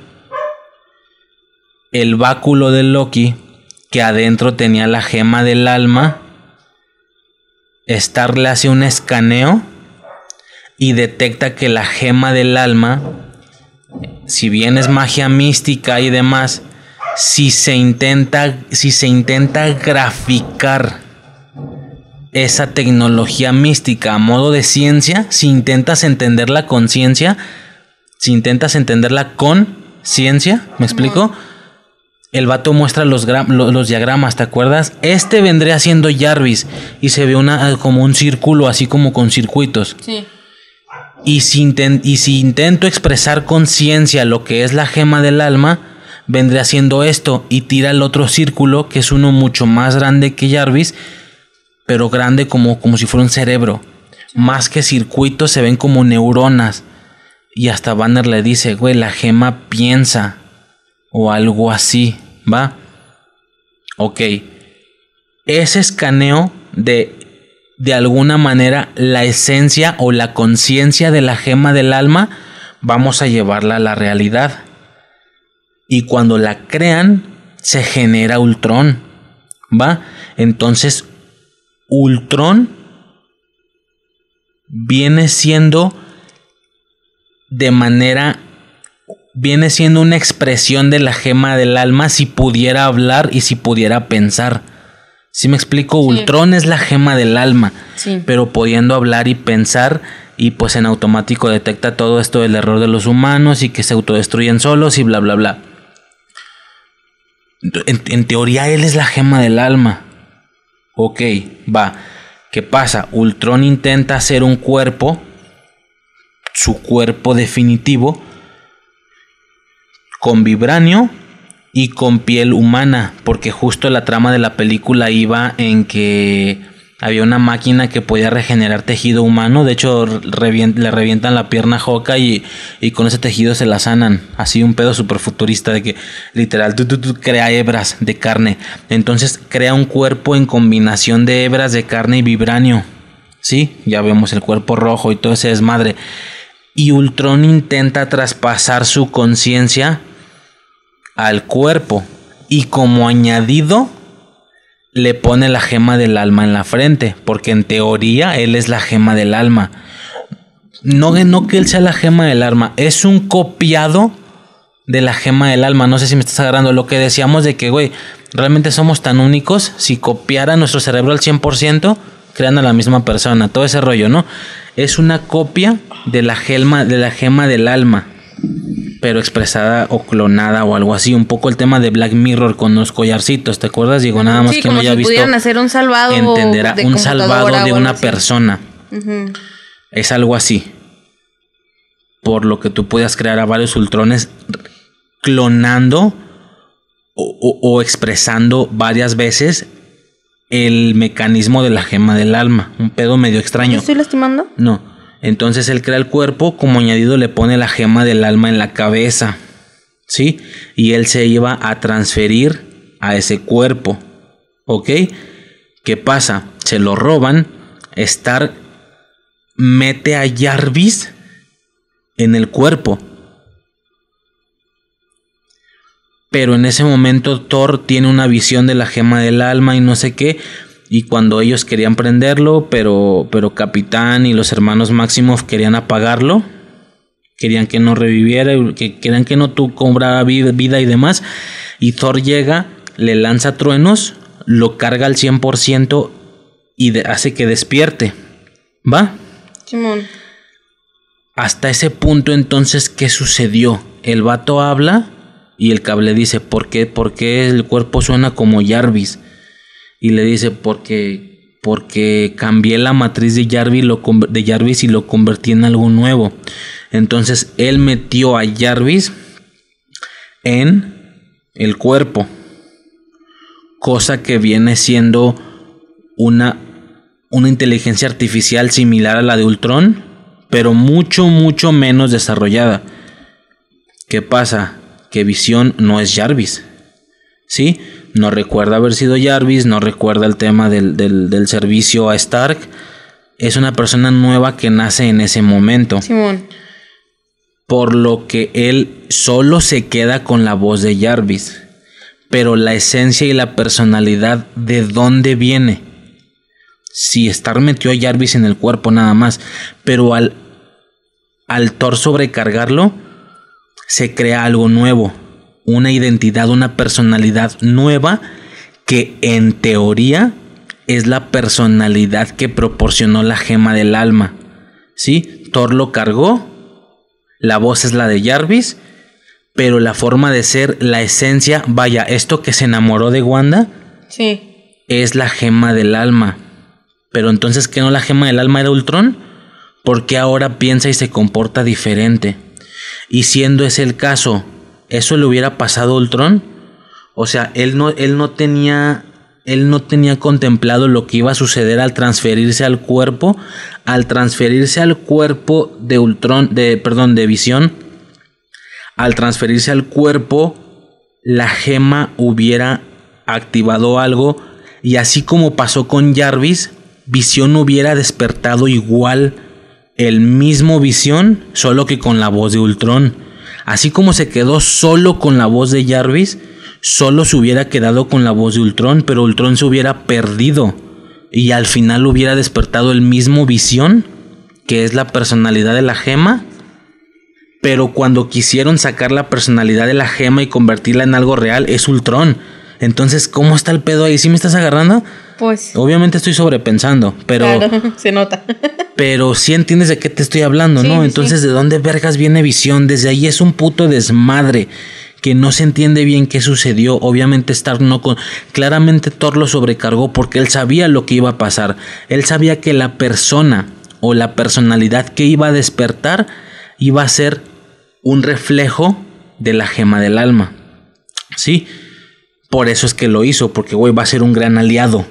El báculo de Loki, que adentro tenía la gema del alma. Stark le hace un escaneo y detecta que la gema del alma, si bien es magia mística y demás, si se intenta, si se intenta graficar esa tecnología mística a modo de ciencia, si intentas entender la conciencia, si intentas entenderla con ciencia, ¿me explico? No. El vato muestra los, gra- los, los diagramas, ¿te acuerdas? Este vendría siendo Jarvis y se ve una, como un círculo así como con circuitos. Sí. Y si, intent- y si intento expresar con ciencia lo que es la gema del alma, vendría siendo esto, y tira el otro círculo, que es uno mucho más grande que Jarvis, pero grande como, como si fuera un cerebro. Más que circuitos, se ven como neuronas. Y hasta Banner le dice, güey, la gema piensa, o algo así, ¿va? Ok. Ese escaneo de, de alguna manera, la esencia o la conciencia de la gema del alma, vamos a llevarla a la realidad. Y cuando la crean, se genera Ultron, ¿va? Entonces, Ultron viene siendo de manera... Viene siendo una expresión de la gema del alma si pudiera hablar y si pudiera pensar. ¿Sí me explico? Sí. Ultron es la gema del alma, sí. Pero pudiendo hablar y pensar, y pues en automático detecta todo esto del error de los humanos y que se autodestruyen solos y bla bla bla. En, en teoría él es la gema del alma. Ok, va. ¿Qué pasa? Ultron intenta hacer un cuerpo, su cuerpo definitivo, con vibranio y con piel humana, porque justo la trama de la película iba en que había una máquina que podía regenerar tejido humano. De hecho, revient- le revientan la pierna a Hawkeye y, y con ese tejido se la sanan. Así un pedo súper futurista de que literal tú, tú, tú, crea hebras de carne. Entonces crea un cuerpo en combinación de hebras de carne y vibranio. Sí, ya vemos el cuerpo rojo y todo ese desmadre. Y Ultron intenta traspasar su conciencia al cuerpo. Y como añadido, le pone la gema del alma en la frente, porque en teoría él es la gema del alma. No, no que él sea la gema del alma, es un copiado de la gema del alma. No sé si me estás agarrando lo que decíamos de que, güey, realmente somos tan únicos. Si copiara nuestro cerebro al cien por ciento, crean a la misma persona, todo ese rollo, ¿no? Es una copia de la gema, de la gema del alma, pero expresada o clonada o algo así. Un poco el tema de Black Mirror con los collarcitos, ¿te acuerdas? Digo, nada más sí, que no haya si visto. Pudieran hacer un salvado, entenderá un salvado de una así. persona. Uh-huh. Es algo así. Por lo que tú puedas crear a varios Ultrones clonando o, o, o expresando varias veces el mecanismo de la gema del alma. Un pedo medio extraño. ¿Te estoy lastimando? No. Entonces él crea el cuerpo, como añadido le pone la gema del alma en la cabeza, ¿sí? Y él se iba a transferir a ese cuerpo, ¿ok? ¿Qué pasa? Se lo roban. Stark mete a Jarvis en el cuerpo. Pero en ese momento Thor tiene una visión de la gema del alma y no sé qué. Y cuando ellos querían prenderlo, pero, pero Capitán y los hermanos Maximoff querían apagarlo. Querían que no reviviera, que querían que no tu cobrara vida y demás. Y Thor llega, le lanza truenos, lo carga al cien por ciento y de, hace que despierte. ¿Va? Simón. Hasta ese punto entonces, ¿qué sucedió? El vato habla y el cable dice, ¿por qué? ¿Por qué el cuerpo suena como Jarvis? Y le dice, porque, porque cambié la matriz de Jarvis, lo, de Jarvis y lo convertí en algo nuevo. Entonces él metió a Jarvis en el cuerpo. Cosa que viene siendo una, una inteligencia artificial similar a la de Ultron, pero mucho, mucho menos desarrollada. ¿Qué pasa? Que Visión no es Jarvis, ¿sí? No recuerda haber sido Jarvis, no recuerda el tema del, del, del servicio a Stark. Es una persona nueva que nace en ese momento. Simón. Por lo que él solo se queda con la voz de Jarvis. Pero la esencia y la personalidad, ¿de dónde viene? Si Stark metió a Jarvis en el cuerpo nada más, pero al, al Thor sobrecargarlo, se crea algo nuevo, una identidad, una personalidad nueva que en teoría es la personalidad que proporcionó la gema del alma. ¿Sí? Thor lo cargó, la voz es la de Jarvis, pero la forma de ser, la esencia, vaya, esto que se enamoró de Wanda, sí, es la gema del alma. Pero entonces, ¿qué no la gema del alma era Ultron? ¿Por qué ahora piensa y se comporta diferente? Y siendo ese el caso, ¿eso le hubiera pasado a Ultron? O sea, él no, él no tenía, él no tenía contemplado lo que iba a suceder al transferirse al cuerpo, al transferirse al cuerpo de Ultron, de, perdón, de Visión, al transferirse al cuerpo, la gema hubiera activado algo y así como pasó con Jarvis, Visión hubiera despertado igual. El mismo Visión, solo que con la voz de Ultron. Así como se quedó solo con la voz de Jarvis, solo se hubiera quedado con la voz de Ultron, pero Ultron se hubiera perdido. Y al final hubiera despertado el mismo Visión, que es la personalidad de la gema. Pero cuando quisieron sacar la personalidad de la gema y convertirla en algo real, es Ultron. Entonces, ¿cómo está el pedo ahí? ¿Sí me estás agarrando? Pues... Obviamente estoy sobrepensando, pero... Claro, se nota. Pero sí entiendes de qué te estoy hablando, sí, ¿no? Entonces, sí. ¿De dónde vergas viene Visión? Desde ahí es un puto desmadre que no se entiende bien qué sucedió. Obviamente Stark no... Con... Claramente Thor lo sobrecargó porque él sabía lo que iba a pasar. Él sabía que la persona o la personalidad que iba a despertar iba a ser un reflejo de la gema del alma. Sí, por eso es que lo hizo, porque güey va a ser un gran aliado.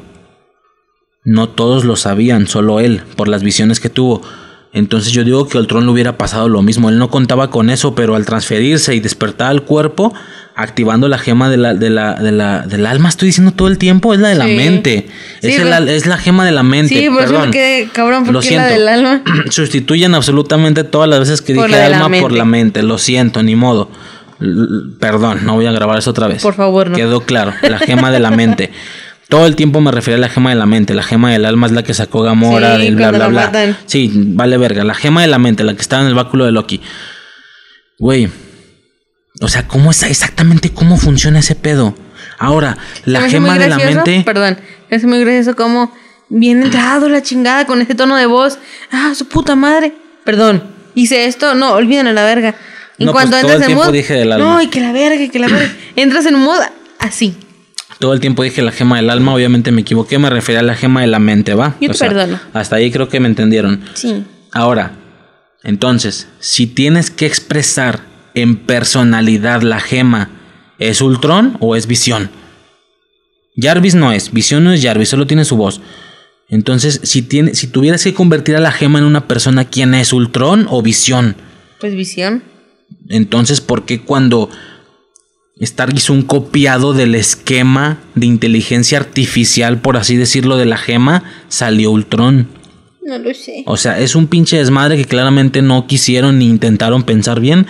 No todos lo sabían, solo él, por las visiones que tuvo. Entonces yo digo que a Ultron le hubiera pasado lo mismo. Él no contaba con eso, pero al transferirse y despertar al cuerpo, activando la gema de la, de la, de la, del alma, estoy diciendo todo el tiempo, es la de la sí. mente. Sí, es, el, es la gema de la mente. Sí, por eso que cabrón, ¿por qué la del alma? Sustituyen absolutamente todas las veces que por dije alma la por la mente. Lo siento, ni modo. L- perdón, no voy a grabar eso otra vez. Por favor, no. Quedó claro, la gema de la mente. Todo el tiempo me refería a la gema de la mente. La gema del alma es la que sacó Gamora, sí, del bla, bla, bla. Matan. Sí, vale verga. La gema de la mente, la que estaba en el báculo de Loki. Güey. O sea, ¿cómo es exactamente cómo funciona ese pedo? Ahora, la gema de la mente... Perdón, es muy gracioso cómo viene entrado la chingada con ese tono de voz. Ah, su puta madre. Perdón, hice esto. No, olviden a la verga. En no, cuanto pues, entras todo el en tiempo mood... dije del alma. No, y que la verga, y que la verga. Entras en mood así. Todo el tiempo dije la gema del alma, obviamente me equivoqué, me refería a la gema de la mente, ¿va? Yo te o sea, perdono. Hasta ahí creo que me entendieron. Sí. Ahora, entonces, si tienes que expresar en personalidad la gema ¿Es Ultron o es Visión? Jarvis no es, Visión no es Jarvis, solo tiene su voz. Entonces, si, tiene, si tuvieras que convertir a la gema en una persona, ¿quién es? ¿Ultron o Visión? Pues Visión. Entonces, ¿por qué cuando Stark hizo un copiado del esquema de inteligencia artificial, por así decirlo, de la gema, salió Ultron? No lo sé. O sea, es un pinche desmadre que claramente no quisieron ni intentaron pensar bien.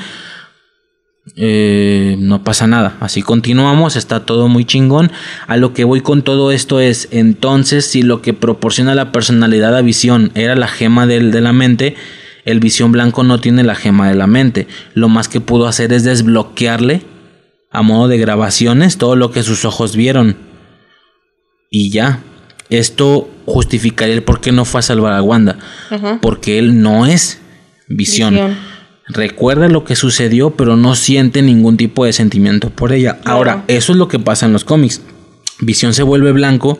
Eh, no pasa nada, así continuamos, está todo muy chingón. A lo que voy con todo esto es, entonces, si lo que proporciona la personalidad a Visión era la gema del, de la mente, el Visión blanco no tiene la gema de la mente. Lo más que pudo hacer es desbloquearle a modo de grabaciones todo lo que sus ojos vieron. Y ya. Esto justificaría el por qué no fue a salvar a Wanda. Uh-huh. Porque él no es Visión. Visión. Recuerda lo que sucedió, pero no siente ningún tipo de sentimiento por ella. Claro. Ahora, eso es lo que pasa en los cómics. Visión se vuelve blanco.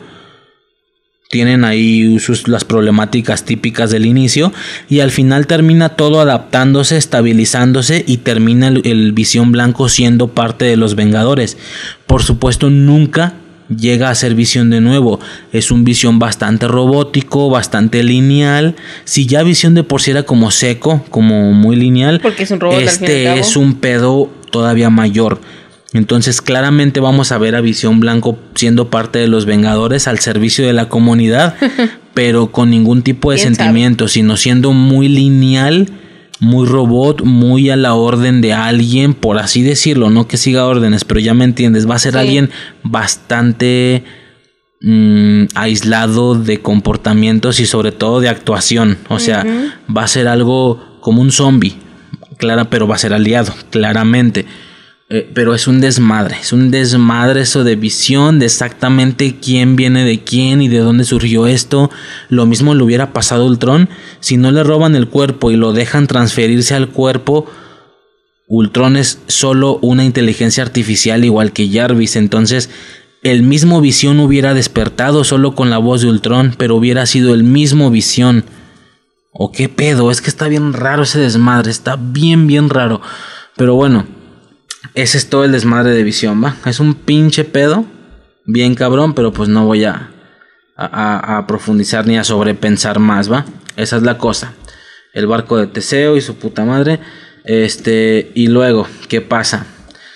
Tienen ahí sus, las problemáticas típicas del inicio. Y al final termina todo adaptándose, estabilizándose. Y termina el, el Visión blanco siendo parte de los Vengadores. Por supuesto, nunca llega a ser Visión de nuevo. Es un Visión bastante robótico, bastante lineal. Si ya Visión de por sí era como seco, como muy lineal, porque es un robot, este es un pedo todavía mayor. Entonces claramente vamos a ver a Visión blanco siendo parte de los Vengadores al servicio de la comunidad, pero con ningún tipo de sentimiento, sino siendo muy lineal, muy robot, muy a la orden de alguien, por así decirlo, no que siga órdenes, pero ya me entiendes, va a ser sí. alguien bastante mmm, aislado de comportamientos y sobre todo de actuación, o uh-huh. sea, va a ser algo como un zombie, clara, pero va a ser aliado, claramente. Eh, pero es un desmadre, es un desmadre eso de Visión, de exactamente quién viene de quién y de dónde surgió esto. Lo mismo le hubiera pasado a Ultron. Si no le roban el cuerpo y lo dejan transferirse al cuerpo, Ultron es solo una inteligencia artificial igual que Jarvis. Entonces el mismo Visión hubiera despertado solo con la voz de Ultron, pero hubiera sido el mismo Visión. ¿O qué pedo? Es que está bien raro ese desmadre, está bien bien raro. Pero bueno, ese es todo el desmadre de Visión, ¿va? Es un pinche pedo, bien cabrón, pero pues no voy a, a, a profundizar ni a sobrepensar más, ¿va? Esa es la cosa. El barco de Teseo y su puta madre. Este, y luego, ¿qué pasa?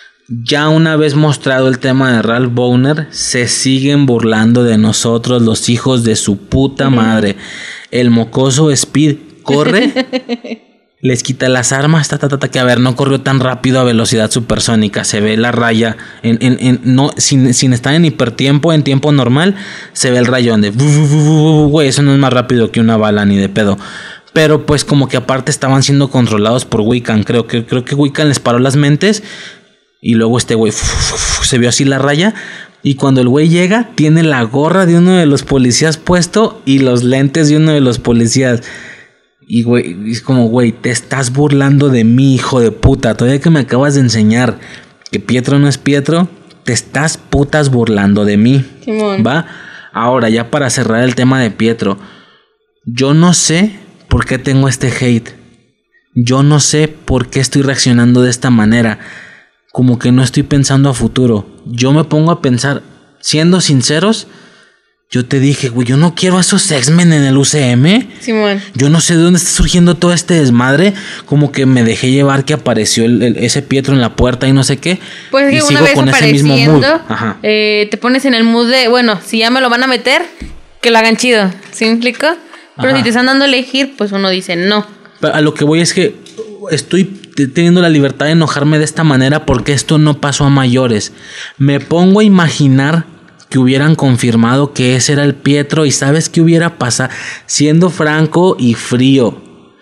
Ya una vez mostrado el tema de Ralph Bohner, se siguen burlando de nosotros, los hijos de su puta madre. El mocoso Speed corre... Les quita las armas, ta, ta, ta, ta, que a ver, no corrió tan rápido a velocidad supersónica. Se ve la raya, en, en, en, no, sin, sin estar en hipertiempo, en tiempo normal, se ve el rayón de... Güey, eso no es más rápido que una bala ni de pedo. Pero pues como que aparte estaban siendo controlados por Wiccan. Creo que, creo que Wiccan les paró las mentes. Y luego este güey se vio así la raya. Y cuando el güey llega, tiene la gorra de uno de los policías puesto y los lentes de uno de los policías. Y güey, es como, güey, te estás burlando de mí, hijo de puta. Todavía que me acabas de enseñar que Pietro no es Pietro, te estás putas burlando de mí. Simón. ¿Va? Ahora, ya para cerrar el tema de Pietro, yo no sé por qué tengo este hate. Yo no sé por qué estoy reaccionando de esta manera. Como que no estoy pensando a futuro. Yo me pongo a pensar, siendo sinceros, yo te dije, güey, yo no quiero a esos X-Men en el U C M. Simón. Yo no sé de dónde está surgiendo todo este desmadre. Como que me dejé llevar que apareció el, el, ese Pietro en la puerta y no sé qué. Pues es que y una sigo vez con ese mismo mood. Ajá. Eh, te pones en el mood de, bueno, si ya me lo van a meter, que lo hagan chido. ¿Sí me explico? Pero Ajá. si te están dando a elegir, pues uno dice no. Pero a lo que voy es que estoy teniendo la libertad de enojarme de esta manera porque esto no pasó a mayores. Me pongo a imaginar que hubieran confirmado que ese era el Pietro y sabes qué hubiera pasado, siendo franco y frío.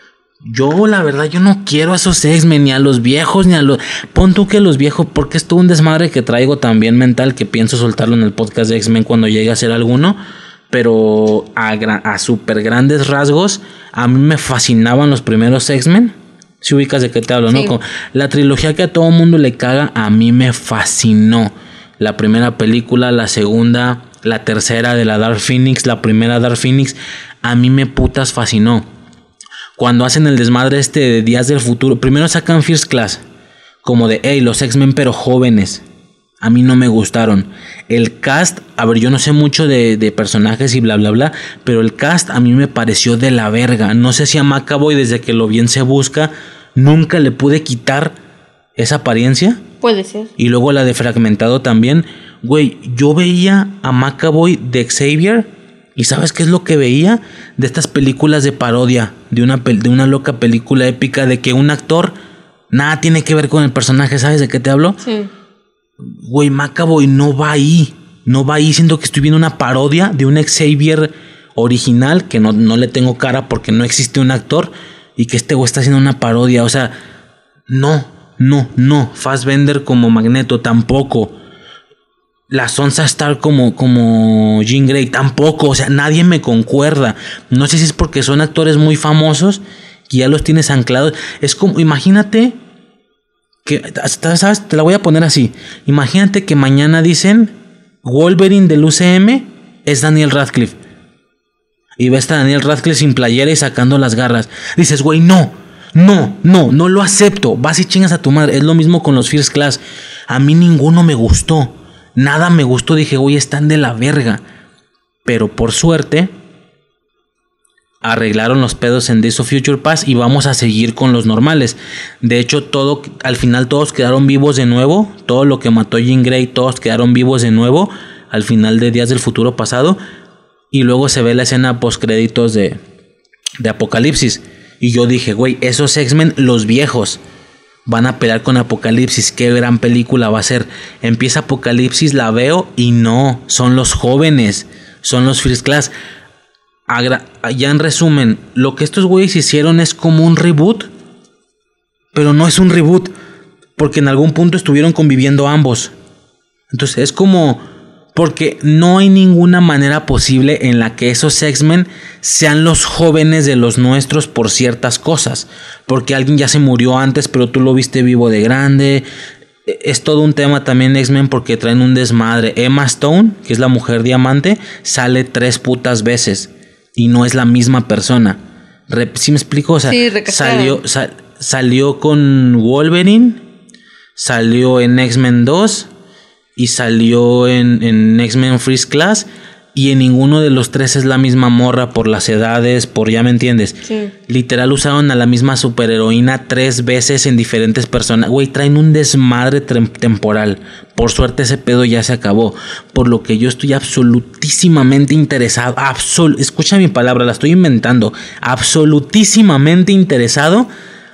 Yo la verdad yo no quiero a esos X-Men ni a los viejos ni a los... Pon tú que los viejos, porque es todo un desmadre que traigo también mental que pienso soltarlo en el podcast de X-Men cuando llegue a ser alguno. Pero a, a super grandes rasgos a mí me fascinaban los primeros X-Men. Si ubicas de qué te hablo, sí. ¿no? Con la trilogía que a todo mundo le caga, a mí me fascinó. La primera película, la segunda, la tercera de la Dark Phoenix, la primera Dark Phoenix, a mí me putas fascinó. Cuando hacen el desmadre este de Días del Futuro, primero sacan First Class, como de, hey, los X-Men pero jóvenes. A mí no me gustaron. El cast, a ver, yo no sé mucho de, de personajes y bla, bla, bla, pero el cast a mí me pareció de la verga. No sé si a McAvoy, desde que lo vi en Se Busca, nunca le pude quitar esa apariencia. Puede ser. Y luego la de Fragmentado también. Güey, yo veía a McAvoy de Xavier y ¿sabes qué es lo que veía? De estas películas de parodia, de una, de una loca película épica de que un actor nada tiene que ver con el personaje. ¿Sabes de qué te hablo? Sí. Güey, McAvoy no va ahí. No va ahí, siento que estoy viendo una parodia de un Xavier original, que no, no le tengo cara porque no existe un actor, y que este güey está haciendo una parodia. O sea, no, no, no. Fassbender como Magneto tampoco. La Sansa Stark como, como Jean Grey tampoco. O sea, nadie me concuerda. No sé si es porque son actores muy famosos que ya los tienes anclados. Es como, imagínate que, ¿sabes? Te la voy a poner así. Imagínate que mañana dicen Wolverine del U C M es Daniel Radcliffe. Y ves a Daniel Radcliffe sin playera y sacando las garras. Dices, güey, no, no, no, no lo acepto. Vas y chingas a tu madre. Es lo mismo con los First Class. A mí ninguno me gustó. Nada me gustó. Dije, güey, están de la verga. Pero por suerte arreglaron los pedos en Days of Future Past y vamos a seguir con los normales. De hecho, todo, al final todos quedaron vivos de nuevo. Todo lo que mató Jean Grey, todos quedaron vivos de nuevo al final de Días del Futuro Pasado. Y luego se ve la escena post créditos de, de Apocalipsis. Y yo dije, güey, esos X-Men, los viejos, van a pelear con Apocalipsis. Qué gran película va a ser. Empieza Apocalipsis, la veo y no, son los jóvenes, son los First Class. Agra- ya en resumen, lo que estos güeyes hicieron es como un reboot, pero no es un reboot, porque en algún punto estuvieron conviviendo ambos. Entonces es como, porque no hay ninguna manera posible en la que esos X-Men sean los jóvenes de los nuestros por ciertas cosas, porque alguien ya se murió antes, pero tú lo viste vivo de grande. Es todo un tema también X-Men porque traen un desmadre. Emma Stone, que es la mujer diamante, sale tres putas veces y no es la misma persona. ¿Sí me explico? O sea, sí, salió, sal, salió con Wolverine, salió en X-Men dos y salió en, en X-Men First Class, y en ninguno de los tres es la misma morra por las edades, por, ya me entiendes. Sí. Literal usaron a la misma superheroína tres veces en diferentes personas. Güey, traen un desmadre temporal. Por suerte ese pedo ya se acabó. Por lo que yo estoy absolutísimamente interesado. Absol- Escucha mi palabra, la estoy inventando. Absolutísimamente interesado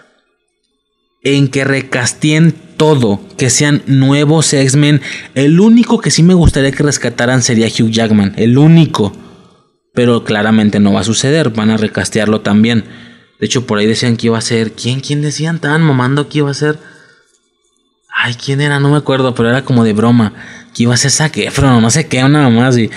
en que recasteen todo, que sean nuevos X-Men. El único que sí me gustaría que rescataran sería Hugh Jackman, el único, pero claramente no va a suceder, van a recastearlo también. De hecho, por ahí decían que iba a ser, ¿quién, quién decían? Estaban mamando que iba a ser, ay, ¿quién era? No me acuerdo, pero era como de broma, que iba a ser Zac Efron, no sé qué, nada más. Y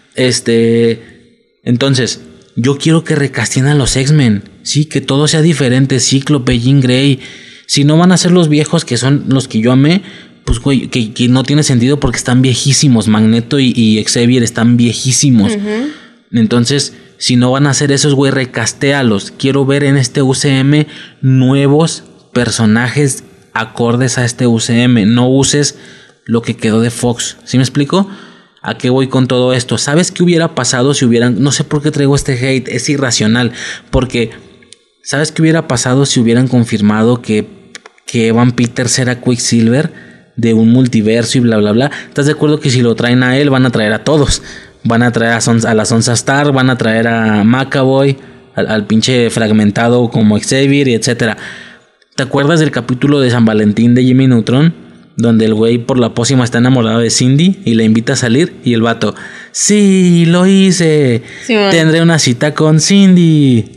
este, entonces, yo quiero que recasteen a los X-Men, sí, que todo sea diferente, Cíclope, Jean Grey. Si no van a ser los viejos que son los que yo amé, pues güey, que, que no tiene sentido porque están viejísimos. Magneto y, y Xavier están viejísimos. Uh-huh. Entonces, si no van a hacer esos, güey, recastéalos. Quiero ver en este U C M nuevos personajes acordes a este U C M. No uses lo que quedó de Fox. ¿Sí me explico? ¿A qué voy con todo esto? ¿Sabes qué hubiera pasado si hubieran... No sé por qué traigo este hate, es irracional. Porque... ¿Sabes qué hubiera pasado si hubieran confirmado que, que Evan Peters era Quicksilver de un multiverso y bla, bla, bla? ¿Estás de acuerdo que si lo traen a él van a traer a todos? Van a traer a, Son, a la Sansa Stark, van a traer a McAvoy, al, al pinche Fragmentado como Xavier y etcétera. ¿Te acuerdas del capítulo de San Valentín de Jimmy Neutron? Donde el güey por la pócima está enamorado de Cindy y le invita a salir y el vato, sí, lo hice, sí, tendré una cita con Cindy.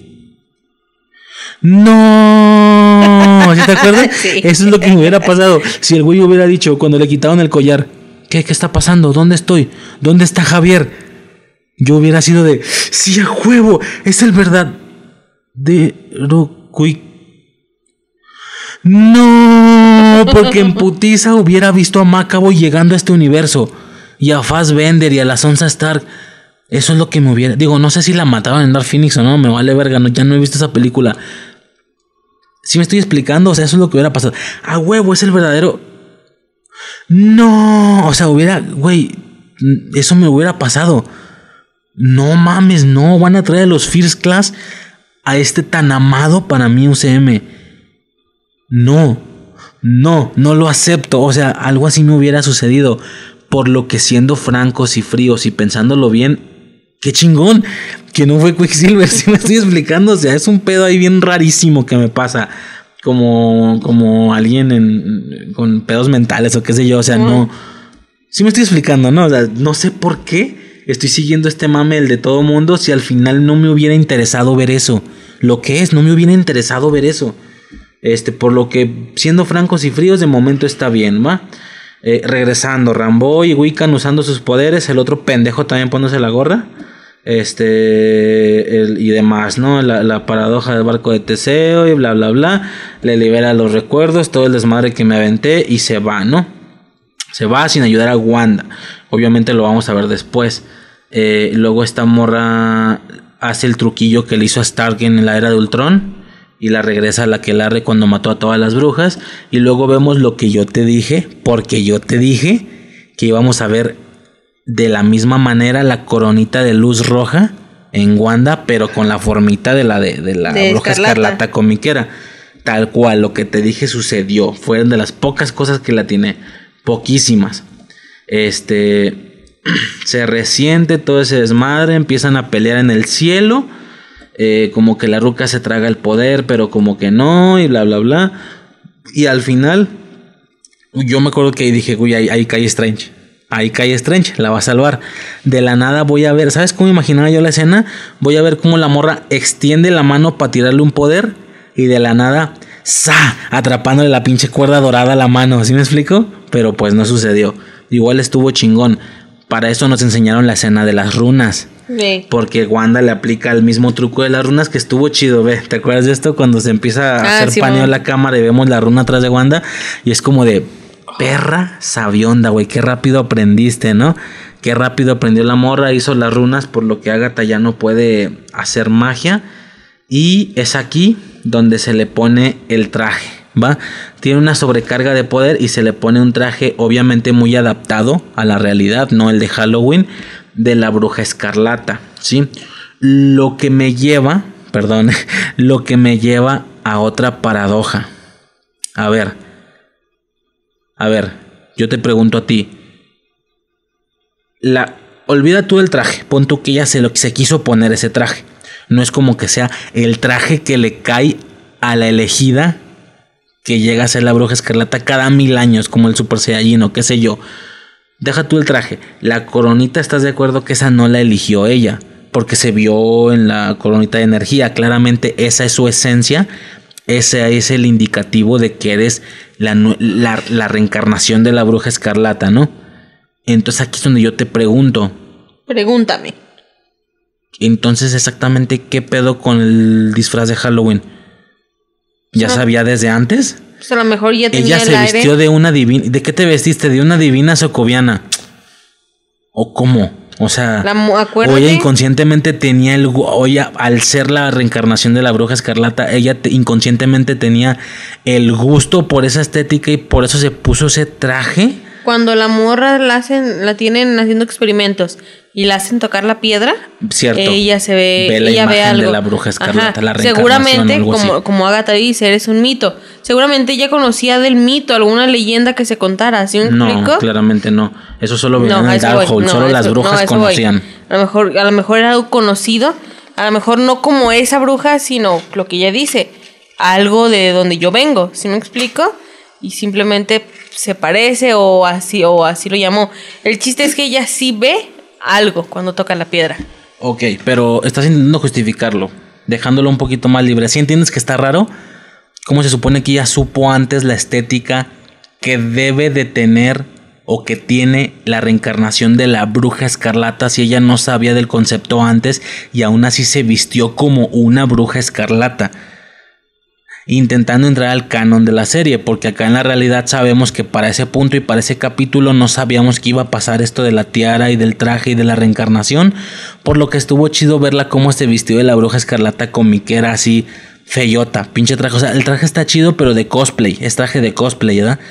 No, ¿sí te acuerdas? Sí. Eso es lo que me hubiera pasado si el güey hubiera dicho cuando le quitaron el collar, ¿qué, qué está pasando? ¿Dónde estoy? ¿Dónde está Javier? Yo hubiera sido de, sí, a huevo, es el verdadero Quick. No, porque en putiza hubiera visto a McAvoy llegando a este universo y a Fassbender y a la Sansa Stark. Eso es lo que me hubiera... Digo, no sé si la mataron en Dark Phoenix o no, me vale verga, no, ya no he visto esa película. ¿Sí me estoy explicando? O sea, eso es lo que hubiera pasado. ¡A huevo! Es el verdadero... No, o sea, hubiera, güey, eso me hubiera pasado. No mames, no, van a traer a los First Class a este tan amado para mí U C M. No, no, no lo acepto. O sea, algo así me hubiera sucedido. Por lo que, siendo francos y fríos y pensándolo bien, qué chingón que no fue Quicksilver. Si me estoy explicando, o sea, es un pedo ahí bien rarísimo que me pasa. Como, como alguien en, con pedos mentales o qué sé yo. O sea, no. Sí me estoy explicando, ¿no? O sea, no sé por qué estoy siguiendo este mame, el de todo mundo, si al final no me hubiera interesado ver eso. Lo que es, no me hubiera interesado ver eso. Este, por lo que, siendo francos y fríos, de momento está bien, ¿va? Eh, regresando, Rambo y Wiccan usando sus poderes, el otro pendejo también poniéndose la gorra. Este el, y demás, ¿no? La, la paradoja del barco de Teseo y bla bla bla. Le libera los recuerdos, todo el desmadre que me aventé y se va, ¿no? Se va sin ayudar a Wanda. Obviamente lo vamos a ver después. Eh, luego esta morra hace el truquillo que le hizo a Stark en la era de Ultron y la regresa a la Aquelarre cuando mató a todas las brujas. Y luego vemos lo que yo te dije, porque yo te dije que íbamos a ver de la misma manera la coronita de luz roja en Wanda, pero con la formita de la de, de la de bruja escarlata. escarlata comiquera. Tal cual, lo que te dije sucedió. Fueron de las pocas cosas que la tiene. Poquísimas. Este se resiente todo ese desmadre. Empiezan a pelear en el cielo. Eh, como que la ruca se traga el poder, pero como que no, y bla bla bla. Y al final, yo me acuerdo que ahí dije, uy, ahí, ahí cae Strange. Ahí cae Strange, la va a salvar. De la nada voy a ver, ¿sabes cómo imaginaba yo la escena? Voy a ver cómo la morra extiende la mano para tirarle un poder. Y de la nada, ¡sa! Atrapándole la pinche cuerda dorada a la mano. ¿Sí me explico? Pero pues no sucedió. Igual estuvo chingón. Para eso nos enseñaron la escena de las runas. Sí. Porque Wanda le aplica el mismo truco de las runas, que estuvo chido, ve. ¿Te acuerdas de esto? Cuando se empieza a ah, hacer sí, paneo en la cámara y vemos la runa atrás de Wanda. Y es como de perra sabionda, güey. Qué rápido aprendiste, ¿no? Qué rápido aprendió la morra. Hizo las runas, por lo que Agatha ya no puede hacer magia. Y es aquí donde se le pone el traje, ¿va? Tiene una sobrecarga de poder y se le pone un traje obviamente muy adaptado a la realidad, no el de Halloween, de la bruja escarlata, ¿sí? Lo que me lleva, perdón, lo que me lleva a otra paradoja. A ver, a ver, yo te pregunto a ti. La, olvida tú el traje, pon tú que ella se, lo, se quiso poner ese traje. No es como que sea el traje que le cae a la elegida que llega a ser la bruja escarlata cada mil años, como el Super Saiyajin o qué sé yo. Deja tú el traje. La coronita, ¿estás de acuerdo que esa no la eligió ella? Porque se vio en la coronita de energía. Claramente esa es su esencia. Ese es el indicativo de que eres la, la, la reencarnación de la bruja escarlata, ¿no? Entonces aquí es donde yo te pregunto. Pregúntame. Entonces, exactamente, ¿qué pedo con el disfraz de Halloween? ¿Ya no sabía desde antes? Pues a lo mejor ya tenía Ella se el vistió aire. de una divina... ¿De qué te vestiste? ¿De una divina socoviana? ¿O cómo? O sea... La, o ella inconscientemente tenía el... O ella, al ser la reencarnación de la bruja escarlata, ella te, inconscientemente tenía el gusto por esa estética y por eso se puso ese traje. Cuando la morra la hacen, la tienen haciendo experimentos y la hacen tocar la piedra, cierto, ella se ve, ve la ella imagen ve algo de la bruja escarlata. Ajá. La seguramente, como, como Agatha dice, eres un mito. Seguramente ella conocía del mito, alguna leyenda que se contara, ¿sí me no, explico? No, claramente no. Eso solo venía no, en el Darkhold, no, solo eso, las brujas no, conocían. Voy. A lo mejor, a lo mejor era algo conocido, a lo mejor no como esa bruja, sino lo que ella dice, algo de donde yo vengo, ¿sí me explico? Y simplemente se parece o así o así lo llamó. El chiste es que ella sí ve algo cuando toca la piedra. Ok, pero estás intentando justificarlo, dejándolo un poquito más libre. ¿Sí entiendes que está raro? ¿Cómo se supone que ella supo antes la estética que debe de tener o que tiene la reencarnación de la bruja escarlata si ella no sabía del concepto antes y aún así se vistió como una bruja escarlata? Intentando entrar al canon de la serie, porque acá en la realidad sabemos que para ese punto y para ese capítulo no sabíamos que iba a pasar esto de la tiara y del traje y de la reencarnación, por lo que estuvo chido verla cómo se vistió de la bruja escarlata comiquera así feyota, pinche traje, o sea, el traje está chido pero de cosplay, es traje de cosplay, ¿verdad?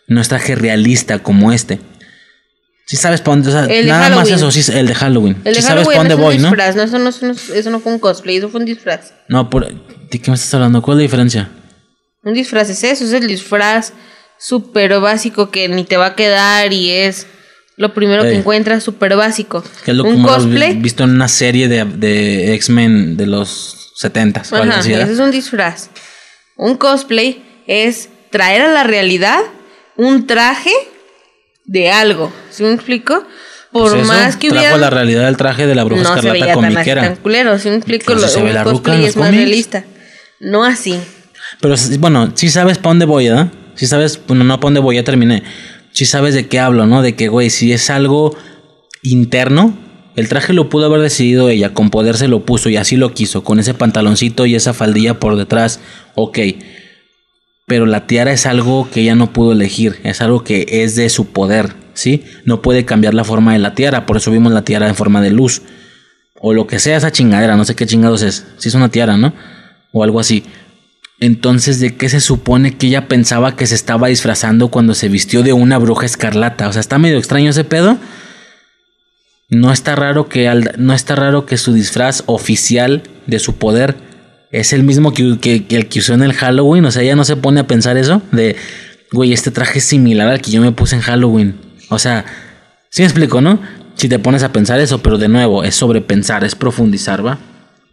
No es traje realista como este. Si sabes para dónde, o sea, nada más eso, sí, el de Halloween. El de sí Halloween sabes para dónde es un voy, disfraz, ¿no? ¿no? Eso no, eso, no, eso no fue un cosplay, eso fue un disfraz. No, por, ¿de qué me estás hablando? ¿Cuál es la diferencia? Un disfraz es eso, es el disfraz súper básico que ni te va a quedar y es lo primero Ey. que encuentras, súper básico. Que es lo un como cosplay. Visto en una serie de, de X-Men de los setentas. Ajá, ese es un disfraz. Un cosplay es traer a la realidad un traje de algo. ¿Sí me explico? Por pues eso, más que hubiera. Trajo la realidad del traje de la bruja no escarlata comiquera. No se tan culero. ¿Sí me explico? Lo, se un ve la cosplay ruca es más cómics. realista. No así. Pero bueno, sí sabes para dónde voy, ¿verdad? Sí sabes, bueno, no para dónde voy, ya terminé. Sí sabes de qué hablo, ¿no? De que, güey, si es algo interno, el traje lo pudo haber decidido ella, con poder se lo puso y así lo quiso, con ese pantaloncito y esa faldilla por detrás, ok. Pero la tiara es algo que ella no pudo elegir, es algo que es de su poder, ¿sí? No puede cambiar la forma de la tiara, por eso vimos la tiara en forma de luz. O lo que sea esa chingadera, no sé qué chingados es, si es una tiara, ¿no? O algo así. Entonces, ¿de qué se supone que ella pensaba que se estaba disfrazando cuando se vistió de una bruja escarlata? O sea, está medio extraño ese pedo. No está raro que, al, no está raro que su disfraz oficial de su poder es el mismo que, que, que el que usó en el Halloween. O sea, ella no se pone a pensar eso de, güey, este traje es similar al que yo me puse en Halloween. O sea, sí me explico, ¿no? Si te pones a pensar eso, pero de nuevo, es sobrepensar, es profundizar, ¿va?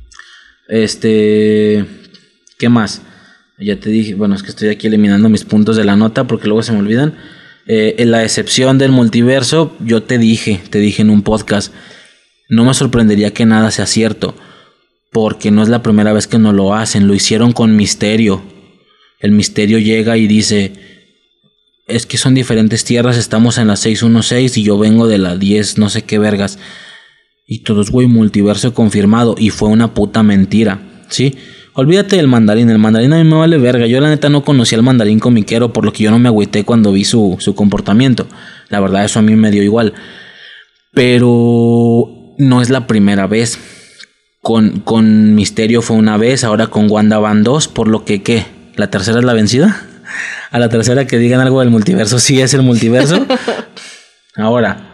Este... ¿Qué más? Ya te dije, bueno, es que estoy aquí eliminando mis puntos de la nota porque luego se me olvidan. Eh, en la excepción del multiverso, yo te dije, te dije en un podcast, no me sorprendería que nada sea cierto, porque no es la primera vez que no lo hacen, lo hicieron con Misterio. El Misterio llega y dice, es que son diferentes tierras, estamos en la seis uno seis y yo vengo de la diez no sé qué vergas. Y todos, güey, multiverso confirmado, y fue una puta mentira, ¿sí? Olvídate del mandarín, el mandarín a mí me vale verga. Yo la neta no conocía al mandarín comiquero, por lo que yo no me agüité cuando vi su, su comportamiento. La verdad eso a mí me dio igual. Pero no es la primera vez. Con, con Misterio fue una vez, ahora con Wanda van dos, por lo que ¿qué? ¿La tercera es la vencida? A la tercera que digan algo del multiverso, sí es el multiverso. Ahora,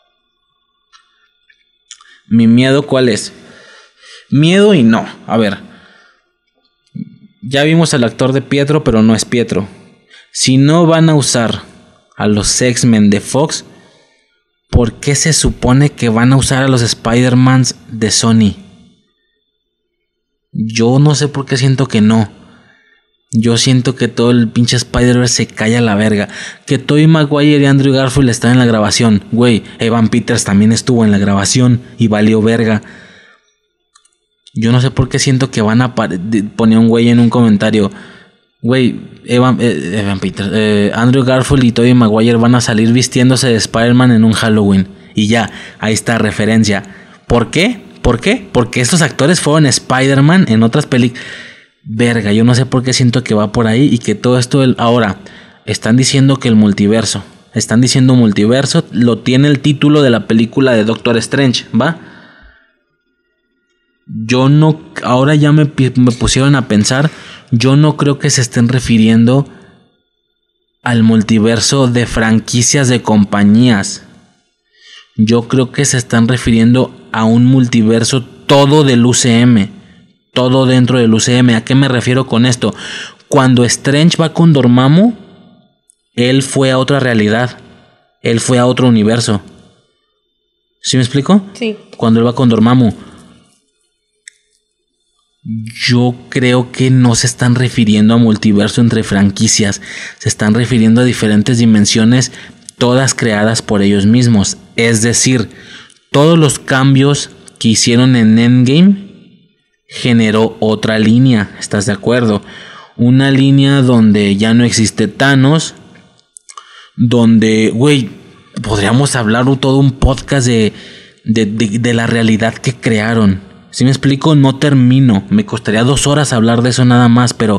¿mi miedo cuál es? Miedo y no, a ver. Ya vimos al actor de Pietro, pero no es Pietro. Si no van a usar a los X-Men de Fox, ¿por qué se supone que van a usar a los Spider-Mans de Sony? Yo no sé por qué siento que no. Yo siento que todo el pinche Spider-Verse se cae a la verga. Que Tobey Maguire y Andrew Garfield están en la grabación. Güey, Evan Peters también estuvo en la grabación y valió verga. Yo no sé por qué siento que van a... Ponía un güey en un comentario. Güey, Evan, eh, Evan Peters, eh, Andrew Garfield y Tobey Maguire van a salir vistiéndose de Spider-Man en un Halloween. Y ya, ahí está referencia. ¿Por qué? ¿Por qué? Porque estos actores fueron Spider-Man en otras películas. Verga, yo no sé por qué siento que va por ahí y que todo esto... El... Ahora, están diciendo que el multiverso. Están diciendo multiverso. Lo tiene el título de la película de Doctor Strange, ¿va? Yo no, ahora ya me, me pusieron a pensar, yo no creo que se estén refiriendo al multiverso de franquicias de compañías. Yo creo que se están refiriendo a un multiverso todo del U C M, todo dentro del U C M. ¿A qué me refiero con esto? Cuando Strange va con Dormammu, él fue a otra realidad, él fue a otro universo. ¿Sí me explico? Sí. Cuando él va con Dormammu. Yo creo que no se están refiriendo a multiverso entre franquicias, se están refiriendo a diferentes dimensiones, todas creadas por ellos mismos. Es decir, todos los cambios que hicieron en Endgame generó otra línea, ¿estás de acuerdo? Una línea donde ya no existe Thanos, donde, güey, podríamos hablar todo un podcast de, de, de, de la realidad que crearon. Si me explico, no termino. Me costaría dos horas hablar de eso nada más, pero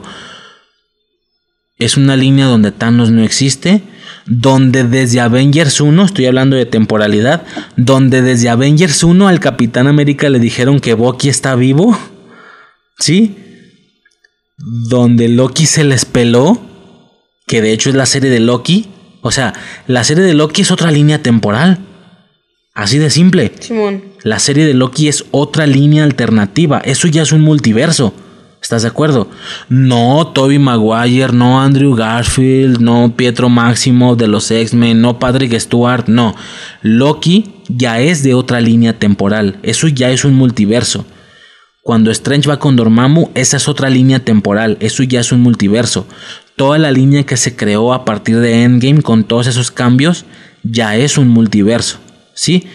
es una línea donde Thanos no existe, donde desde Avengers uno, estoy hablando de temporalidad, donde desde Avengers uno al Capitán América le dijeron que Bucky está vivo, ¿sí? Donde Loki se les peló, que de hecho es la serie de Loki, O sea, la serie de Loki es otra línea temporal. Así de simple. Simón. La serie de Loki es otra línea alternativa. Eso ya es un multiverso. ¿Estás de acuerdo? No Tobey Maguire, no Andrew Garfield, no Pietro Máximo de los X-Men, no Patrick Stewart, no. Loki ya es de otra línea temporal. Eso ya es un multiverso. Cuando Strange va con Dormammu, esa es otra línea temporal. Eso ya es un multiverso. Toda la línea que se creó a partir de Endgame con todos esos cambios ya es un multiverso. ¿Sí?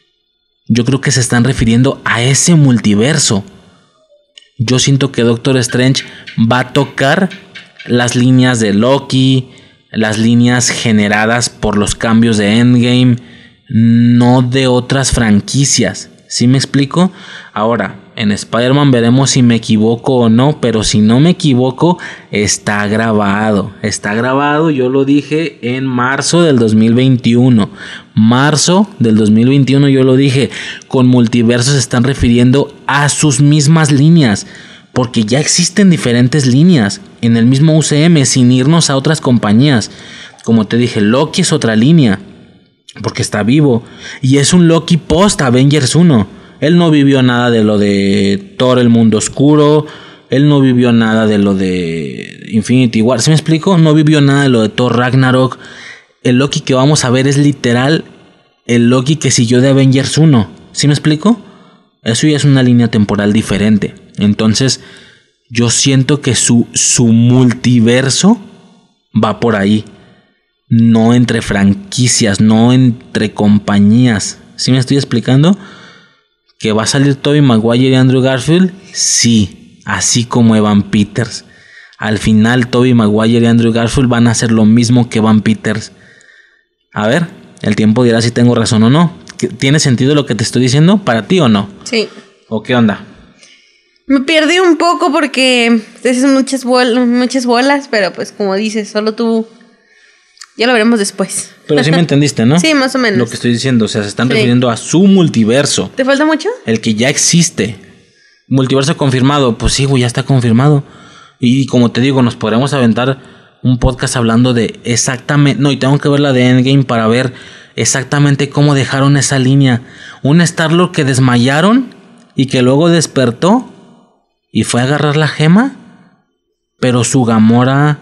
Yo creo que se están refiriendo a ese multiverso. Yo siento que Doctor Strange va a tocar las líneas de Loki, las líneas generadas por los cambios de Endgame, no de otras franquicias. ¿Sí me explico? Ahora, en Spider-Man veremos si me equivoco o no, pero si no me equivoco, está grabado. Está grabado, yo lo dije en marzo del dos mil veintiuno. Marzo del dos mil veintiuno yo lo dije. Con multiversos se están refiriendo a sus mismas líneas, porque ya existen diferentes líneas en el mismo U C M sin irnos a otras compañías. Como te dije, Loki es otra línea, porque está vivo, y es un Loki post Avengers uno. Él no vivió nada de lo de Thor el mundo oscuro, él no vivió nada de lo de Infinity War, ¿sí me explico? No vivió nada de lo de Thor Ragnarok. El Loki que vamos a ver es literal el Loki que siguió de Avengers uno, ¿sí me explico? Eso ya es una línea temporal diferente. Entonces yo siento que su, su multiverso va por ahí. No entre franquicias, no entre compañías. ¿Sí me estoy explicando? ¿Que va a salir Tobey Maguire y Andrew Garfield? Sí, así como Evan Peters. Al final Tobey Maguire y Andrew Garfield van a hacer lo mismo que Evan Peters. A ver, el tiempo dirá si tengo razón o no. ¿Tiene sentido lo que te estoy diciendo para ti o no? Sí. ¿O qué onda? Me perdí un poco porque te haces muchas, bol- muchas bolas, pero pues como dices, solo tú... Ya lo veremos después. Pero sí me entendiste, ¿no? Sí, más o menos. Lo que estoy diciendo, o sea, se están Sí. refiriendo a su multiverso. ¿Te falta mucho? El que ya existe. Multiverso confirmado. Pues sí, güey, ya está confirmado. Y como te digo, nos podremos aventar un podcast hablando de exactamente... No, y tengo que ver la de Endgame para ver exactamente cómo dejaron esa línea. Un Star-Lord que desmayaron y que luego despertó y fue a agarrar la gema. Pero su Gamora...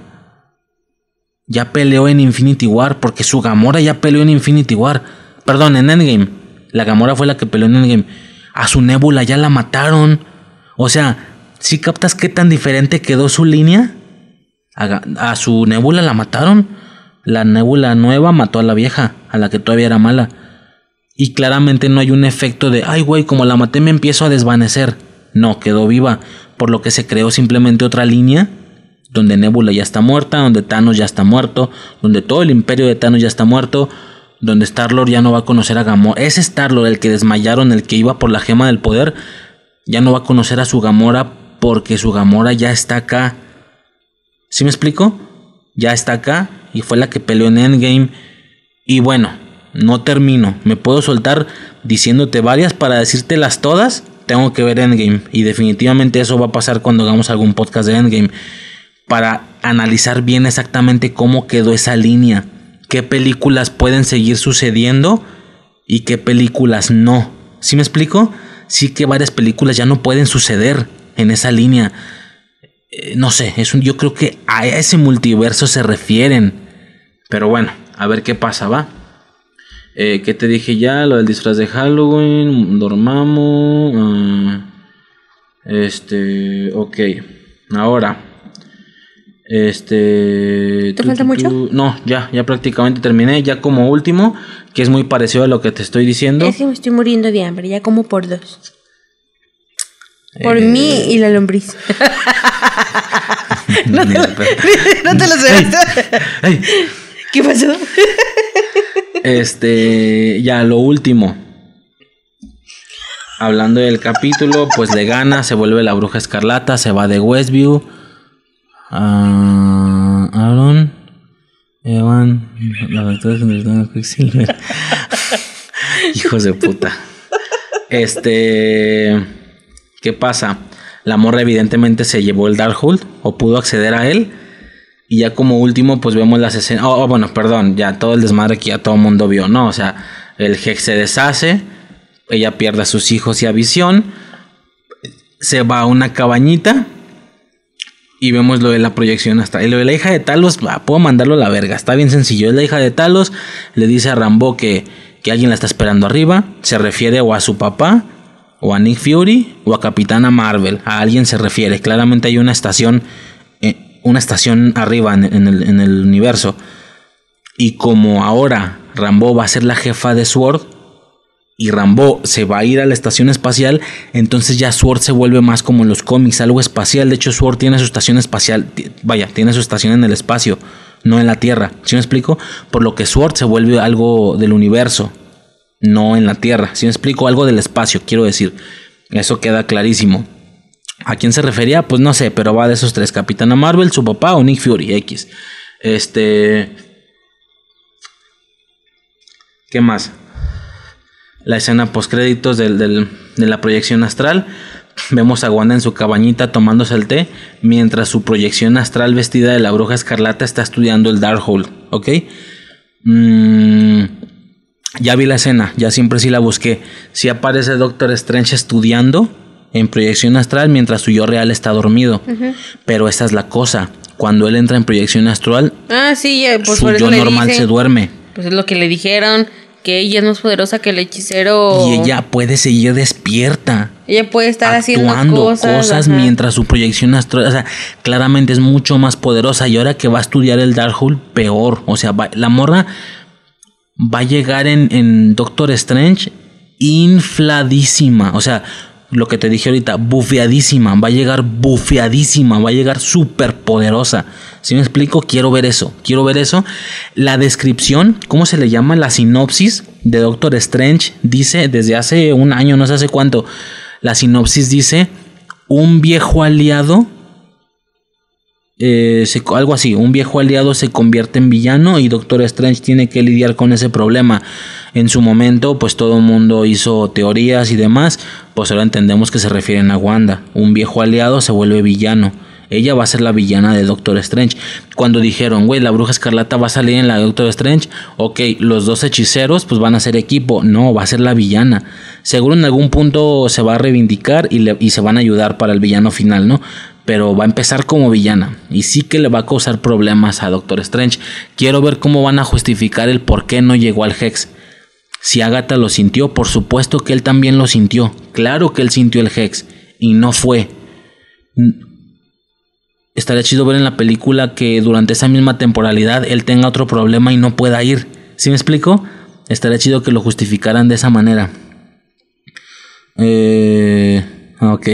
ya peleó en Infinity War, porque su Gamora ya peleó en Infinity War. Perdón, en Endgame. La Gamora fue la que peleó en Endgame. A su Nebula ya la mataron. O sea, ¿sí captas qué tan diferente quedó su línea? A, a su Nebula la mataron. La Nebula nueva mató a la vieja, a la que todavía era mala. Y claramente no hay un efecto de, ay güey, como la maté me empiezo a desvanecer. No, quedó viva. Por lo que se creó simplemente otra línea, donde Nebula ya está muerta, donde Thanos ya está muerto, donde todo el imperio de Thanos ya está muerto, donde Star-Lord ya no va a conocer a Gamora. Ese Star-Lord, el que desmayaron, el que iba por la gema del poder, ya no va a conocer a su Gamora porque su Gamora ya está acá. ¿Sí me explico? Ya está acá y fue la que peleó en Endgame. Y bueno, no termino. Me puedo soltar diciéndote varias para decírtelas todas. Tengo que ver Endgame y definitivamente eso va a pasar cuando hagamos algún podcast de Endgame, para analizar bien exactamente cómo quedó esa línea, qué películas pueden seguir sucediendo y qué películas no. ¿Sí me explico? Sí que varias películas ya no pueden suceder en esa línea. Eh, no sé, es un, yo creo que a ese multiverso se refieren. Pero bueno, a ver qué pasa, ¿va? Eh, ¿Qué te dije ya? Lo del disfraz de Halloween, Dormammu. Uh, este, ok. Ahora... Este... ¿Te falta mucho? No, ya, ya prácticamente terminé. Ya como último, que es muy parecido a lo que te estoy diciendo. Es que me estoy muriendo de hambre, ya como por dos. Por Eh, mí y la lombriz. no, te lo, no te lo sé. Ey. ¿Qué pasó? Este, ya lo último. Hablando del capítulo, pues le gana, se vuelve la Bruja Escarlata, se va de Westview. Uh, Aaron, Evan, los actores entrevistaron a Quicksilver. Hijos de puta. Este, ¿qué pasa? La morra evidentemente se llevó el Darkhold o pudo acceder a él. Y ya como último, pues vemos las escenas. Oh, oh, bueno, perdón, ya todo el desmadre que ya todo el mundo vio, ¿no? O sea, el Hex se deshace, ella pierde a sus hijos y a Visión, se va a una cabañita y vemos lo de la proyección hasta. Y lo de la hija de Talos, bah, puedo mandarlo a la verga, está bien sencillo. Es la hija de Talos, le dice a Rambo que, que alguien la está esperando arriba, se refiere o a su papá, o a Nick Fury, o a Capitana Marvel, a alguien se refiere. Claramente hay una estación. Eh, una estación arriba en, en, el, en el universo. Y como ahora Rambo va a ser la jefa de SWORD y Rambo se va a ir a la estación espacial, entonces ya SWORD se vuelve más como en los cómics, algo espacial. De hecho, SWORD tiene su estación espacial, vaya, tiene su estación en el espacio, no en la Tierra. ¿Sí me explico? Por lo que SWORD se vuelve algo del universo, no en la Tierra. ¿Sí me explico? Algo del espacio, quiero decir. Eso queda clarísimo. ¿A quién se refería? Pues no sé, pero va de esos tres: Capitana Marvel, su papá o Nick Fury, X. Este... ¿Qué más? La escena postcréditos del, del, de la proyección astral. Vemos a Wanda en su cabañita tomándose el té, mientras su proyección astral vestida de la Bruja Escarlata está estudiando el Darkhold, ¿ok? Mm, ya vi la escena, ya siempre sí la busqué. Sí aparece Doctor Strange estudiando en proyección astral mientras su yo real está dormido. Uh-huh. Pero esta es la cosa: cuando él entra en proyección astral, ah, sí, pues su por eso yo le normal dice, se duerme. Pues es lo que le dijeron, que ella es más poderosa que el hechicero. Y ella puede seguir despierta. Ella puede estar actuando haciendo cosas, cosas mientras su proyección astral, o sea, claramente es mucho más poderosa. Y ahora que va a estudiar el Darkhold, peor. O sea, va, la morra va a llegar en, en Doctor Strange infladísima. O sea, lo que te dije ahorita, bufeadísima, va a llegar bufeadísima, va a llegar súper poderosa. ¿Sí me explico? Quiero ver eso, quiero ver eso. La descripción, ¿cómo se le llama? La sinopsis de Doctor Strange dice, desde hace un año, no sé hace cuánto, la sinopsis dice: un viejo aliado, eh, se, algo así, un viejo aliado se convierte en villano y Doctor Strange tiene que lidiar con ese problema. En su momento, pues todo el mundo hizo teorías y demás, pues ahora entendemos que se refieren a Wanda. Un viejo aliado se vuelve villano. Ella va a ser la villana de Doctor Strange. Cuando dijeron, güey, la Bruja Escarlata va a salir en la de Doctor Strange, ok, los dos hechiceros pues van a ser equipo. No, va a ser la villana. Seguro en algún punto se va a reivindicar y, le, y se van a ayudar para el villano final, ¿no? Pero va a empezar como villana y sí que le va a causar problemas a Doctor Strange. Quiero ver cómo van a justificar el por qué no llegó al Hex. Si Agatha lo sintió, por supuesto que él también lo sintió. Claro que él sintió el Hex y no fue. Estaría chido ver en la película que durante esa misma temporalidad él tenga otro problema y no pueda ir. ¿Sí me explico? Estaría chido que lo justificaran de esa manera. Eh, ok.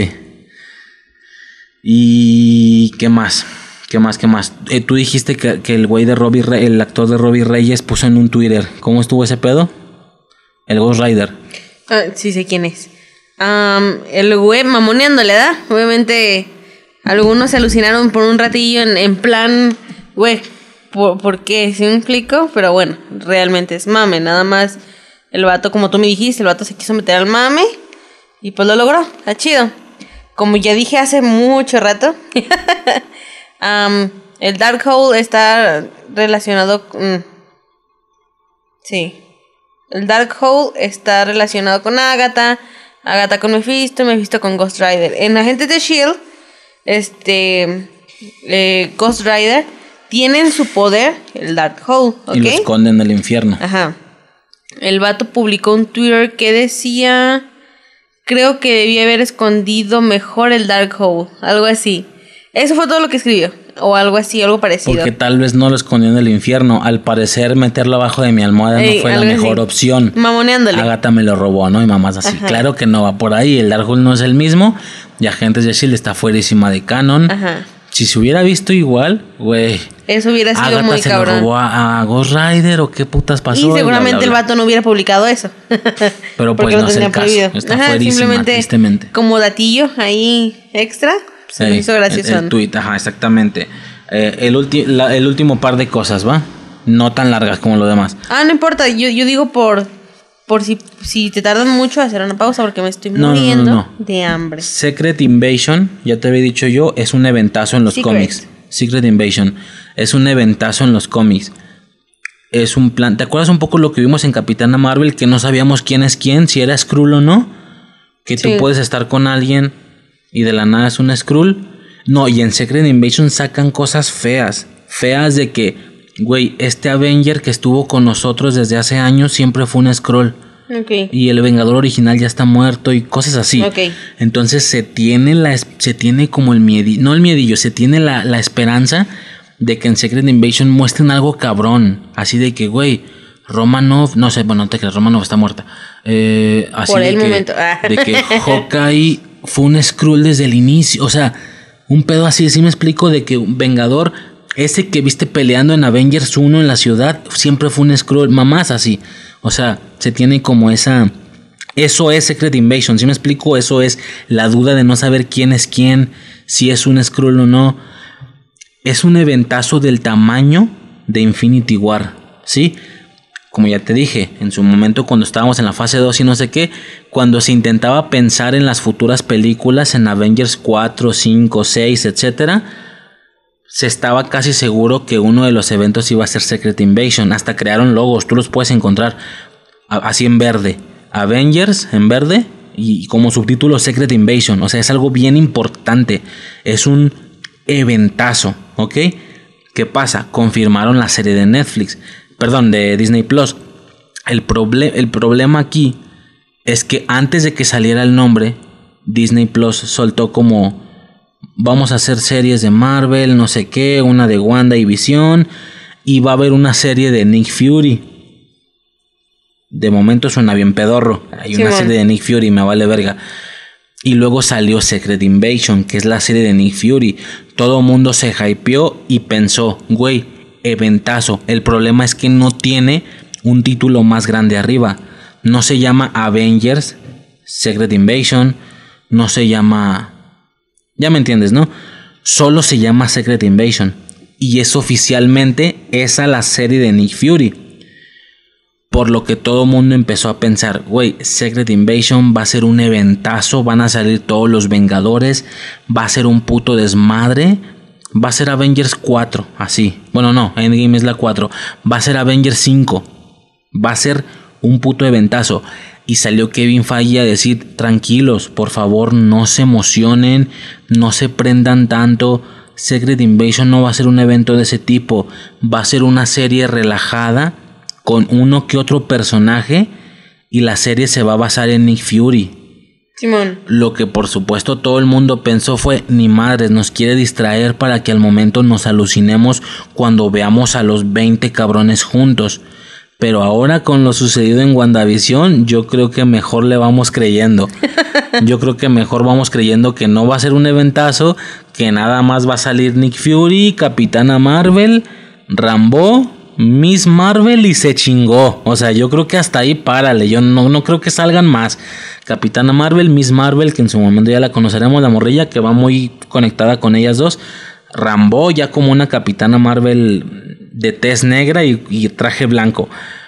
¿Y qué más? ¿Qué más? ¿Qué más? Eh, tú dijiste que, que el güey de Robbie Re- el actor de Robbie Reyes puso en un Twitter. ¿Cómo estuvo ese pedo? El Ghost Rider. Ah, sí sé quién es. Um, el güey mamoneándole, ¿da? Obviamente algunos se alucinaron por un ratillo en, en plan, güey, ¿por, ¿por qué? ¿Sí me explico? Pero bueno, realmente es mame. Nada más el vato, como tú me dijiste, el vato se quiso meter al mame y pues lo logró. Está chido. Como ya dije hace mucho rato, um, el Darkhold está relacionado... Mm, sí. El Darkhold está relacionado con Agatha, Agatha con Mephisto, Mephisto con Ghost Rider. En Agentes de S H I E L D, este, eh, Ghost Rider tienen su poder, el Darkhold, ¿ok? Y lo esconden en el infierno. Ajá. El vato publicó un Twitter que decía... Creo que debía haber escondido mejor el Darkhold, algo así. Eso fue todo lo que escribió, o algo así, algo parecido. Porque tal vez no lo escondió en el infierno. Al parecer meterlo abajo de mi almohada Ey, no fue la mejor así. opción. Mamoneándole. Agatha me lo robó, ¿no? Y mamás así. Ajá. Claro que no va por ahí. El Darkhold no es el mismo. Y Agentes de S H I E L D está fuerísima de canon. Ajá. Si se hubiera visto igual, güey. Eso hubiera sido Agatha muy se cabrón. Lo robó a, a Ghost Rider o qué putas pasó. Y seguramente bla, bla, bla. el vato no hubiera publicado eso. Pero pues no es el caso. Está ajá, fuerísima, tristemente. Como datillo ahí extra, se me hizo gracioso. El, el tweet, ajá, exactamente. Eh, el, ulti- la, el último par de cosas, ¿va? No tan largas como lo demás. Ah, no importa. Yo, yo digo por... Por si, si te tardan mucho hacer una pausa porque me estoy muriendo no, no, no, no. de hambre. Secret Invasion, ya te había dicho yo, es un eventazo en los Secret. cómics. Secret Invasion. Es un eventazo en los cómics. Es un plan. ¿Te acuerdas un poco lo que vimos en Capitana Marvel? Que no sabíamos quién es quién, si era Skrull o no. Que sí. Tú puedes estar con alguien y de la nada es un Skrull. No, y en Secret Invasion sacan cosas feas. Feas de que, güey, este Avenger que estuvo con nosotros desde hace años siempre fue un Skrull. Okay. Y el Vengador original ya está muerto y cosas así. Okay. Entonces se tiene la se tiene como el miedillo, no el miedillo, se tiene la, la esperanza de que en Secret Invasion muestren algo cabrón. Así de que, güey, Romanoff, no sé, bueno, no te creas, Romanoff está muerta. Eh, así Por de el que, momento. de que Hawkeye fue un Skrull desde el inicio. O sea, un pedo así, ¿sí me explico? De que un Vengador, ese que viste peleando en Avengers uno en la ciudad, siempre fue un Skrull. Mamás así. O sea, se tiene como esa... Eso es Secret Invasion, ¿sí me explico? Eso es la duda de no saber quién es quién, si es un Skrull o no. Es un eventazo del tamaño de Infinity War, ¿sí? Como ya te dije, en su momento cuando estábamos en la fase dos y no sé qué, cuando se intentaba pensar en las futuras películas, en Avengers cuatro, cinco, seis, etcétera, se estaba casi seguro que uno de los eventos iba a ser Secret Invasion. Hasta crearon logos, tú los puedes encontrar así en verde. Avengers en verde y como subtítulo Secret Invasion. O sea, es algo bien importante. Es un eventazo, ¿ok? ¿Qué pasa? Confirmaron la serie de Netflix, perdón, de Disney Plus. El, proble- el problema aquí es que antes de que saliera el nombre, Disney Plus soltó como... Vamos a hacer series de Marvel, no sé qué, una de Wanda y Visión, y va a haber una serie de Nick Fury. De momento suena bien pedorro. Hay sí, una man. serie de Nick Fury, me vale verga. Y luego salió Secret Invasion, que es la serie de Nick Fury. Todo el mundo se hypeó y pensó, güey, eventazo. El problema es que no tiene un título más grande arriba. No se llama Avengers Secret Invasion, no se llama... Ya me entiendes, ¿no? Solo se llama Secret Invasion. Y es oficialmente esa la serie de Nick Fury. Por lo que todo el mundo empezó a pensar, güey, Secret Invasion va a ser un eventazo, van a salir todos los Vengadores, va a ser un puto desmadre, va a ser Avengers cuatro, así. Bueno, no, Endgame es la cuatro, va a ser Avengers cinco, va a ser un puto eventazo. Y salió Kevin Feige a decir, tranquilos, por favor, no se emocionen, no se prendan tanto. Secret Invasion no va a ser un evento de ese tipo, va a ser una serie relajada con uno que otro personaje y la serie se va a basar en Nick Fury. Simón. Lo que por supuesto todo el mundo pensó fue, ni madres, nos quiere distraer para que al momento nos alucinemos cuando veamos a los veinte cabrones juntos. Pero ahora con lo sucedido en WandaVision, yo creo que mejor le vamos creyendo. Yo creo que mejor vamos creyendo que no va a ser un eventazo, que nada más va a salir Nick Fury, Capitana Marvel, Rambo, Miss Marvel y se chingó. O sea, yo creo que hasta ahí párale. Yo no, no creo que salgan más. Capitana Marvel, Miss Marvel, que en su momento ya la conoceremos, la morrilla, que va muy conectada con ellas dos. Rambo ya como una Capitana Marvel de tez negra y, y traje blanco.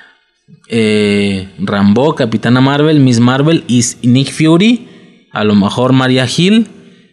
Eh, Rambo, Capitana Marvel, Miss Marvel y Nick Fury. A lo mejor Maria Hill,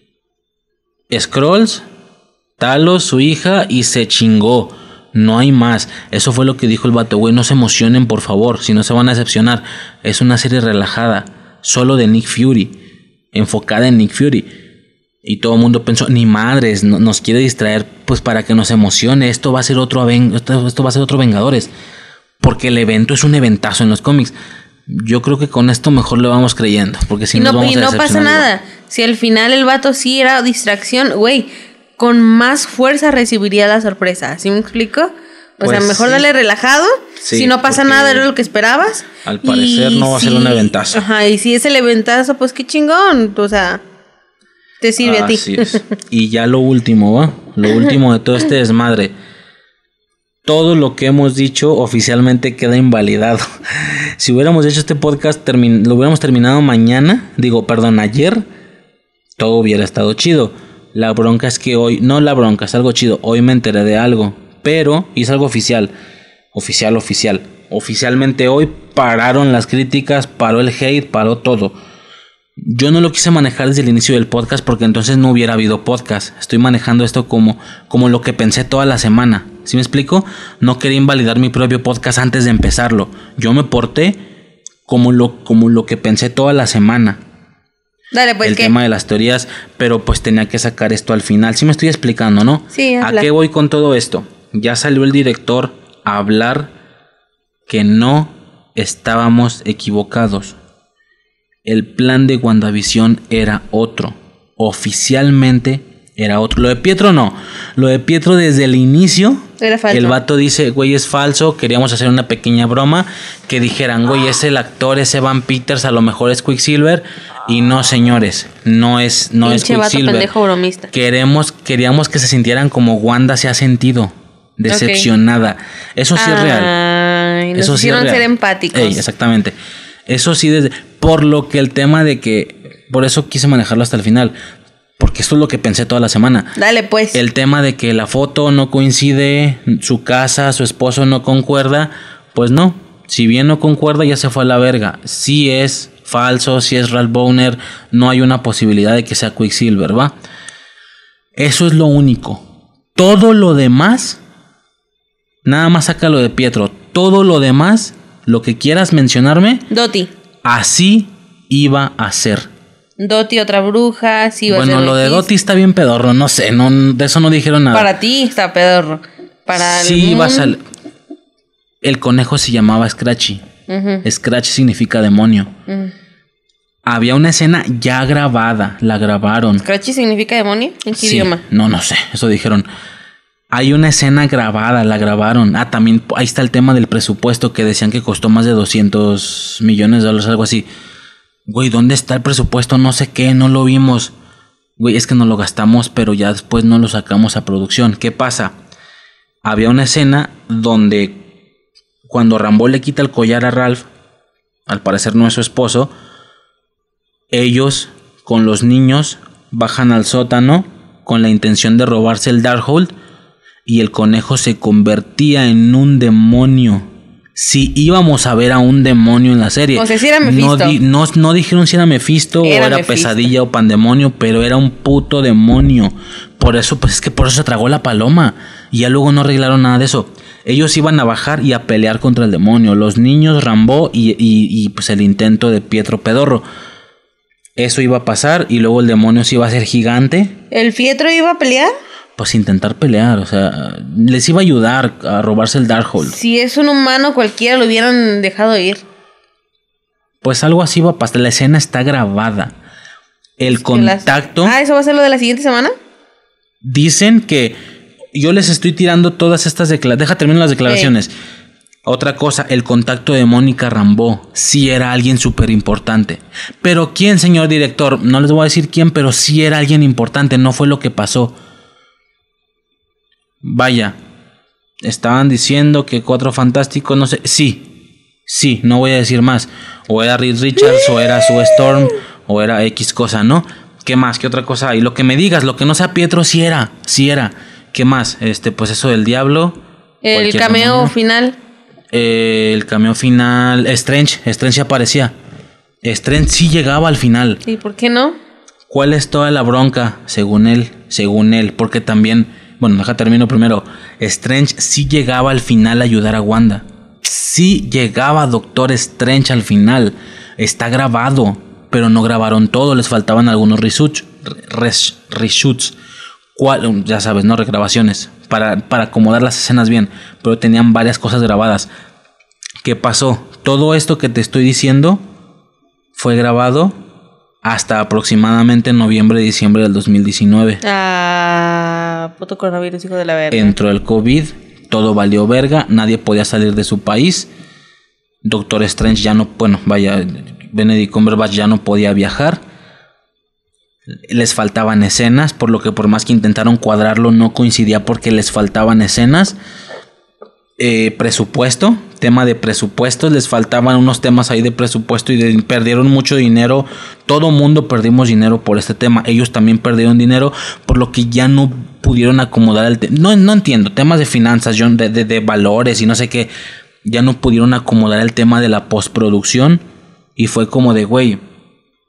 Skrulls, Talos, su hija, y se chingó. No hay más. Eso fue lo que dijo el vato. Güey, no se emocionen, por favor, si no se van a decepcionar. Es una serie relajada, solo de Nick Fury, enfocada en Nick Fury. Y todo el mundo pensó, ni madres, no, nos quiere distraer pues para que nos emocione. Esto va a ser otro Aven- esto, esto va a ser otro Vengadores. Porque el evento es un eventazo en los cómics. Yo creo que con esto mejor le vamos creyendo. Porque si y no, no, nos vamos y a no pasa igual. nada. Si al final el vato sí era distracción, güey, con más fuerza recibiría la sorpresa. ¿Sí me explico? O Pues sea, mejor sí. dale relajado. Sí, si no pasa nada, era lo que esperabas. Al parecer y no va a ser si, un eventazo. Ajá, y si es el eventazo, pues qué chingón. O sea, te sirve a ti. Así es. Y ya lo último, ¿va? Lo último de todo este desmadre. Todo lo que hemos dicho oficialmente queda invalidado. Si hubiéramos hecho este podcast, termin- lo hubiéramos terminado mañana, digo, perdón, ayer, todo hubiera estado chido. La bronca es que hoy, no la bronca, es algo chido. Hoy me enteré de algo, pero, y es algo oficial, oficial, oficial. Oficialmente hoy pararon las críticas, paró el hate, paró todo. Yo no lo quise manejar desde el inicio del podcast porque entonces no hubiera habido podcast. Estoy manejando esto como, como lo que pensé toda la semana. ¿Sí me explico? No quería invalidar mi propio podcast antes de empezarlo. Yo me porté como lo, como lo que pensé toda la semana. Dale, pues, el ¿qué? tema de las teorías, pero pues tenía que sacar esto al final. Sí me estoy explicando, ¿no? Sí, ¿A habla. qué voy con todo esto? Ya salió el director a hablar que no estábamos equivocados. El plan de WandaVision era otro. Oficialmente era otro. Lo de Pietro no. Lo de Pietro desde el inicio. Era falso. El vato dice, güey, es falso. Queríamos hacer una pequeña broma. Que dijeran, güey, es el actor, es Evan Peters, a lo mejor es Quicksilver. Y no, señores, no es, no es Pinche vato Quicksilver. pendejo bromista. Queremos, queríamos que se sintieran como Wanda se ha sentido. Decepcionada. Eso sí es real. Ay, nos Eso sí es hicieron real. ser empáticos. Ey, exactamente. Eso sí, desde, por lo que el tema de que, por eso quise manejarlo hasta el final, porque esto es lo que pensé toda la semana. Dale, pues. El tema de que la foto no coincide, su casa, su esposo no concuerda, pues no. Si bien no concuerda, ya se fue a la verga. Si es falso, si es Ralph Bohner, no hay una posibilidad de que sea Quicksilver, ¿va? Eso es lo único. Todo lo demás, nada más saca lo de Pietro. Todo lo demás, lo que quieras mencionarme, Doti. así iba a ser. Doti, otra bruja. Sí, iba a Bueno, ser lo de X. Doti está bien pedorro, no sé, no, de eso no dijeron nada. Para ti está pedorro. Para el Sí, iba a mundo- sal- El conejo se llamaba Scratchy. Ujú, Scratch significa demonio. ujú. Había una escena ya grabada, la grabaron. ¿Scratchy significa demonio? ¿En qué Sí, idioma? no, no sé, eso dijeron. Hay una escena grabada, la grabaron. Ah, también ahí está el tema del presupuesto que decían que costó más de doscientos millones de dólares, algo así. Güey, ¿dónde está el presupuesto? No sé qué, no lo vimos. Güey, es que nos lo gastamos, pero ya después no lo sacamos a producción. ¿Qué pasa? Había una escena donde cuando Rambo le quita el collar a Ralph, al parecer no es su esposo, ellos con los niños bajan al sótano con la intención de robarse el Darkhold y el conejo se convertía en un demonio. Si íbamos a ver a un demonio en la serie. O sea, sí era no, Mephisto. di- no, no dijeron si era Mephisto Era o era Mephisto. Pesadilla o Pandemonio, pero era un puto demonio. Por eso, pues es que por eso se tragó la paloma. Y ya luego no arreglaron nada de eso. Ellos iban a bajar y a pelear contra el demonio. Los niños, Rambo y, y, y pues el intento de Pietro Pedorro. Eso iba a pasar y luego el demonio se iba a hacer gigante. ¿El Pietro iba a pelear? Pues intentar pelear, o sea, les iba a ayudar a robarse el Darkhold. Si es un humano cualquiera lo hubieran dejado ir. Pues algo así va a pasar. La escena está grabada. El Que las- contacto. Ah, ¿eso va a ser lo de la siguiente semana? Dicen que yo les estoy tirando todas estas declaraciones. Deja terminar las declaraciones. Otra cosa, el contacto de Mónica Rambeau sí era alguien súper importante. Pero ¿quién, señor director? No les voy a decir quién, pero sí era alguien importante. No fue lo que pasó. Vaya, estaban diciendo que Cuatro Fantásticos, no sé. Sí, sí, no voy a decir más. O era Reed Richards, o era Sue Storm, o era X cosa, ¿no? ¿Qué más? ¿Qué otra cosa hay? Lo que me digas, lo que no sea Pietro, sí era, sí era. ¿Qué más? Este, pues eso del diablo. El cualquier cameo demonio. final. Eh, el cameo final. Strange, Strange sí aparecía. Strange sí llegaba al final. ¿Y por qué no? ¿Cuál es toda la bronca? Según él, según él, porque también, bueno, deja termino primero. Strange sí llegaba al final a ayudar a Wanda. Sí llegaba Doctor Strange al final. Está grabado, pero no grabaron todo, les faltaban algunos reshoots, res- reshoots. ¿Cuál? Ya sabes, ¿no? Regrabaciones para, para acomodar las escenas bien, pero tenían varias cosas grabadas. ¿Qué pasó? Todo esto que te estoy diciendo fue grabado hasta aproximadamente noviembre, diciembre del dos mil diecinueve. Ah, puto coronavirus, hijo de la verga. Entró el COVID, todo valió verga, nadie podía salir de su país. Doctor Strange ya no, bueno, vaya, Benedict Cumberbatch ya no podía viajar. Les faltaban escenas, por lo que por más que intentaron cuadrarlo no coincidía porque les faltaban escenas. Eh, presupuesto, tema de presupuestos, les faltaban unos temas ahí de presupuesto y de- perdieron mucho dinero. Todo mundo perdimos dinero por este tema. Ellos también perdieron dinero, por lo que ya no pudieron acomodar el tema. No, no entiendo, temas de finanzas, yo- de, de, de valores y no sé qué. Ya no pudieron acomodar el tema de la postproducción y fue como de güey.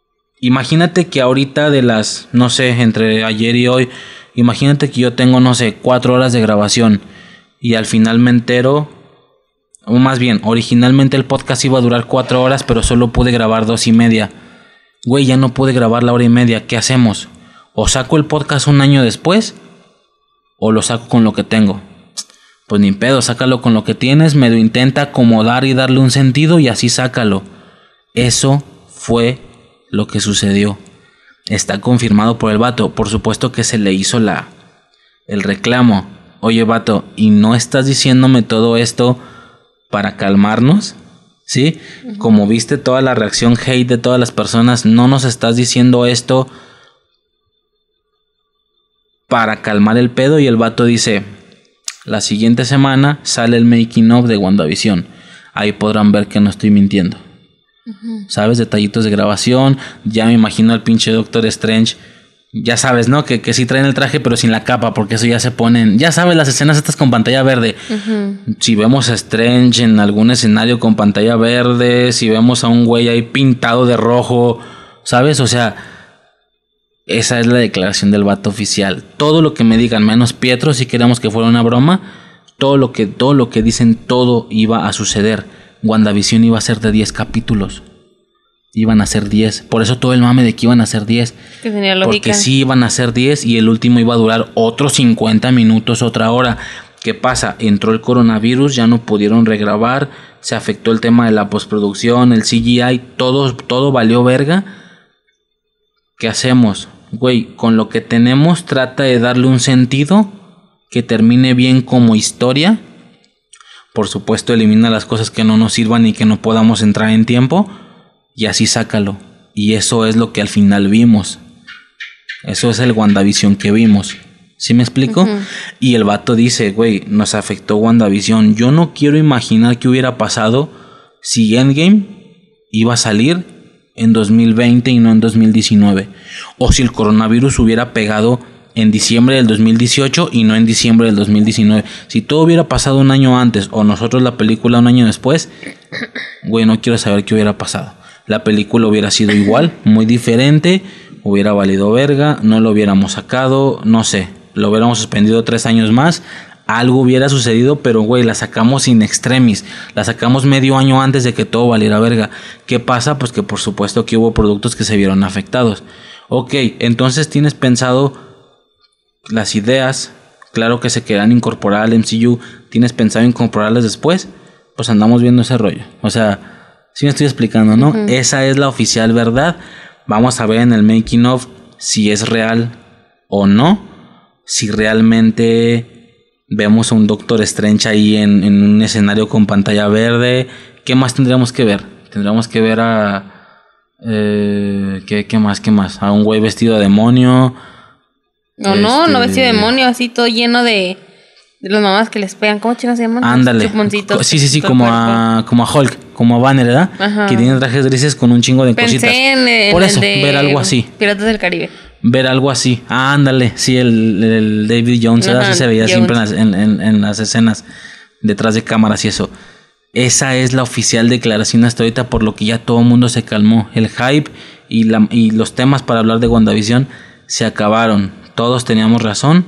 imagínate que ahorita de las, no sé, entre ayer y hoy, imagínate que yo tengo, no sé, cuatro horas de grabación y al final me entero, o más bien, originalmente el podcast iba a durar cuatro horas, pero solo pude grabar dos y media. Güey, ya no pude grabar la hora y media, ¿qué hacemos? ¿O saco el podcast un año después o lo saco con lo que tengo? Pues ni pedo, sácalo con lo que tienes, medio intenta acomodar y darle un sentido y así sácalo. Eso fue lo que sucedió. Está confirmado por el vato. Por supuesto que se le hizo la el reclamo. Oye, vato, ¿y no estás diciéndome todo esto para calmarnos? ¿Sí? Uh-huh. Como viste toda la reacción hate de todas las personas, ¿no nos estás diciendo esto para calmar el pedo? Y el vato dice, la siguiente semana sale el making of de WandaVision. Ahí podrán ver que no estoy mintiendo. Uh-huh. ¿Sabes? Detallitos de grabación. Ya me imagino al pinche Doctor Strange. Ya sabes, ¿no? Que, que sí traen el traje pero sin la capa, porque eso ya se ponen... Ya sabes, las escenas estas con pantalla verde. Uh-huh. Si vemos a Strange en algún escenario con pantalla verde, si vemos a un güey ahí pintado de rojo, ¿sabes? O sea, esa es la declaración del vato oficial. Todo lo que me digan, menos Pietro, si queremos que fuera una broma, todo lo que, todo lo que dicen, todo iba a suceder. WandaVision iba a ser de diez capítulos. Iban a ser diez. Por eso todo el mame de que iban a ser diez. Que tenía lógica. Porque sí iban a ser diez y el último iba a durar otros cincuenta minutos, otra hora. ¿Qué pasa? Entró el coronavirus, ya no pudieron regrabar, se afectó el tema de la postproducción, el C G I, todo, todo valió verga. ¿Qué hacemos? Güey, con lo que tenemos trata de darle un sentido que termine bien como historia. Por supuesto, elimina las cosas que no nos sirvan y que no podamos entrar en tiempo. Y así sácalo. Y eso es lo que al final vimos. Eso es el WandaVision que vimos. ¿Sí me explico? Uh-huh. Y el vato dice, güey, nos afectó WandaVision. Yo no quiero imaginar qué hubiera pasado si Endgame iba a salir en dos mil veinte y no en dos mil diecinueve. O si el coronavirus hubiera pegado en diciembre del dos mil dieciocho y no en diciembre del dos mil diecinueve. Si todo hubiera pasado un año antes o nosotros la película un año después, güey, no quiero saber qué hubiera pasado. La película hubiera sido igual, muy diferente, hubiera valido verga, no lo hubiéramos sacado, no sé, lo hubiéramos suspendido tres años más, algo hubiera sucedido, pero güey, la sacamos in extremis, la sacamos medio año antes de que todo valiera verga. ¿Qué pasa? Pues que por supuesto que hubo productos que se vieron afectados. Ok, entonces tienes pensado las ideas, claro que se quedan incorporar al M C U, tienes pensado incorporarlas después, pues andamos viendo ese rollo, o sea... Sí me estoy explicando, ¿no? Uh-huh. Esa es la oficial verdad. Vamos a ver en el making of si es real o no. Si realmente vemos a un Doctor Strange ahí en, en un escenario con pantalla verde. ¿Qué más tendríamos que ver? Tendríamos que ver a... Eh, ¿qué, ¿Qué más? ¿Qué más? A un güey vestido de demonio. No, este... no, no vestido de demonio. Así todo lleno de... De las mamás que les pegan, ¿cómo chingas se llaman? Ándale. Sí, sí, sí, como a, como a Hulk, como a Banner, ¿verdad? Ajá. Que tienen trajes grises con un chingo de Pensé cositas. En el, Por eso, el de ver algo así. Piratas del Caribe. Ver algo así. Ah, ándale. Sí, el, el David Jones, ¿verdad? Así se veía Jones. Siempre en las, en, en, en las escenas detrás de cámaras y eso. Esa es la oficial declaración hasta ahorita, por lo que ya todo el mundo se calmó. El hype y, la, y los temas para hablar de WandaVision se acabaron. Todos teníamos razón,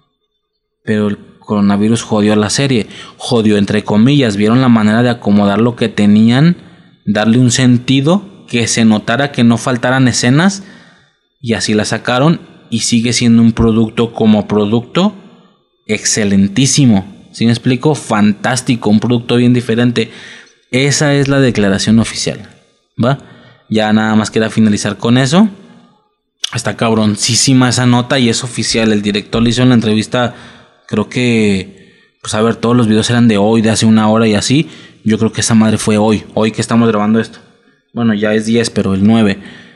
pero el coronavirus jodió a la serie, jodió entre comillas, vieron la manera de acomodar lo que tenían, darle un sentido, que se notara que no faltaran escenas y así la sacaron y sigue siendo un producto como producto excelentísimo, ¿sí me explico? Fantástico, un producto bien diferente. Esa es la declaración oficial, ¿va? Ya nada más queda finalizar con eso. Está cabroncísima esa nota y es oficial, el director le hizo en la entrevista. Creo que, pues a ver, todos los videos eran de hoy, de hace una hora y así. Yo creo que esa madre fue hoy, hoy que estamos grabando esto. Bueno, ya es diez, pero el nueve.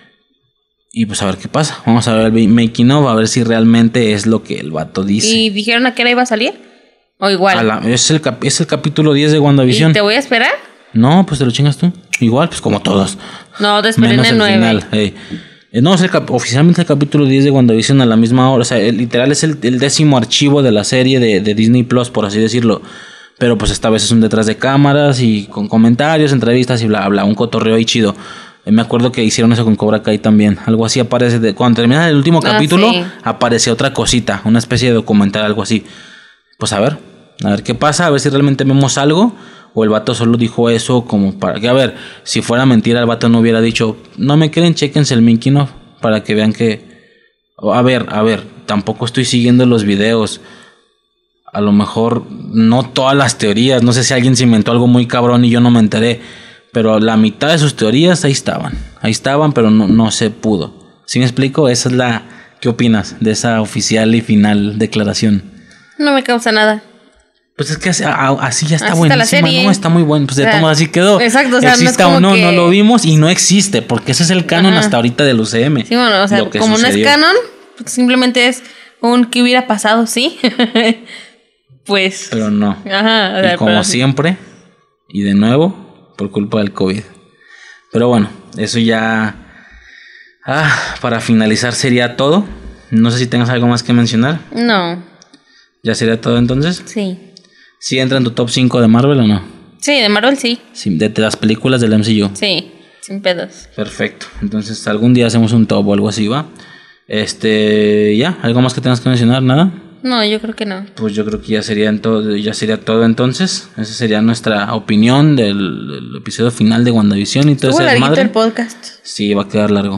Y pues a ver qué pasa. Vamos a ver el making of, a ver si realmente es lo que el vato dice. ¿Y dijeron a qué hora iba a salir? ¿O igual? A la, es, el cap, es el capítulo diez de WandaVision. ¿Y te voy a esperar? No, pues te lo chingas tú. Igual, pues como todos. No, te esperé en el nueve. Final, hey. No, es el cap- oficialmente el capítulo diez de WandaVision a la misma hora. O sea, el, literal es el, el décimo archivo de la serie de, de Disney Plus, por así decirlo. Pero pues esta vez es un detrás de cámaras y con comentarios, entrevistas y bla, bla, un cotorreo ahí chido. Me acuerdo que hicieron eso con Cobra Kai también. Algo así aparece. De, cuando termina el último capítulo, ah, sí. aparece otra cosita. Una especie de documental, algo así. Pues a ver. A ver qué pasa. A ver si realmente vemos algo. O el vato solo dijo eso como para que, a ver, si fuera mentira, el vato no hubiera dicho, no me creen, chéquense el making of. Para que vean que... A ver, a ver. Tampoco estoy siguiendo los videos. A lo mejor no todas las teorías. No sé si alguien se inventó algo muy cabrón y yo no me enteré. Pero la mitad de sus teorías ahí estaban. Ahí estaban, pero no, no se pudo. ¿Sí me explico? Esa es la... ¿Qué opinas de esa oficial y final declaración? No me causa nada. Pues es que así, así ya está así buenísima, está la serie. No, está muy bueno. Pues de o sea, toma así quedó. Exacto, o sea, exista no es como o no, que... no lo vimos y no existe. Porque ese es el canon Ajá. hasta ahorita del U C M. Sí, bueno, o sea, como sucedió. No es canon, pues simplemente es un que hubiera pasado, ¿sí? Pues... Pero no. Ajá. O sea, y como pero... siempre, y de nuevo... por culpa del COVID. Pero bueno, eso ya... Ah, para finalizar sería todo. No sé si tengas algo más que mencionar. No. ¿Ya sería todo entonces? Sí. ¿Sí entra en tu top cinco de Marvel o no? Sí, de Marvel sí. Sí, de, de las películas del M C U. Sí, sin pedos. Perfecto. Entonces algún día hacemos un top o algo así, ¿va? Este... ¿Ya? ¿Algo más que tengas que mencionar? ¿Nada? No, yo creo que no. Pues yo creo que ya sería, en todo, ya sería todo entonces. Esa sería nuestra opinión del, del episodio final de WandaVision y todo ese desmadre. Estuvo larguito el podcast. Sí, va a quedar largo.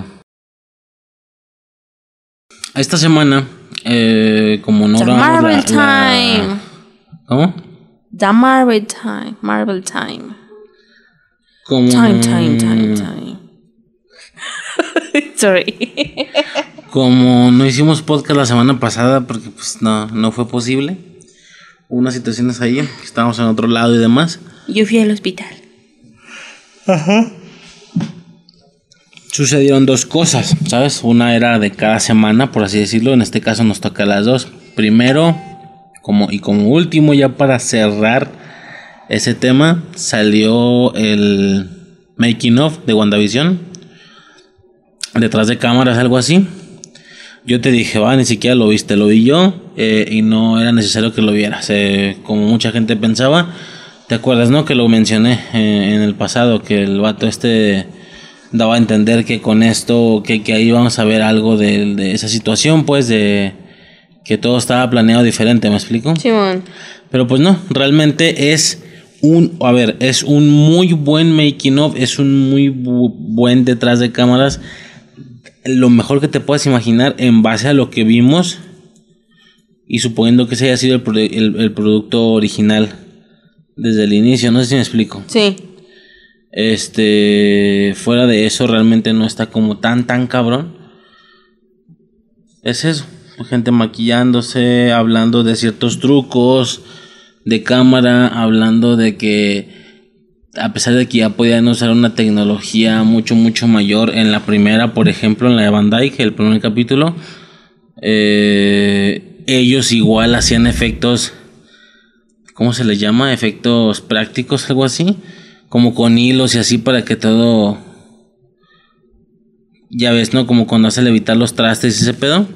Esta semana, eh, como no grabamos Marvel la, Time. La... ¿Cómo? The Marvel Time. Marvel Time. Como... Time, time, time, time. Sorry. Como no hicimos podcast la semana pasada porque pues no, no fue posible. Hubo unas situaciones ahí, que estábamos en otro lado y demás. Yo fui al hospital. Ajá. Sucedieron dos cosas, ¿sabes? Una era de cada semana, por así decirlo. En este caso nos toca las dos. Primero, como y como último, ya para cerrar ese tema, salió el making of de WandaVision. Detrás de cámaras, algo así. Yo te dije, va, ni siquiera lo viste, lo vi yo eh, y no era necesario que lo vieras, eh, como mucha gente pensaba. ¿Te acuerdas, no? Que lo mencioné eh, en el pasado, que el vato este daba a entender que con esto, que, que ahí vamos a ver algo de, de esa situación, pues, de que todo estaba planeado diferente, ¿me explico? Sí, man. Pero pues no, realmente es un, a ver, es un muy buen making of, es un muy bu- buen detrás de cámaras. Lo mejor que te puedas imaginar en base a lo que vimos y suponiendo que ese haya sido el, pro- el, el producto original desde el inicio, no sé si me explico. Sí. Este, fuera de eso realmente no está como tan tan cabrón. Es eso, gente maquillándose, hablando de ciertos trucos de cámara, hablando de que a pesar de que ya podían usar una tecnología mucho, mucho mayor en la primera, por ejemplo, en la de Van Dyke, el primer capítulo, eh, ellos igual hacían efectos, ¿cómo se les llama? Efectos prácticos, algo así, como con hilos y así para que todo, ya ves, ¿no? Como cuando hace levitar los trastes y ese pedo.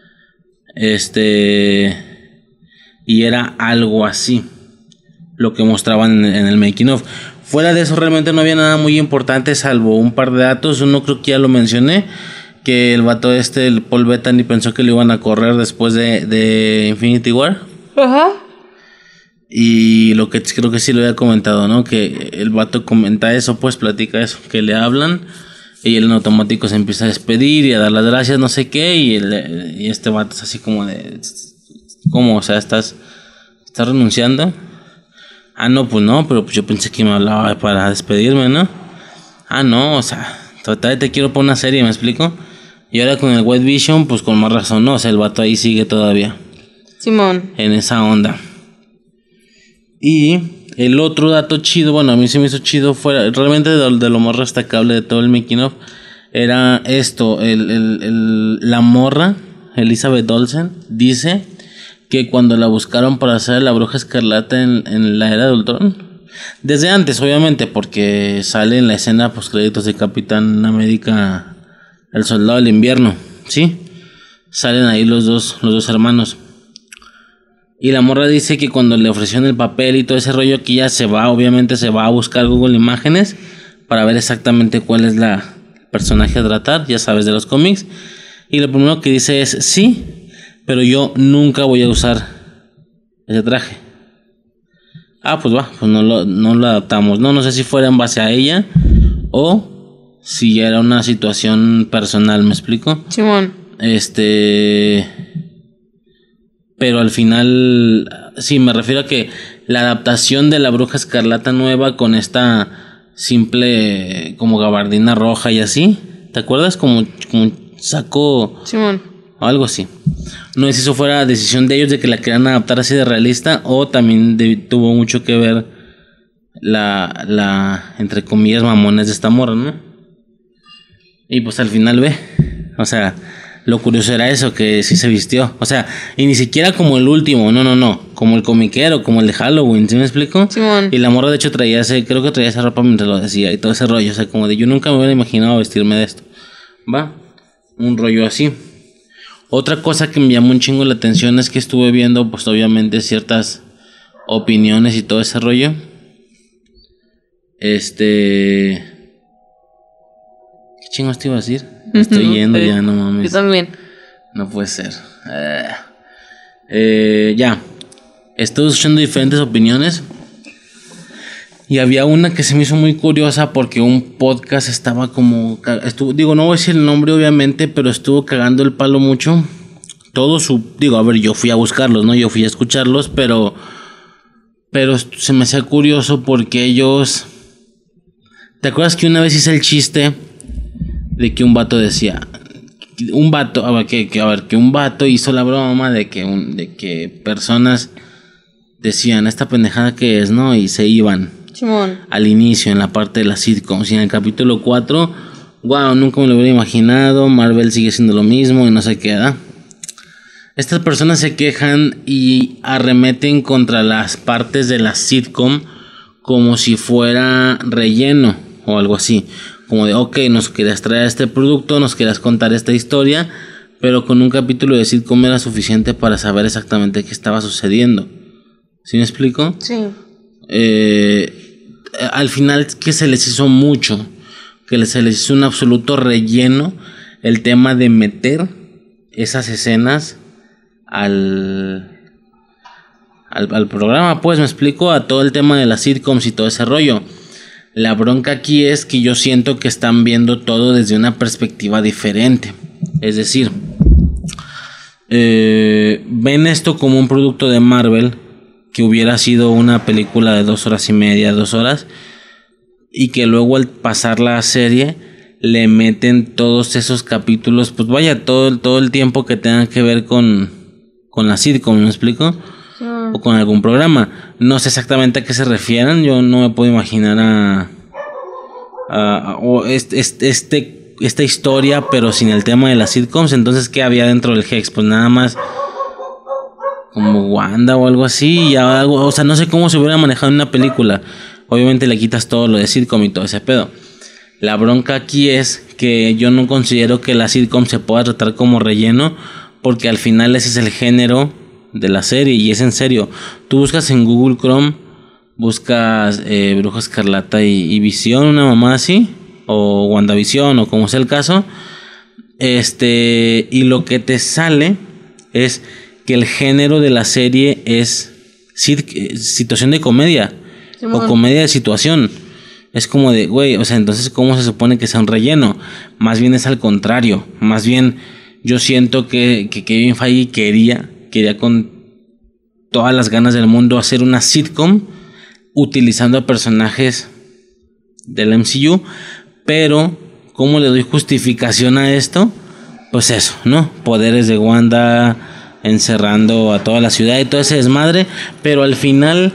Este, y era algo así lo que mostraban en, en el making of. Fuera de eso realmente no había nada muy importante salvo un par de datos. Uno creo que ya lo mencioné, que el vato este, el Paul Bettany, pensó que lo iban a correr después de, de Infinity War. Ajá. Y lo que creo que sí lo había comentado, ¿no? Que el vato comenta eso, pues platica eso, que le hablan y él en automático se empieza a despedir y a dar las gracias, no sé qué, y, el, y este vato es así como de, ¿cómo? O sea, estás, estás renunciando. Ah, no, pues no, pero pues yo pensé que me hablaba para despedirme, ¿no? Ah, no, o sea, total te quiero por una serie, ¿me explico? Y ahora con el White Vision, pues con más razón, ¿no? O sea, el vato ahí sigue todavía. Simón. En esa onda. Y el otro dato chido, bueno, a mí se me hizo chido, fuera realmente de, de lo más destacable de todo el making of, era esto, el, el, el, la morra, Elizabeth Olsen, dice que cuando la buscaron para hacer la Bruja Escarlata en, en la era de Ultron, desde antes obviamente, porque sale en la escena post créditos de Capitán América, el Soldado del Invierno, ¿sí? Salen ahí los dos, los dos hermanos. Y la morra dice que cuando le ofrecieron el papel y todo ese rollo, que ya se va, obviamente se va a buscar Google Imágenes para ver exactamente cuál es la, personaje a tratar, ya sabes, de los cómics. Y lo primero que dice es, sí, pero yo nunca voy a usar ese traje. Ah, pues va, pues no lo, no lo adaptamos. No, no sé si fuera en base a ella o si ya era una situación personal, ¿me explico? Simón. Este... Pero al final, sí, me refiero a que la adaptación de la Bruja Escarlata nueva con esta simple como gabardina roja y así, ¿te acuerdas? Como, como un saco... Simón. O algo así. No sé si eso fuera decisión de ellos de que la querían adaptar así de realista o también de, tuvo mucho que ver la, la, entre comillas, mamones de esta morra, ¿no? Y pues al final ve, o sea... Lo curioso era eso, que sí se vistió. O sea, y ni siquiera como el último, no, no, no. Como el comiquero, como el de Halloween, ¿sí me explico? Simón. Y la morra de hecho traía ese, creo que traía esa ropa mientras lo decía y todo ese rollo. O sea, como de yo nunca me hubiera imaginado vestirme de esto. Va, un rollo así. Otra cosa que me llamó un chingo la atención es que estuve viendo, pues obviamente, ciertas opiniones y todo ese rollo. Este... ¿Qué chingos te iba a decir? Me estoy yendo sí. Ya, no mames. Yo también. No puede ser. Eh, eh, ya. Estuve escuchando diferentes opiniones. Y había una que se me hizo muy curiosa porque un podcast estaba como... Estuvo, digo, no voy a decir el nombre obviamente, pero estuvo cagando el palo mucho. Todo su... Digo, a ver, yo fui a buscarlos, ¿no? Yo fui a escucharlos, pero... Pero se me hacía curioso porque ellos... ¿Te acuerdas que una vez hice el chiste de que un vato decía... Un vato... A ver, que, que, a ver, que un vato hizo la broma de que, un, de que personas decían esta pendejada que es, ¿no? Y se iban... Simón. Al inicio, en la parte de la sitcom. Y en el capítulo cuatro, wow, nunca me lo hubiera imaginado. Marvel sigue siendo lo mismo y no sé qué, ¿verdad? Estas personas se quejan y arremeten contra las partes de la sitcom como si fuera relleno o algo así. Como de, ok, nos querías traer este producto, nos querías contar esta historia, pero con un capítulo de sitcom era suficiente para saber exactamente qué estaba sucediendo. ¿Sí me explico? Sí. Eh, al final que se les hizo mucho, que se les hizo un absoluto relleno el tema de meter esas escenas al, al, al programa, pues me explico, a todo el tema de las sitcoms y todo ese rollo. La bronca aquí es que yo siento que están viendo todo desde una perspectiva diferente, es decir, eh, ven esto como un producto de Marvel que hubiera sido una película de dos horas y media, dos horas, y que luego al pasar la serie le meten todos esos capítulos, pues vaya, todo, todo el tiempo que tengan que ver con, con la sitcom, ¿me explico? Sí. O con algún programa. No sé exactamente a qué se refieran, yo no me puedo imaginar a... a, a o este, este, esta historia, pero sin el tema de las sitcoms. Entonces, ¿qué había dentro del Hex? Pues nada más... como Wanda o algo así, y algo, o sea, no sé cómo se hubiera manejado en una película. Obviamente le quitas todo lo de sitcom y todo ese pedo. La bronca aquí es que yo no considero que la sitcom se pueda tratar como relleno, porque al final ese es el género de la serie, y es en serio. Tú buscas en Google Chrome, buscas eh, Bruja Escarlata y, y Visión, una mamá así, o WandaVision, o como sea el caso, este, y lo que te sale es que el género de la serie es sit- situación de comedia, sí, o comedia de situación. Es como de, güey, o sea, entonces ¿cómo se supone que sea un relleno? Más bien es al contrario. Más bien yo siento que, que Kevin Feige quería, quería con todas las ganas del mundo hacer una sitcom utilizando a personajes del M C U, pero ¿cómo le doy justificación a esto? Pues eso, ¿no? Poderes de Wanda encerrando a toda la ciudad y todo ese desmadre, pero al final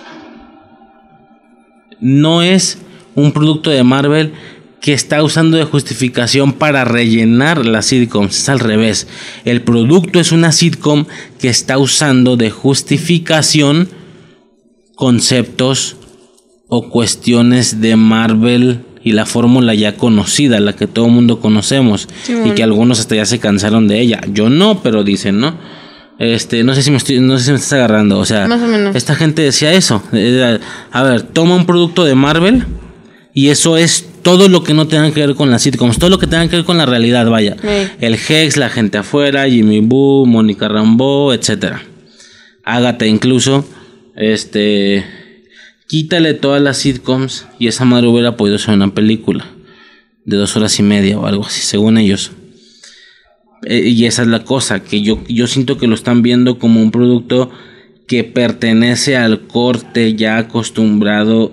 no es un producto de Marvel que está usando de justificación para rellenar las sitcoms, es al revés. El producto es una sitcom que está usando de justificación conceptos o cuestiones de Marvel y la fórmula ya conocida, la que todo el mundo conocemos, sí, bueno. Y que algunos hasta ya se cansaron de ella. Yo no, pero dicen, ¿no? Este, no sé si me estoy, no sé si me estás agarrando, o sea, más o menos. Esta gente decía eso. A ver, toma un producto de Marvel y eso es todo lo que no tenga que ver con las sitcoms, todo lo que tenga que ver con la realidad, vaya. Sí. El Hex, La Gente Afuera, Jimmy Boo, Mónica Rambeau, etcétera. Ágata incluso, este, quítale todas las sitcoms y esa madre hubiera podido ser una película de dos horas y media o algo así, según ellos. Eh, y esa es la cosa, que yo, yo siento que lo están viendo como un producto que pertenece al corte ya acostumbrado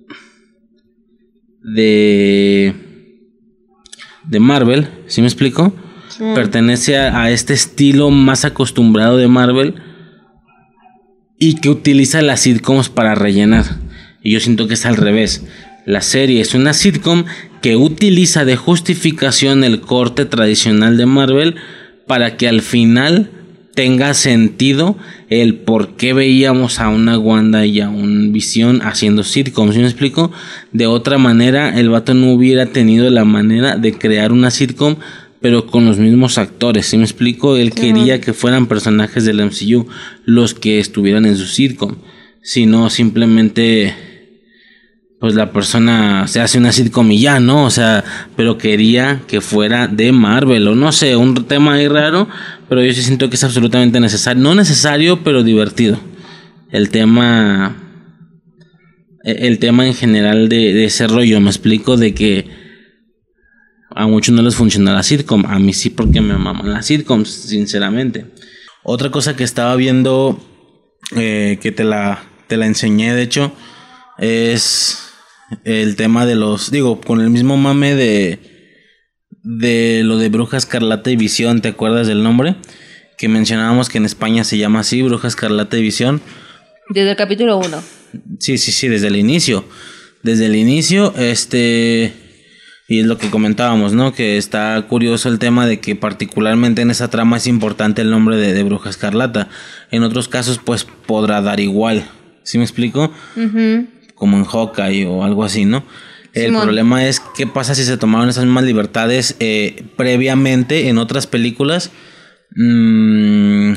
de de Marvel, ¿sí me explico? Sí. Pertenece a, a este estilo más acostumbrado de Marvel y que utiliza las sitcoms para rellenar. Y yo siento que es al revés. La serie es una sitcom que utiliza de justificación el corte tradicional de Marvel para que al final tenga sentido el por qué veíamos a una Wanda y a un Visión haciendo sitcoms. ¿Sí me explico? De otra manera, el vato no hubiera tenido la manera de crear una sitcom, pero con los mismos actores. ¿Sí me explico? Él sí. quería que fueran personajes del M C U los que estuvieran en su sitcom. Si no, simplemente pues la persona se hace una sitcom y ya, ¿no? O sea, pero quería que fuera de Marvel, o no sé, un tema ahí raro, pero yo sí siento que es absolutamente necesario, no necesario, pero divertido. El tema, el tema en general de, de ese rollo, me explico, de que a muchos no les funciona la sitcom, a mí sí porque me maman las sitcoms, sinceramente. Otra cosa que estaba viendo, eh, que te la, te la enseñé, de hecho, es el tema de los, digo, con el mismo mame de de lo de Bruja Escarlata y Visión, ¿te acuerdas del nombre? Que mencionábamos que en España se llama así, Bruja Escarlata y Visión. Desde el capítulo uno. Sí, sí, sí, desde el inicio. Desde el inicio, este, y es lo que comentábamos, ¿no? Que está curioso el tema de que particularmente en esa trama es importante el nombre de, de Bruja Escarlata. En otros casos, pues, podrá dar igual. ¿Sí me explico? Uh-huh. Como en Hawkeye o algo así, ¿no? El Simón. Problema es qué pasa si se tomaron esas mismas libertades eh, previamente en otras películas. Mm,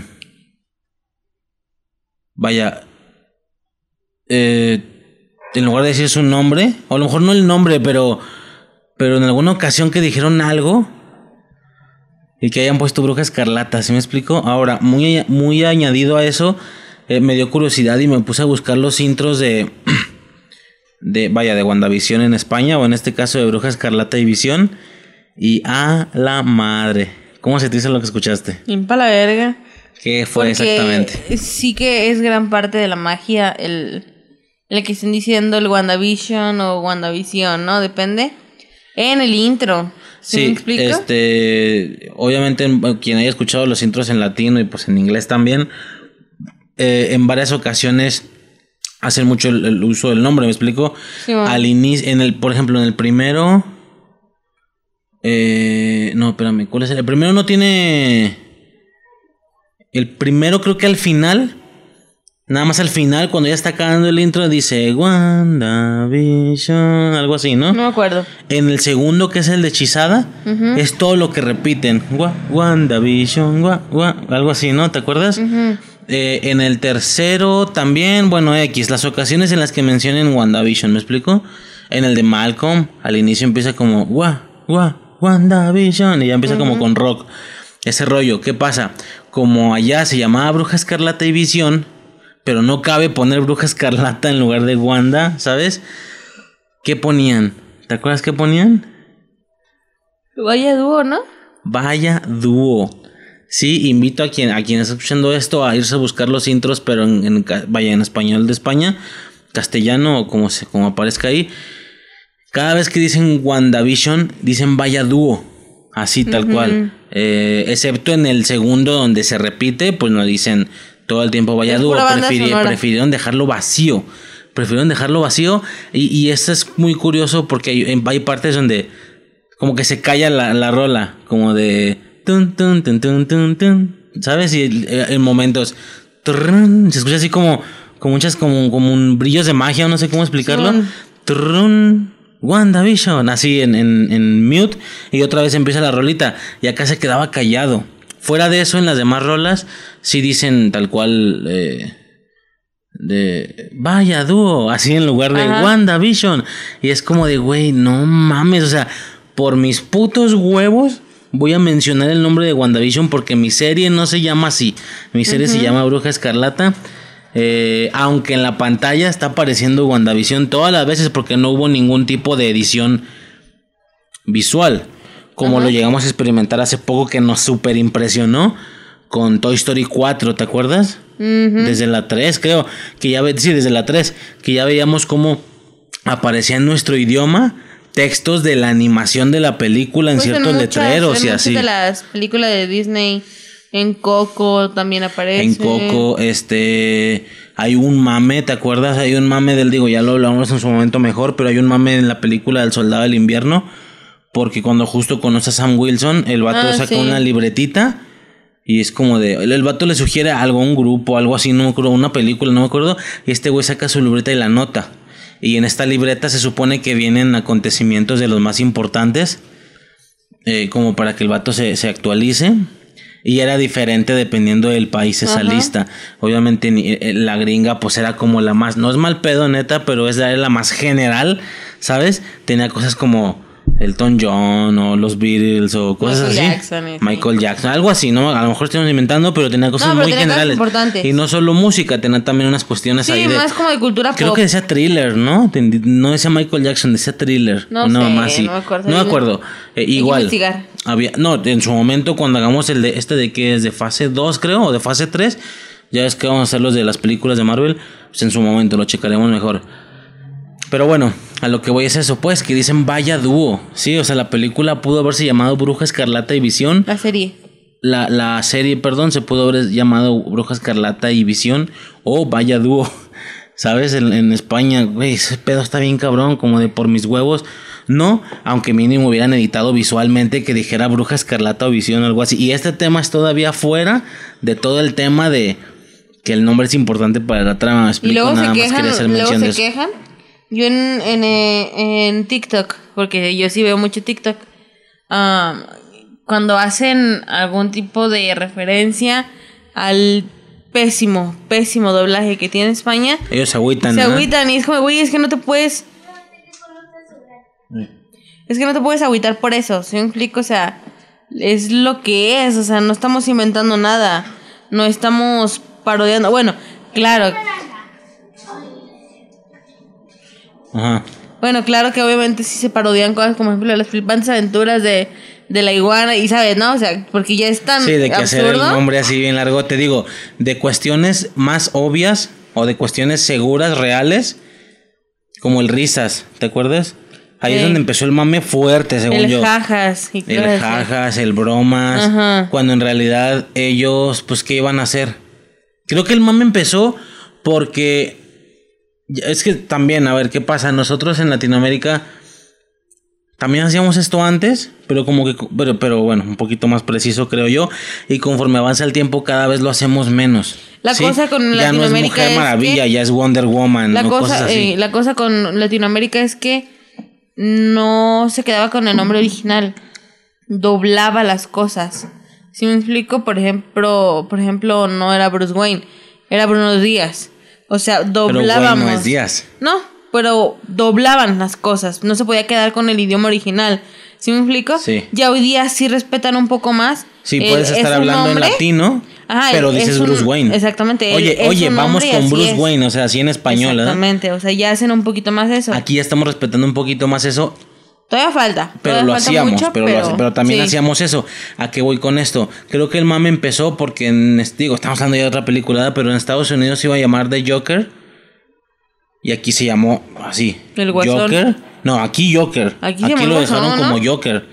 vaya, eh, en lugar de decir su nombre, o a lo mejor no el nombre, pero, pero en alguna ocasión que dijeron algo y que hayan puesto Bruja Escarlata, ¿sí me explico? Ahora, muy, muy añadido a eso, eh, me dio curiosidad y me puse a buscar los intros de... de vaya de WandaVision en España, o en este caso de Bruja Escarlata y Visión, y a la madre, ¿cómo se te dice lo que escuchaste? Limpa la verga. ¿Qué fue? Porque exactamente? Sí que es gran parte de la magia el, el que estén diciendo el WandaVision o WandaVision, ¿no? Depende. En el intro. ¿Sí, sí me explico? Este, obviamente quien haya escuchado los intros en latino y pues en inglés también, eh, en varias ocasiones hacen mucho el, el uso del nombre, ¿me explico? Sí, bueno. Al inicio, en el, por ejemplo, en el primero, eh, no, espérame, ¿cuál es el? El primero no tiene, el primero creo que al final, nada más al final, cuando ya está acabando el intro, dice WandaVision, algo así, ¿no? No me acuerdo. En el segundo, que es el de Hechizada, uh-huh. es todo lo que repiten, WandaVision, wa, wa, algo así, ¿no? ¿Te acuerdas? Uh-huh. Eh, en el tercero también, bueno, X, las ocasiones en las que mencionen WandaVision, ¿me explico? En el de Malcolm, al inicio empieza como Wa, Wa, WandaVision, y ya empieza uh-huh. como con rock. Ese rollo, ¿qué pasa? Como allá se llamaba Bruja Escarlata y Visión, pero no cabe poner Bruja Escarlata en lugar de Wanda, ¿sabes? ¿Qué ponían? ¿Te acuerdas qué ponían? Vaya dúo, ¿no? Vaya dúo. Sí, invito a quien a quien está escuchando esto a irse a buscar los intros, pero en, en vaya en español de España, castellano o como se como aparezca ahí. Cada vez que dicen WandaVision, dicen vaya dúo, así tal uh-huh. cual. Eh, excepto en el segundo donde se repite, pues no dicen todo el tiempo vaya dúo. Prefiri- prefirieron dejarlo vacío. Prefirieron dejarlo vacío y, y eso es muy curioso porque hay, hay partes donde como que se calla la, la rola, como de tun, tun, tun, tun, tun, tun, ¿sabes? Y en momentos trrrn, se escucha así como, como muchas, como, como un brillos de magia, no sé cómo explicarlo. Sí. Trrrn, WandaVision, así en, en, en mute, y otra vez empieza la rolita, y acá se quedaba callado. Fuera de eso, en las demás rolas, sí dicen tal cual, eh, de vaya dúo, así en lugar de Ajá. WandaVision. Y es como de, güey, no mames, o sea, por mis putos huevos voy a mencionar el nombre de WandaVision porque mi serie no se llama así. Mi serie uh-huh. se llama Bruja Escarlata. Eh, aunque en la pantalla está apareciendo WandaVision todas las veces porque no hubo ningún tipo de edición visual. Como uh-huh. lo llegamos a experimentar hace poco que nos super impresionó con Toy Story cuatro, ¿te acuerdas? Uh-huh. Desde la tres, creo, que ya ve, sí, desde la tres, que ya veíamos cómo aparecía en nuestro idioma textos de la animación de la película en pues ciertos en muchas, letreros en y así. De las películas de Disney, en Coco también aparece. En Coco, este, hay un mame, ¿te acuerdas? Hay un mame del, digo, ya lo hablamos en su momento mejor, pero hay un mame en la película del Soldado del Invierno, porque cuando justo conoce a Sam Wilson, el vato ah, saca sí. una libretita. Y es como de... El, el vato le sugiere algo, un grupo, algo así, no me acuerdo, una película, no me acuerdo. Y este güey saca su libreta y la nota. Y en esta libreta se supone que vienen acontecimientos de los más importantes. Eh, como para que el vato se, se actualice. Y era diferente dependiendo del país esa Ajá. lista. Obviamente la gringa pues era como la más... No es mal pedo, neta, pero esa era la más general, ¿sabes? Tenía cosas como... Elton John o los Beatles o cosas Michael así. Jackson, sí. Michael Jackson, algo así, ¿no? A lo mejor estamos inventando, pero tenía cosas no, pero muy tenía generales. Cosas importantes. Y no solo música, tenía también unas cuestiones sí, ahí de... más como de cultura pop. Creo que decía Thriller, ¿no? No decía Michael Jackson, decía Thriller. No, no sé, más sí. no me acuerdo. No me acuerdo. Eh, igual. Hay que investigar. Había, no, en su momento cuando hagamos el de este de que es de fase dos, creo, o de fase tres, ya es que vamos a hacer los de las películas de Marvel, pues en su momento lo checaremos mejor. Pero bueno, a lo que voy es eso, pues, que dicen vaya dúo. Sí, o sea, la película pudo haberse llamado Bruja Escarlata y Visión. La serie. La, la serie, perdón, se pudo haber llamado Bruja Escarlata y Visión o vaya dúo. ¿Sabes? En, en España, güey, ese pedo está bien cabrón, como de por mis huevos. No, aunque mínimo hubieran editado visualmente que dijera Bruja Escarlata o Visión o algo así. Y este tema es todavía fuera de todo el tema de que el nombre es importante para la trama. Me explico, y luego nada se quejan, más quería hacer mención luego de se eso. quejan. Yo en, en, en TikTok, porque yo sí veo mucho TikTok, um, cuando hacen algún tipo de referencia al pésimo, pésimo doblaje que tiene España, ellos se agüitan, Se ¿no? agüitan y es como, güey, es que no te puedes... Es que no te puedes agüitar por eso, ¿sí me explico? O sea, es lo que es, o sea, no estamos inventando nada, no estamos parodiando. Bueno, claro... Ajá. Bueno, claro que obviamente sí se parodian cosas como, por ejemplo, las flipantes aventuras de, de la iguana y, ¿sabes? ¿No? O sea, porque ya es tan sí, de que absurdo. hacer el nombre así bien largo. Te digo, de cuestiones más obvias o de cuestiones seguras, reales, como el risas, ¿te acuerdas? Ahí sí. Es donde empezó el mame fuerte, según el yo. El jajas. Y el jajas, el bromas. Ajá. Cuando en realidad ellos, pues, ¿qué iban a hacer? Creo que el mame empezó porque... Es que también, a ver, ¿qué pasa? Nosotros en Latinoamérica también hacíamos esto antes, pero como que, pero, pero bueno, un poquito más preciso creo yo, y conforme avanza el tiempo cada vez lo hacemos menos. La ¿sí? cosa con ya Latinoamérica no es Mujer es Maravilla, que ya es Wonder Woman, la ¿no? cosa, Cosas así. Eh, la cosa con Latinoamérica es que no se quedaba con el nombre original, doblaba las cosas. Si me explico, por ejemplo, por ejemplo, no era Bruce Wayne, era Bruno Díaz. O sea, doblábamos. Pero bueno, es Díaz. No, pero doblaban las cosas. No se podía quedar con el idioma original. ¿Sí me explico? Sí. Ya hoy día sí respetan un poco más. Sí, eh, puedes estar hablando nombre, en latino, ajá, pero dices un, Bruce Wayne. Exactamente. Oye, oye, vamos con Bruce es. Wayne, o sea, así en español, exactamente, ¿verdad? O sea, ya hacen un poquito más eso. Aquí ya estamos respetando un poquito más eso. Todavía falta. Pero todavía lo falta hacíamos, mucho, pero, pero, lo, pero también sí. hacíamos eso. ¿A qué voy con esto? Creo que el mame empezó porque, en, digo, estamos hablando ya de otra película, pero en Estados Unidos se iba a llamar The Joker. Y aquí se llamó así. ¿El Guasón? Joker. No, aquí Joker. Aquí, aquí lo dejaron Guasón, como ¿no? Joker.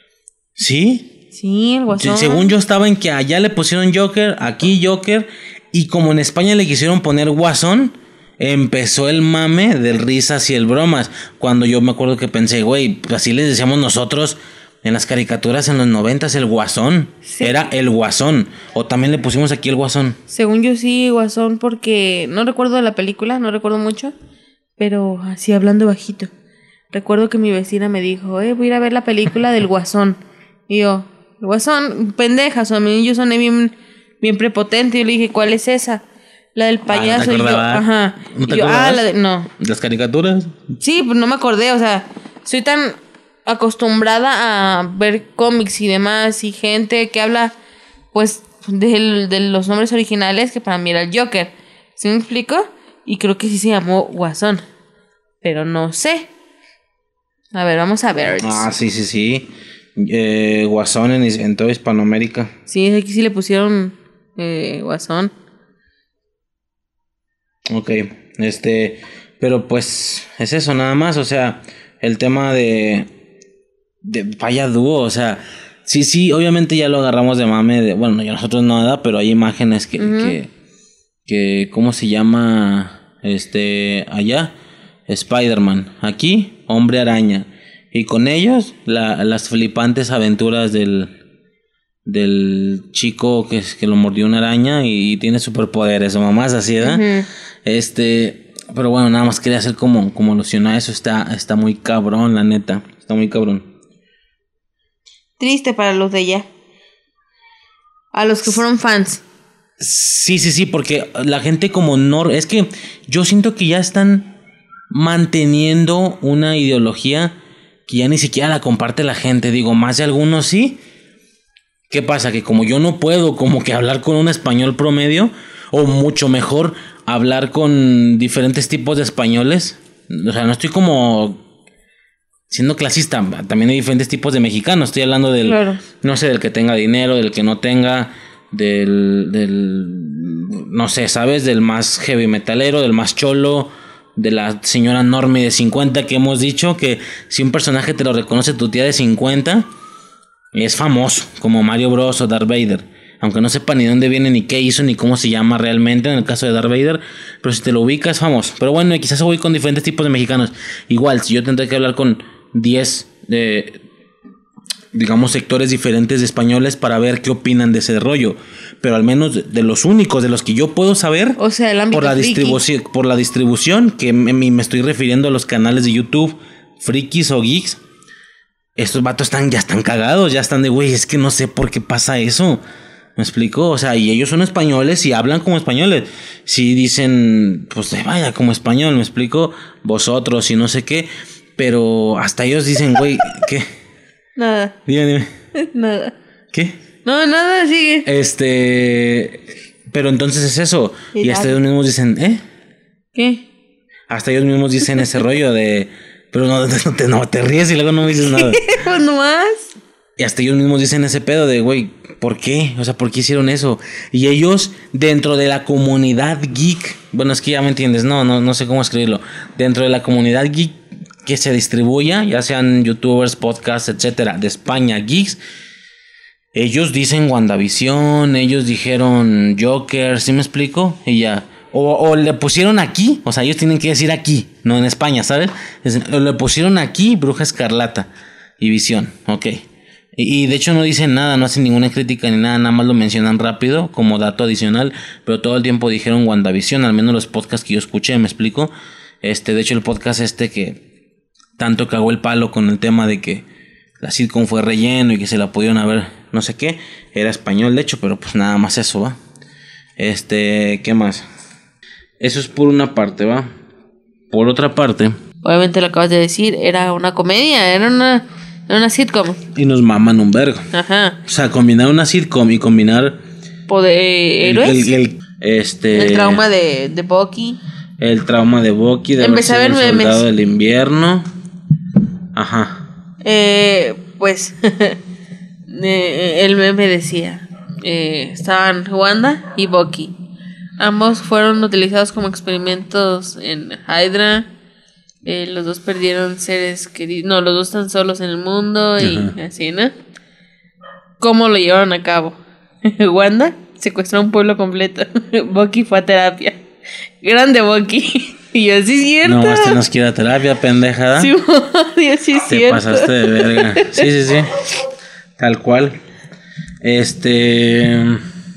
¿Sí? Sí, el Guasón. Según yo estaba en que allá le pusieron Joker, aquí Joker. Y como en España le quisieron poner Guasón, empezó el mame del risas y el bromas. Cuando yo me acuerdo que pensé, güey, así les decíamos nosotros en las caricaturas en los noventas, el Guasón. Sí. Era el Guasón. O también le pusimos aquí el Guasón. Según yo sí, Guasón, porque no recuerdo de la película, no recuerdo mucho. Pero así hablando bajito. Recuerdo que mi vecina me dijo, eh, voy a ir a ver la película del Guasón. Y yo, el Guasón, pendejas, o a mí yo soné bien, bien prepotente. Y yo le dije, ¿cuál es esa? La del payaso. Ah, ¿no te acordabas? Y yo, ajá. ¿No te y yo, acordabas? ah, la de, no. ¿Las caricaturas? Sí, pues no me acordé, o sea, soy tan acostumbrada a ver cómics y demás y gente que habla, pues, de, de los nombres originales que para mí era el Joker. ¿Sí me explico? Y creo que sí se llamó Guasón, pero no sé. A ver, vamos a ver. Ah, sí, sí, sí. Eh, Guasón en, en toda Hispanoamérica. Sí, aquí sí le pusieron eh, Guasón. Ok, este, pero pues es eso nada más, o sea, el tema de, de Falla Dúo, o sea, sí, sí, obviamente ya lo agarramos de mame, de, bueno, ya nosotros nada, pero hay imágenes que, uh-huh. que, que, ¿cómo se llama? Este, allá, Spider-Man, aquí, Hombre Araña, y con ellos, la, las flipantes aventuras del... del chico que, que lo mordió una araña y, y tiene superpoderes o mamás así, ¿verdad? Uh-huh. Este, pero bueno, nada más quería hacer como, como alusión a eso. Está, está muy cabrón, la neta. Está muy cabrón. Triste para los de allá. A los que fueron fans. Sí, sí, sí, porque la gente como no... Es que yo siento que ya están manteniendo una ideología que ya ni siquiera la comparte la gente. Digo, más de algunos sí. ¿Qué pasa? Que como yo no puedo como que hablar con un español promedio, o mucho mejor hablar con diferentes tipos de españoles, o sea, no estoy como siendo clasista, también hay diferentes tipos de mexicanos, estoy hablando del, claro. no sé, del que tenga dinero, del que no tenga, del, del, no sé, ¿sabes? Del más heavy metalero, del más cholo, de la señora Normie de cincuenta que hemos dicho, que si un personaje te lo reconoce tu tía de cincuenta... es famoso, como Mario Bros o Darth Vader. Aunque no sepa ni dónde viene, ni qué hizo, ni cómo se llama realmente en el caso de Darth Vader. Pero si te lo ubicas, es famoso. Pero bueno, quizás voy con diferentes tipos de mexicanos. Igual, si yo tendré que hablar con diez, eh, digamos, sectores diferentes de españoles para ver qué opinan de ese rollo. Pero al menos de los únicos, de los que yo puedo saber, o sea, el ámbito por la distribución, por la distribución, que me, me estoy refiriendo a los canales de YouTube, frikis o geeks. Estos vatos están, ya están cagados, ya están de, güey, es que no sé por qué pasa eso. ¿Me explico? O sea, y ellos son españoles y hablan como españoles. Si dicen, pues vaya, como español, ¿me explico? Vosotros y no sé qué. Pero hasta ellos dicen, güey, ¿qué? Nada. Dime, dime. Nada. ¿Qué? No, nada, sigue. Este... Pero entonces es eso. Y, y hasta ellos mismos dicen, ¿eh? ¿Qué? Hasta ellos mismos dicen ese rollo de... Pero no, no, te, no te ríes y luego no me dices nada. Pues nomás. Y hasta ellos mismos dicen ese pedo de, güey, ¿por qué? O sea, ¿por qué hicieron eso? Y ellos, dentro de la comunidad geek, bueno, es que ya me entiendes, no, no, no sé cómo escribirlo. Dentro de la comunidad geek que se distribuya, ya sean youtubers, podcasts, etcétera, de España, geeks, ellos dicen WandaVision, ellos dijeron Joker, ¿sí me explico? Y ya. O, o le pusieron aquí, o sea, ellos tienen que decir aquí, no en España, ¿sabes? O le pusieron aquí Bruja Escarlata y Visión, ok. Y, y de hecho no dicen nada, no hacen ninguna crítica ni nada, nada más lo mencionan rápido como dato adicional, pero todo el tiempo dijeron WandaVision, al menos los podcasts que yo escuché, ¿me explico? Este, de hecho el podcast este que tanto cagó el palo con el tema de que la sitcom fue relleno y que se la pudieron haber, no sé qué, era español de hecho, pero pues nada más eso, ¿va? Este, ¿qué más? Eso es por una parte, ¿va? Por otra parte... Obviamente lo acabas de decir, era una comedia, era una, era una sitcom. Y nos maman un vergo. Ajá. O sea, combinar una sitcom y combinar... Poder, héroes. El, el, el, este, el trauma de, de Bucky. El trauma de Bucky, de Empecé a ver el memes. Soldado del Invierno. Ajá. Eh, pues... eh, el meme decía... Eh, estaban Wanda y Bucky. Ambos fueron utilizados como experimentos en Hydra. Eh, los dos perdieron seres queridos. No, los dos están solos en el mundo y ajá, así, ¿no? ¿Cómo lo llevaron a cabo? Wanda secuestró a un pueblo completo. Bucky fue a terapia. Grande Bucky. Y yo, sí es cierto. No, este nos quiere a terapia, pendejada. Sí, Dios, sí es Te cierto. pasaste de verga. Sí, sí, sí. Tal cual. Este...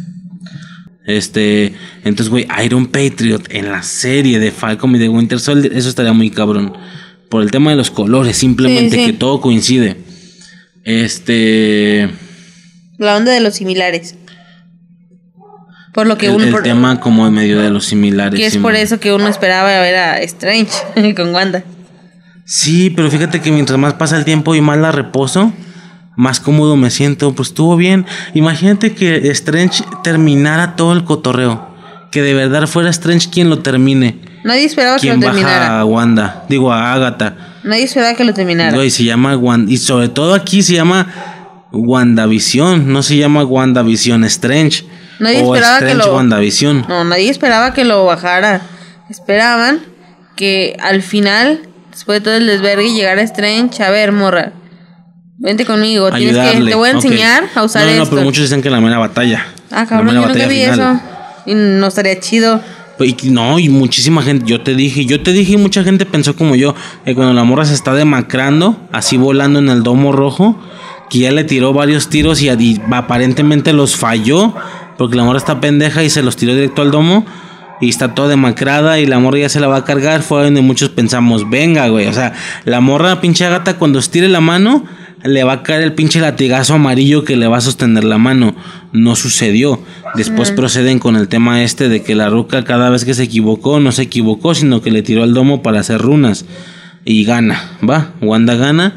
Este, entonces, güey, Iron Patriot en la serie de Falcon y de Winter Soldier, eso estaría muy cabrón. Por el tema de los colores, simplemente, sí, sí, que todo coincide. Este... La onda de los similares. Por lo que el, uno... el por, tema como en medio de los similares. Que es sí, por eso que uno esperaba ver a Strange con Wanda. Sí, pero fíjate que mientras más pasa el tiempo y más la reposo, más cómodo me siento. Pues estuvo bien. Imagínate que Strange terminara todo el cotorreo. Que de verdad fuera Strange quien lo termine. Nadie esperaba que lo terminara. Baja a Wanda, digo a Agatha. Nadie esperaba que lo terminara. Güey, se llama Wanda. Y sobre todo aquí se llama WandaVision. No se llama WandaVision Strange. Nadie o esperaba Strange que lo... WandaVision. No, nadie esperaba que lo bajara. Esperaban que al final, después de todo el desvergue, llegara Strange. A ver, morra, vente conmigo. Tienes que, te voy a enseñar okay. a usar esto. No, no, esto. pero muchos dicen que la mera batalla. Ah, cabrón, yo nunca vi eso. Y no estaría chido. Y no, y muchísima gente, yo te dije, yo te dije y mucha gente pensó como yo, que cuando la morra se está demacrando, así volando en el domo rojo, que ya le tiró varios tiros y, y aparentemente los falló, porque la morra está pendeja y se los tiró directo al domo, y está toda demacrada y la morra ya se la va a cargar. Fue donde muchos pensamos, venga, güey, o sea, la morra pinche Agatha cuando estire la mano, le va a caer el pinche latigazo amarillo que le va a sostener la mano. No sucedió. Después mm. proceden con el tema este de que la ruca cada vez que se equivocó, no se equivocó, sino que le tiró al domo para hacer runas. Y gana, ¿va? Wanda gana.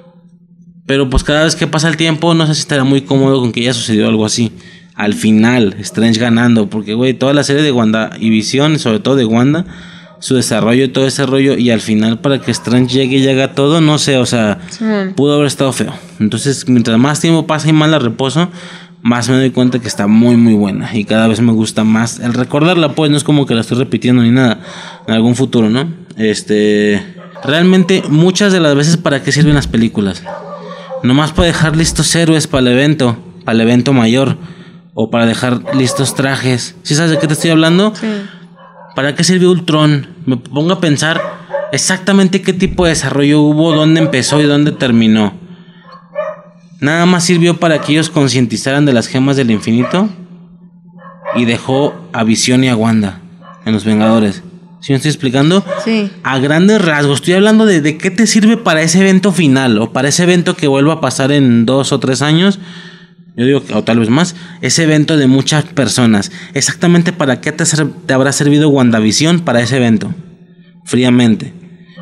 Pero pues cada vez que pasa el tiempo, no sé si estará muy cómodo con que ya sucedió algo así. Al final, Strange ganando. Porque, güey, toda la serie de Wanda y Visión, sobre todo de Wanda, su desarrollo y todo ese rollo, y al final para que Strange llegue y haga todo, no sé, o sea, sí. pudo haber estado feo. Entonces, mientras más tiempo pasa y más la reposo, más me doy cuenta que está muy muy buena y cada vez me gusta más el recordarla, pues no es como que la estoy repitiendo ni nada en algún futuro, ¿no? Este, realmente muchas de las veces para qué sirven las películas, nomás para dejar listos héroes para el evento, para el evento mayor, o para dejar listos trajes. ¿Sí sabes de qué te estoy hablando? Sí. ¿Para qué sirvió Ultron? Me pongo a pensar exactamente qué tipo de desarrollo hubo, dónde empezó y dónde terminó. Nada más sirvió para que ellos concientizaran de las gemas del infinito y dejó a Visión y a Wanda en Los Vengadores. ¿Sí me estoy explicando? Sí. A grandes rasgos. Estoy hablando de, de qué te sirve para ese evento final o para ese evento que vuelva a pasar en dos o tres años. Yo digo, o tal vez más, ese evento de muchas personas. Exactamente para qué te, te habrá servido WandaVision para ese evento. Fríamente.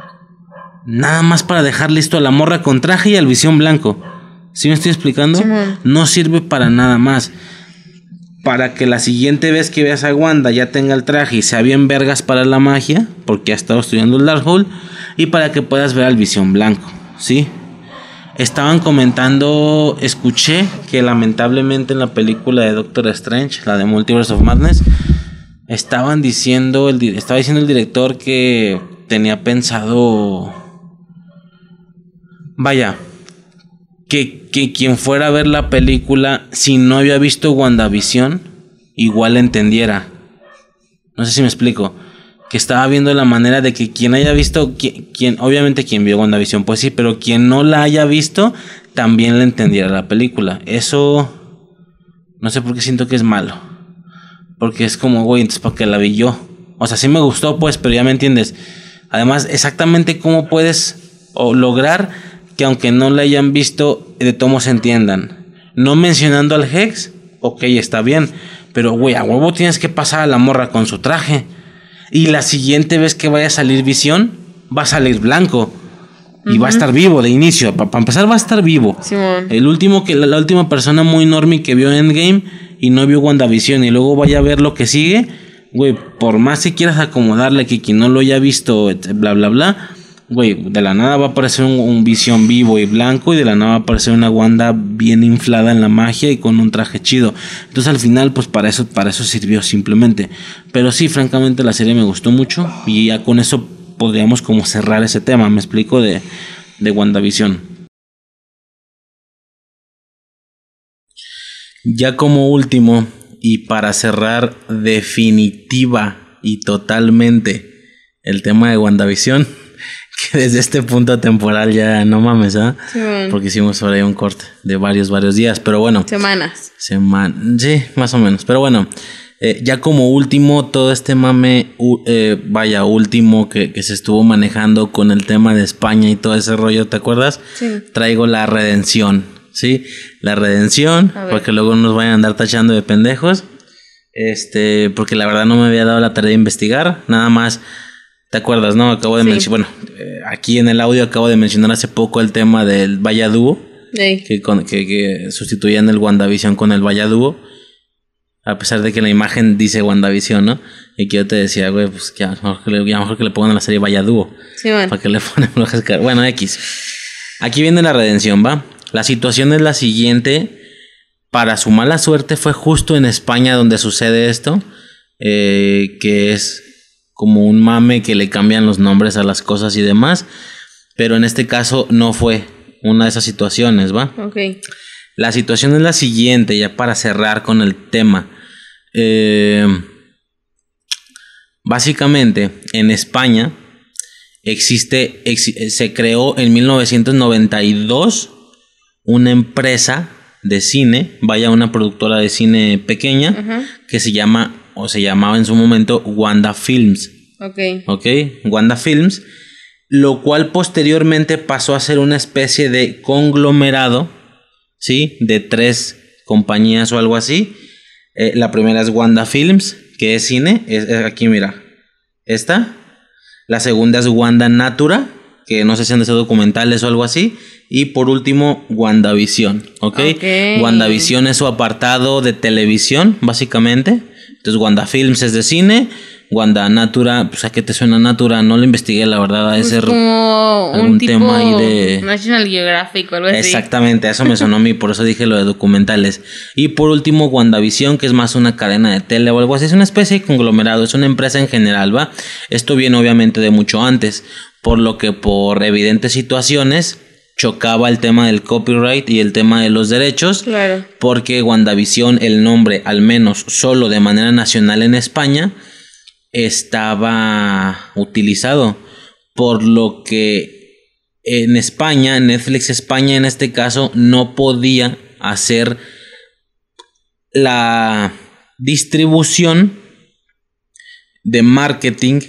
Nada más para dejar listo a la morra con traje y al Visión blanco. ¿Sí me estoy explicando? Sí, man. No sirve para nada más. Para que la siguiente vez que veas a Wanda ya tenga el traje y sea bien vergas para la magia, porque ha estado estudiando el Darkhold, y para que puedas ver al Visión blanco, ¿sí? Estaban comentando, escuché que lamentablemente en la película de Doctor Strange, la de Multiverse of Madness, estaban diciendo, el, estaba diciendo el director que tenía pensado, vaya, que, que quien fuera a ver la película, si no había visto WandaVision, igual entendiera. No sé si me explico. Que estaba viendo la manera de que quien haya visto, quien, quien obviamente quien vio WandaVision, pues sí, pero quien no la haya visto, también le entendiera la película. Eso, no sé por qué siento que es malo. Porque es como, güey, entonces ¿para qué la vi yo? O sea, sí me gustó, pues, pero ya me entiendes. Además, exactamente cómo puedes o lograr que aunque no la hayan visto, de todos se entiendan. No mencionando al Hex, ok, está bien. Pero, güey, a huevo tienes que pasar a la morra con su traje. Y la siguiente vez que vaya a salir Visión, va a salir blanco. Y uh-huh. va a estar vivo de inicio. Para pa empezar, va a estar vivo. Simón. El último que la, la última persona muy normie que vio Endgame y no vio WandaVision y luego vaya a ver lo que sigue, güey, por más que quieras acomodarle que quien no lo haya visto, bla, bla, bla, güey, de la nada va a aparecer un, un Visión vivo y blanco y de la nada va a aparecer una Wanda bien inflada en la magia y con un traje chido. Entonces al final pues para eso, para eso sirvió simplemente. Pero sí, francamente la serie me gustó mucho y ya con eso podríamos como cerrar ese tema, me explico, de, de WandaVision. Ya como último y para cerrar definitiva y totalmente el tema de WandaVision, que desde este punto temporal ya no mames, ¿ah? ¿eh? Sí, bueno. Porque hicimos por ahí un corte de varios, varios días, pero bueno. Semanas. Seman sí, más o menos. Pero bueno, eh, ya como último, todo este mame, eh, vaya, último que, que se estuvo manejando con el tema de España y todo ese rollo, ¿te acuerdas? Sí. Traigo la redención, ¿sí? La redención, porque luego nos vayan a andar tachando de pendejos. Este, porque la verdad no me había dado la tarea de investigar. Nada más, ¿te acuerdas, no? Acabo de sí. mencionar, bueno, eh, aquí en el audio acabo de mencionar hace poco el tema del Vaya Dúo. Sí. Que, con, que, que sustituían el WandaVision con el Vaya Dúo. A pesar de que la imagen dice WandaVision, ¿no? Y que yo te decía, güey, pues que a lo mejor que le, a lo mejor que le pongan a la serie Vaya Dúo. Sí, bueno. Para que le ponen brujas. Bueno, X. Aquí viene la redención, ¿va? La situación es la siguiente. Para su mala suerte fue justo en España donde sucede esto. Eh, que es como un mame que le cambian los nombres a las cosas y demás. Pero en este caso no fue una de esas situaciones, ¿va? Ok. La situación es la siguiente, ya para cerrar con el tema. Eh, básicamente, en España existe, ex, se creó en mil novecientos noventa y dos una empresa de cine, vaya, una productora de cine pequeña, uh-huh. que se llama, o se llamaba en su momento, Wanda Films. Ok. Ok, Wanda Films, lo cual posteriormente pasó a ser una especie de conglomerado, ¿sí? De tres compañías o algo así. Eh, la primera es Wanda Films, que es cine. Es, es aquí, mira. Esta. La segunda es Wanda Natura, que no sé si han de ser documentales o algo así. Y por último, WandaVision. ¿Ok? Okay. WandaVision es su apartado de televisión, básicamente. Entonces, Wanda Films es de cine. Wanda Natura, pues a qué te suena Natura, no lo investigué, la verdad, ha de ser como algún un tipo tema ahí de National Geographic o algo así. Exactamente, eso me sonó a mí, por eso dije lo de documentales. Y por último, WandaVision, que es más una cadena de tele o algo así, es una especie de conglomerado, es una empresa en general, ¿va? Esto viene obviamente de mucho antes, por lo que por evidentes situaciones chocaba el tema del copyright y el tema de los derechos, claro. Porque WandaVision, el nombre, al menos solo de manera nacional en España, estaba utilizado, por lo que en España, Netflix España en este caso, no podía hacer la distribución de marketing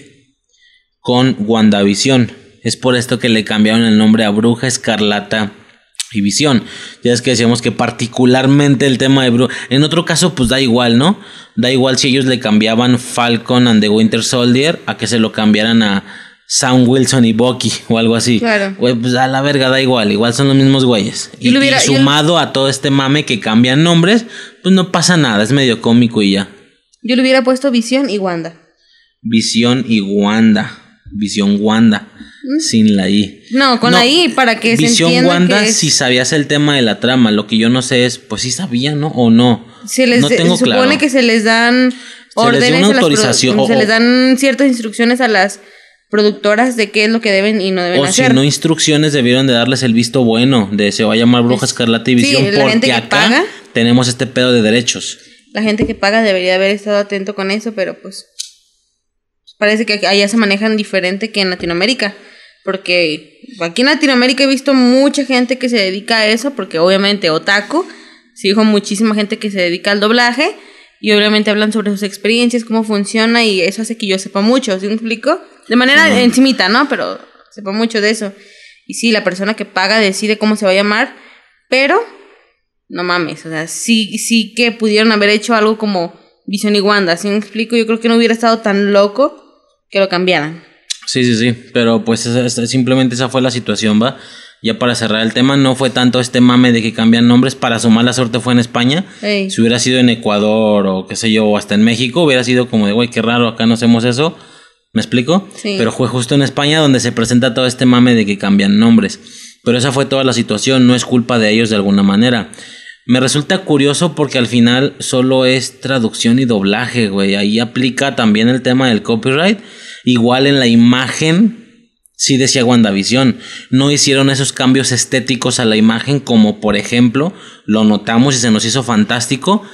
con WandaVision. Es por esto que le cambiaron el nombre a Bruja Escarlata y Visión. Ya es que decíamos que particularmente el tema de Bruja, en otro caso pues da igual, ¿no? Da igual si ellos le cambiaban Falcon and the Winter Soldier a que se lo cambiaran a Sam Wilson y Bucky o algo así. Claro. Güey, pues a la verga da igual, igual son los mismos güeyes. Y, hubiera, y sumado yo... a todo este mame que cambian nombres, pues no pasa nada, es medio cómico y ya. Yo le hubiera puesto Visión y Wanda. Visión y Wanda. Visión Wanda. ¿Mm? Sin la I. No, con no, la I para que se entienda. Visión Wanda, que es... si sabías el tema de la trama. Lo que yo no sé es, pues sí sabía, ¿no? O no. Se les, no tengo se supone claro. que se les dan órdenes, se les dio una autorización, las, o, se les dan ciertas instrucciones a las productoras de qué es lo que deben y no deben o hacer. O si no instrucciones, debieron de darles el visto bueno de se va a llamar Bruja Escarlata y Visión, sí, porque acá paga, tenemos este pedo de derechos. La gente que paga debería haber estado atento con eso, pero pues parece que allá se manejan diferente que en Latinoamérica. Porque aquí en Latinoamérica he visto mucha gente que se dedica a eso, porque obviamente otaku, sí, dijo muchísima gente que se dedica al doblaje y obviamente hablan sobre sus experiencias, cómo funciona, y eso hace que yo sepa mucho, ¿sí me explico? De manera sí. encimita, ¿no? Pero sepa mucho de eso. Y sí, la persona que paga decide cómo se va a llamar, pero no mames, o sea, sí, sí que pudieron haber hecho algo como Visión y Wanda, ¿sí me explico? Yo creo que no hubiera estado tan loco que lo cambiaran. Sí, sí, sí, pero pues esa, esa, simplemente esa fue la situación, ¿va? Ya para cerrar el tema, no fue tanto este mame de que cambian nombres, para su mala suerte fue en España. Ey. Si hubiera sido en Ecuador o qué sé yo, o hasta en México, hubiera sido como de, güey, qué raro, acá no hacemos eso, ¿me explico? Sí. Pero fue justo en España donde se presenta todo este mame de que cambian nombres. Pero esa fue toda la situación, no es culpa de ellos de alguna manera. Me resulta curioso porque al final solo es traducción y doblaje, güey, ahí aplica también el tema del copyright. Igual en la imagen sí decía WandaVision. No hicieron esos cambios estéticos a la imagen como por ejemplo lo notamos y se nos hizo fantástico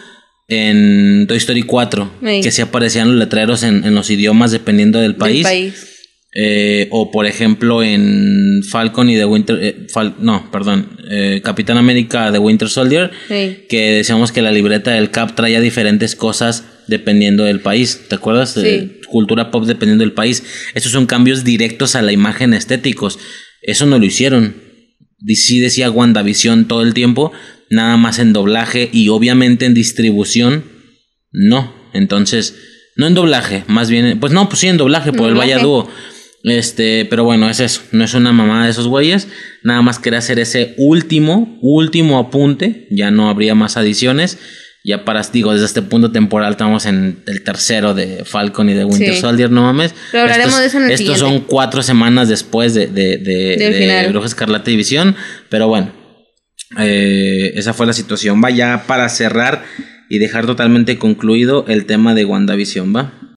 en Toy Story cuatro. Sí. Que sí aparecían los letreros en, en los idiomas dependiendo del país, del país. Eh, o por ejemplo en Falcon y The Winter eh, Fal, no, perdón eh, Capitán América The Winter Soldier, sí. Que decíamos que la libreta del Cap traía diferentes cosas dependiendo del país, ¿te acuerdas? Sí. Eh, cultura pop dependiendo del país. Esos son cambios directos a la imagen estéticos. Eso no lo hicieron. Sí decía WandaVision todo el tiempo, nada más en doblaje y obviamente en distribución no. Entonces, no en doblaje, más bien, pues no, pues sí en doblaje por el Vaya Dúo. Este, pero bueno, es eso, no es una mamada de esos güeyes. Nada más quería hacer ese último, último apunte. Ya no habría más adiciones. Ya para, digo, desde este punto temporal estamos en el tercero de Falcon y de Winter sí. Soldier, no mames. Pero hablaremos estos, de eso en el Estos siguiente. son cuatro semanas después de, de, de, de Bruja Escarlata y Visión. Pero bueno, eh, esa fue la situación. Va ya para cerrar y dejar totalmente concluido el tema de WandaVision, ¿va?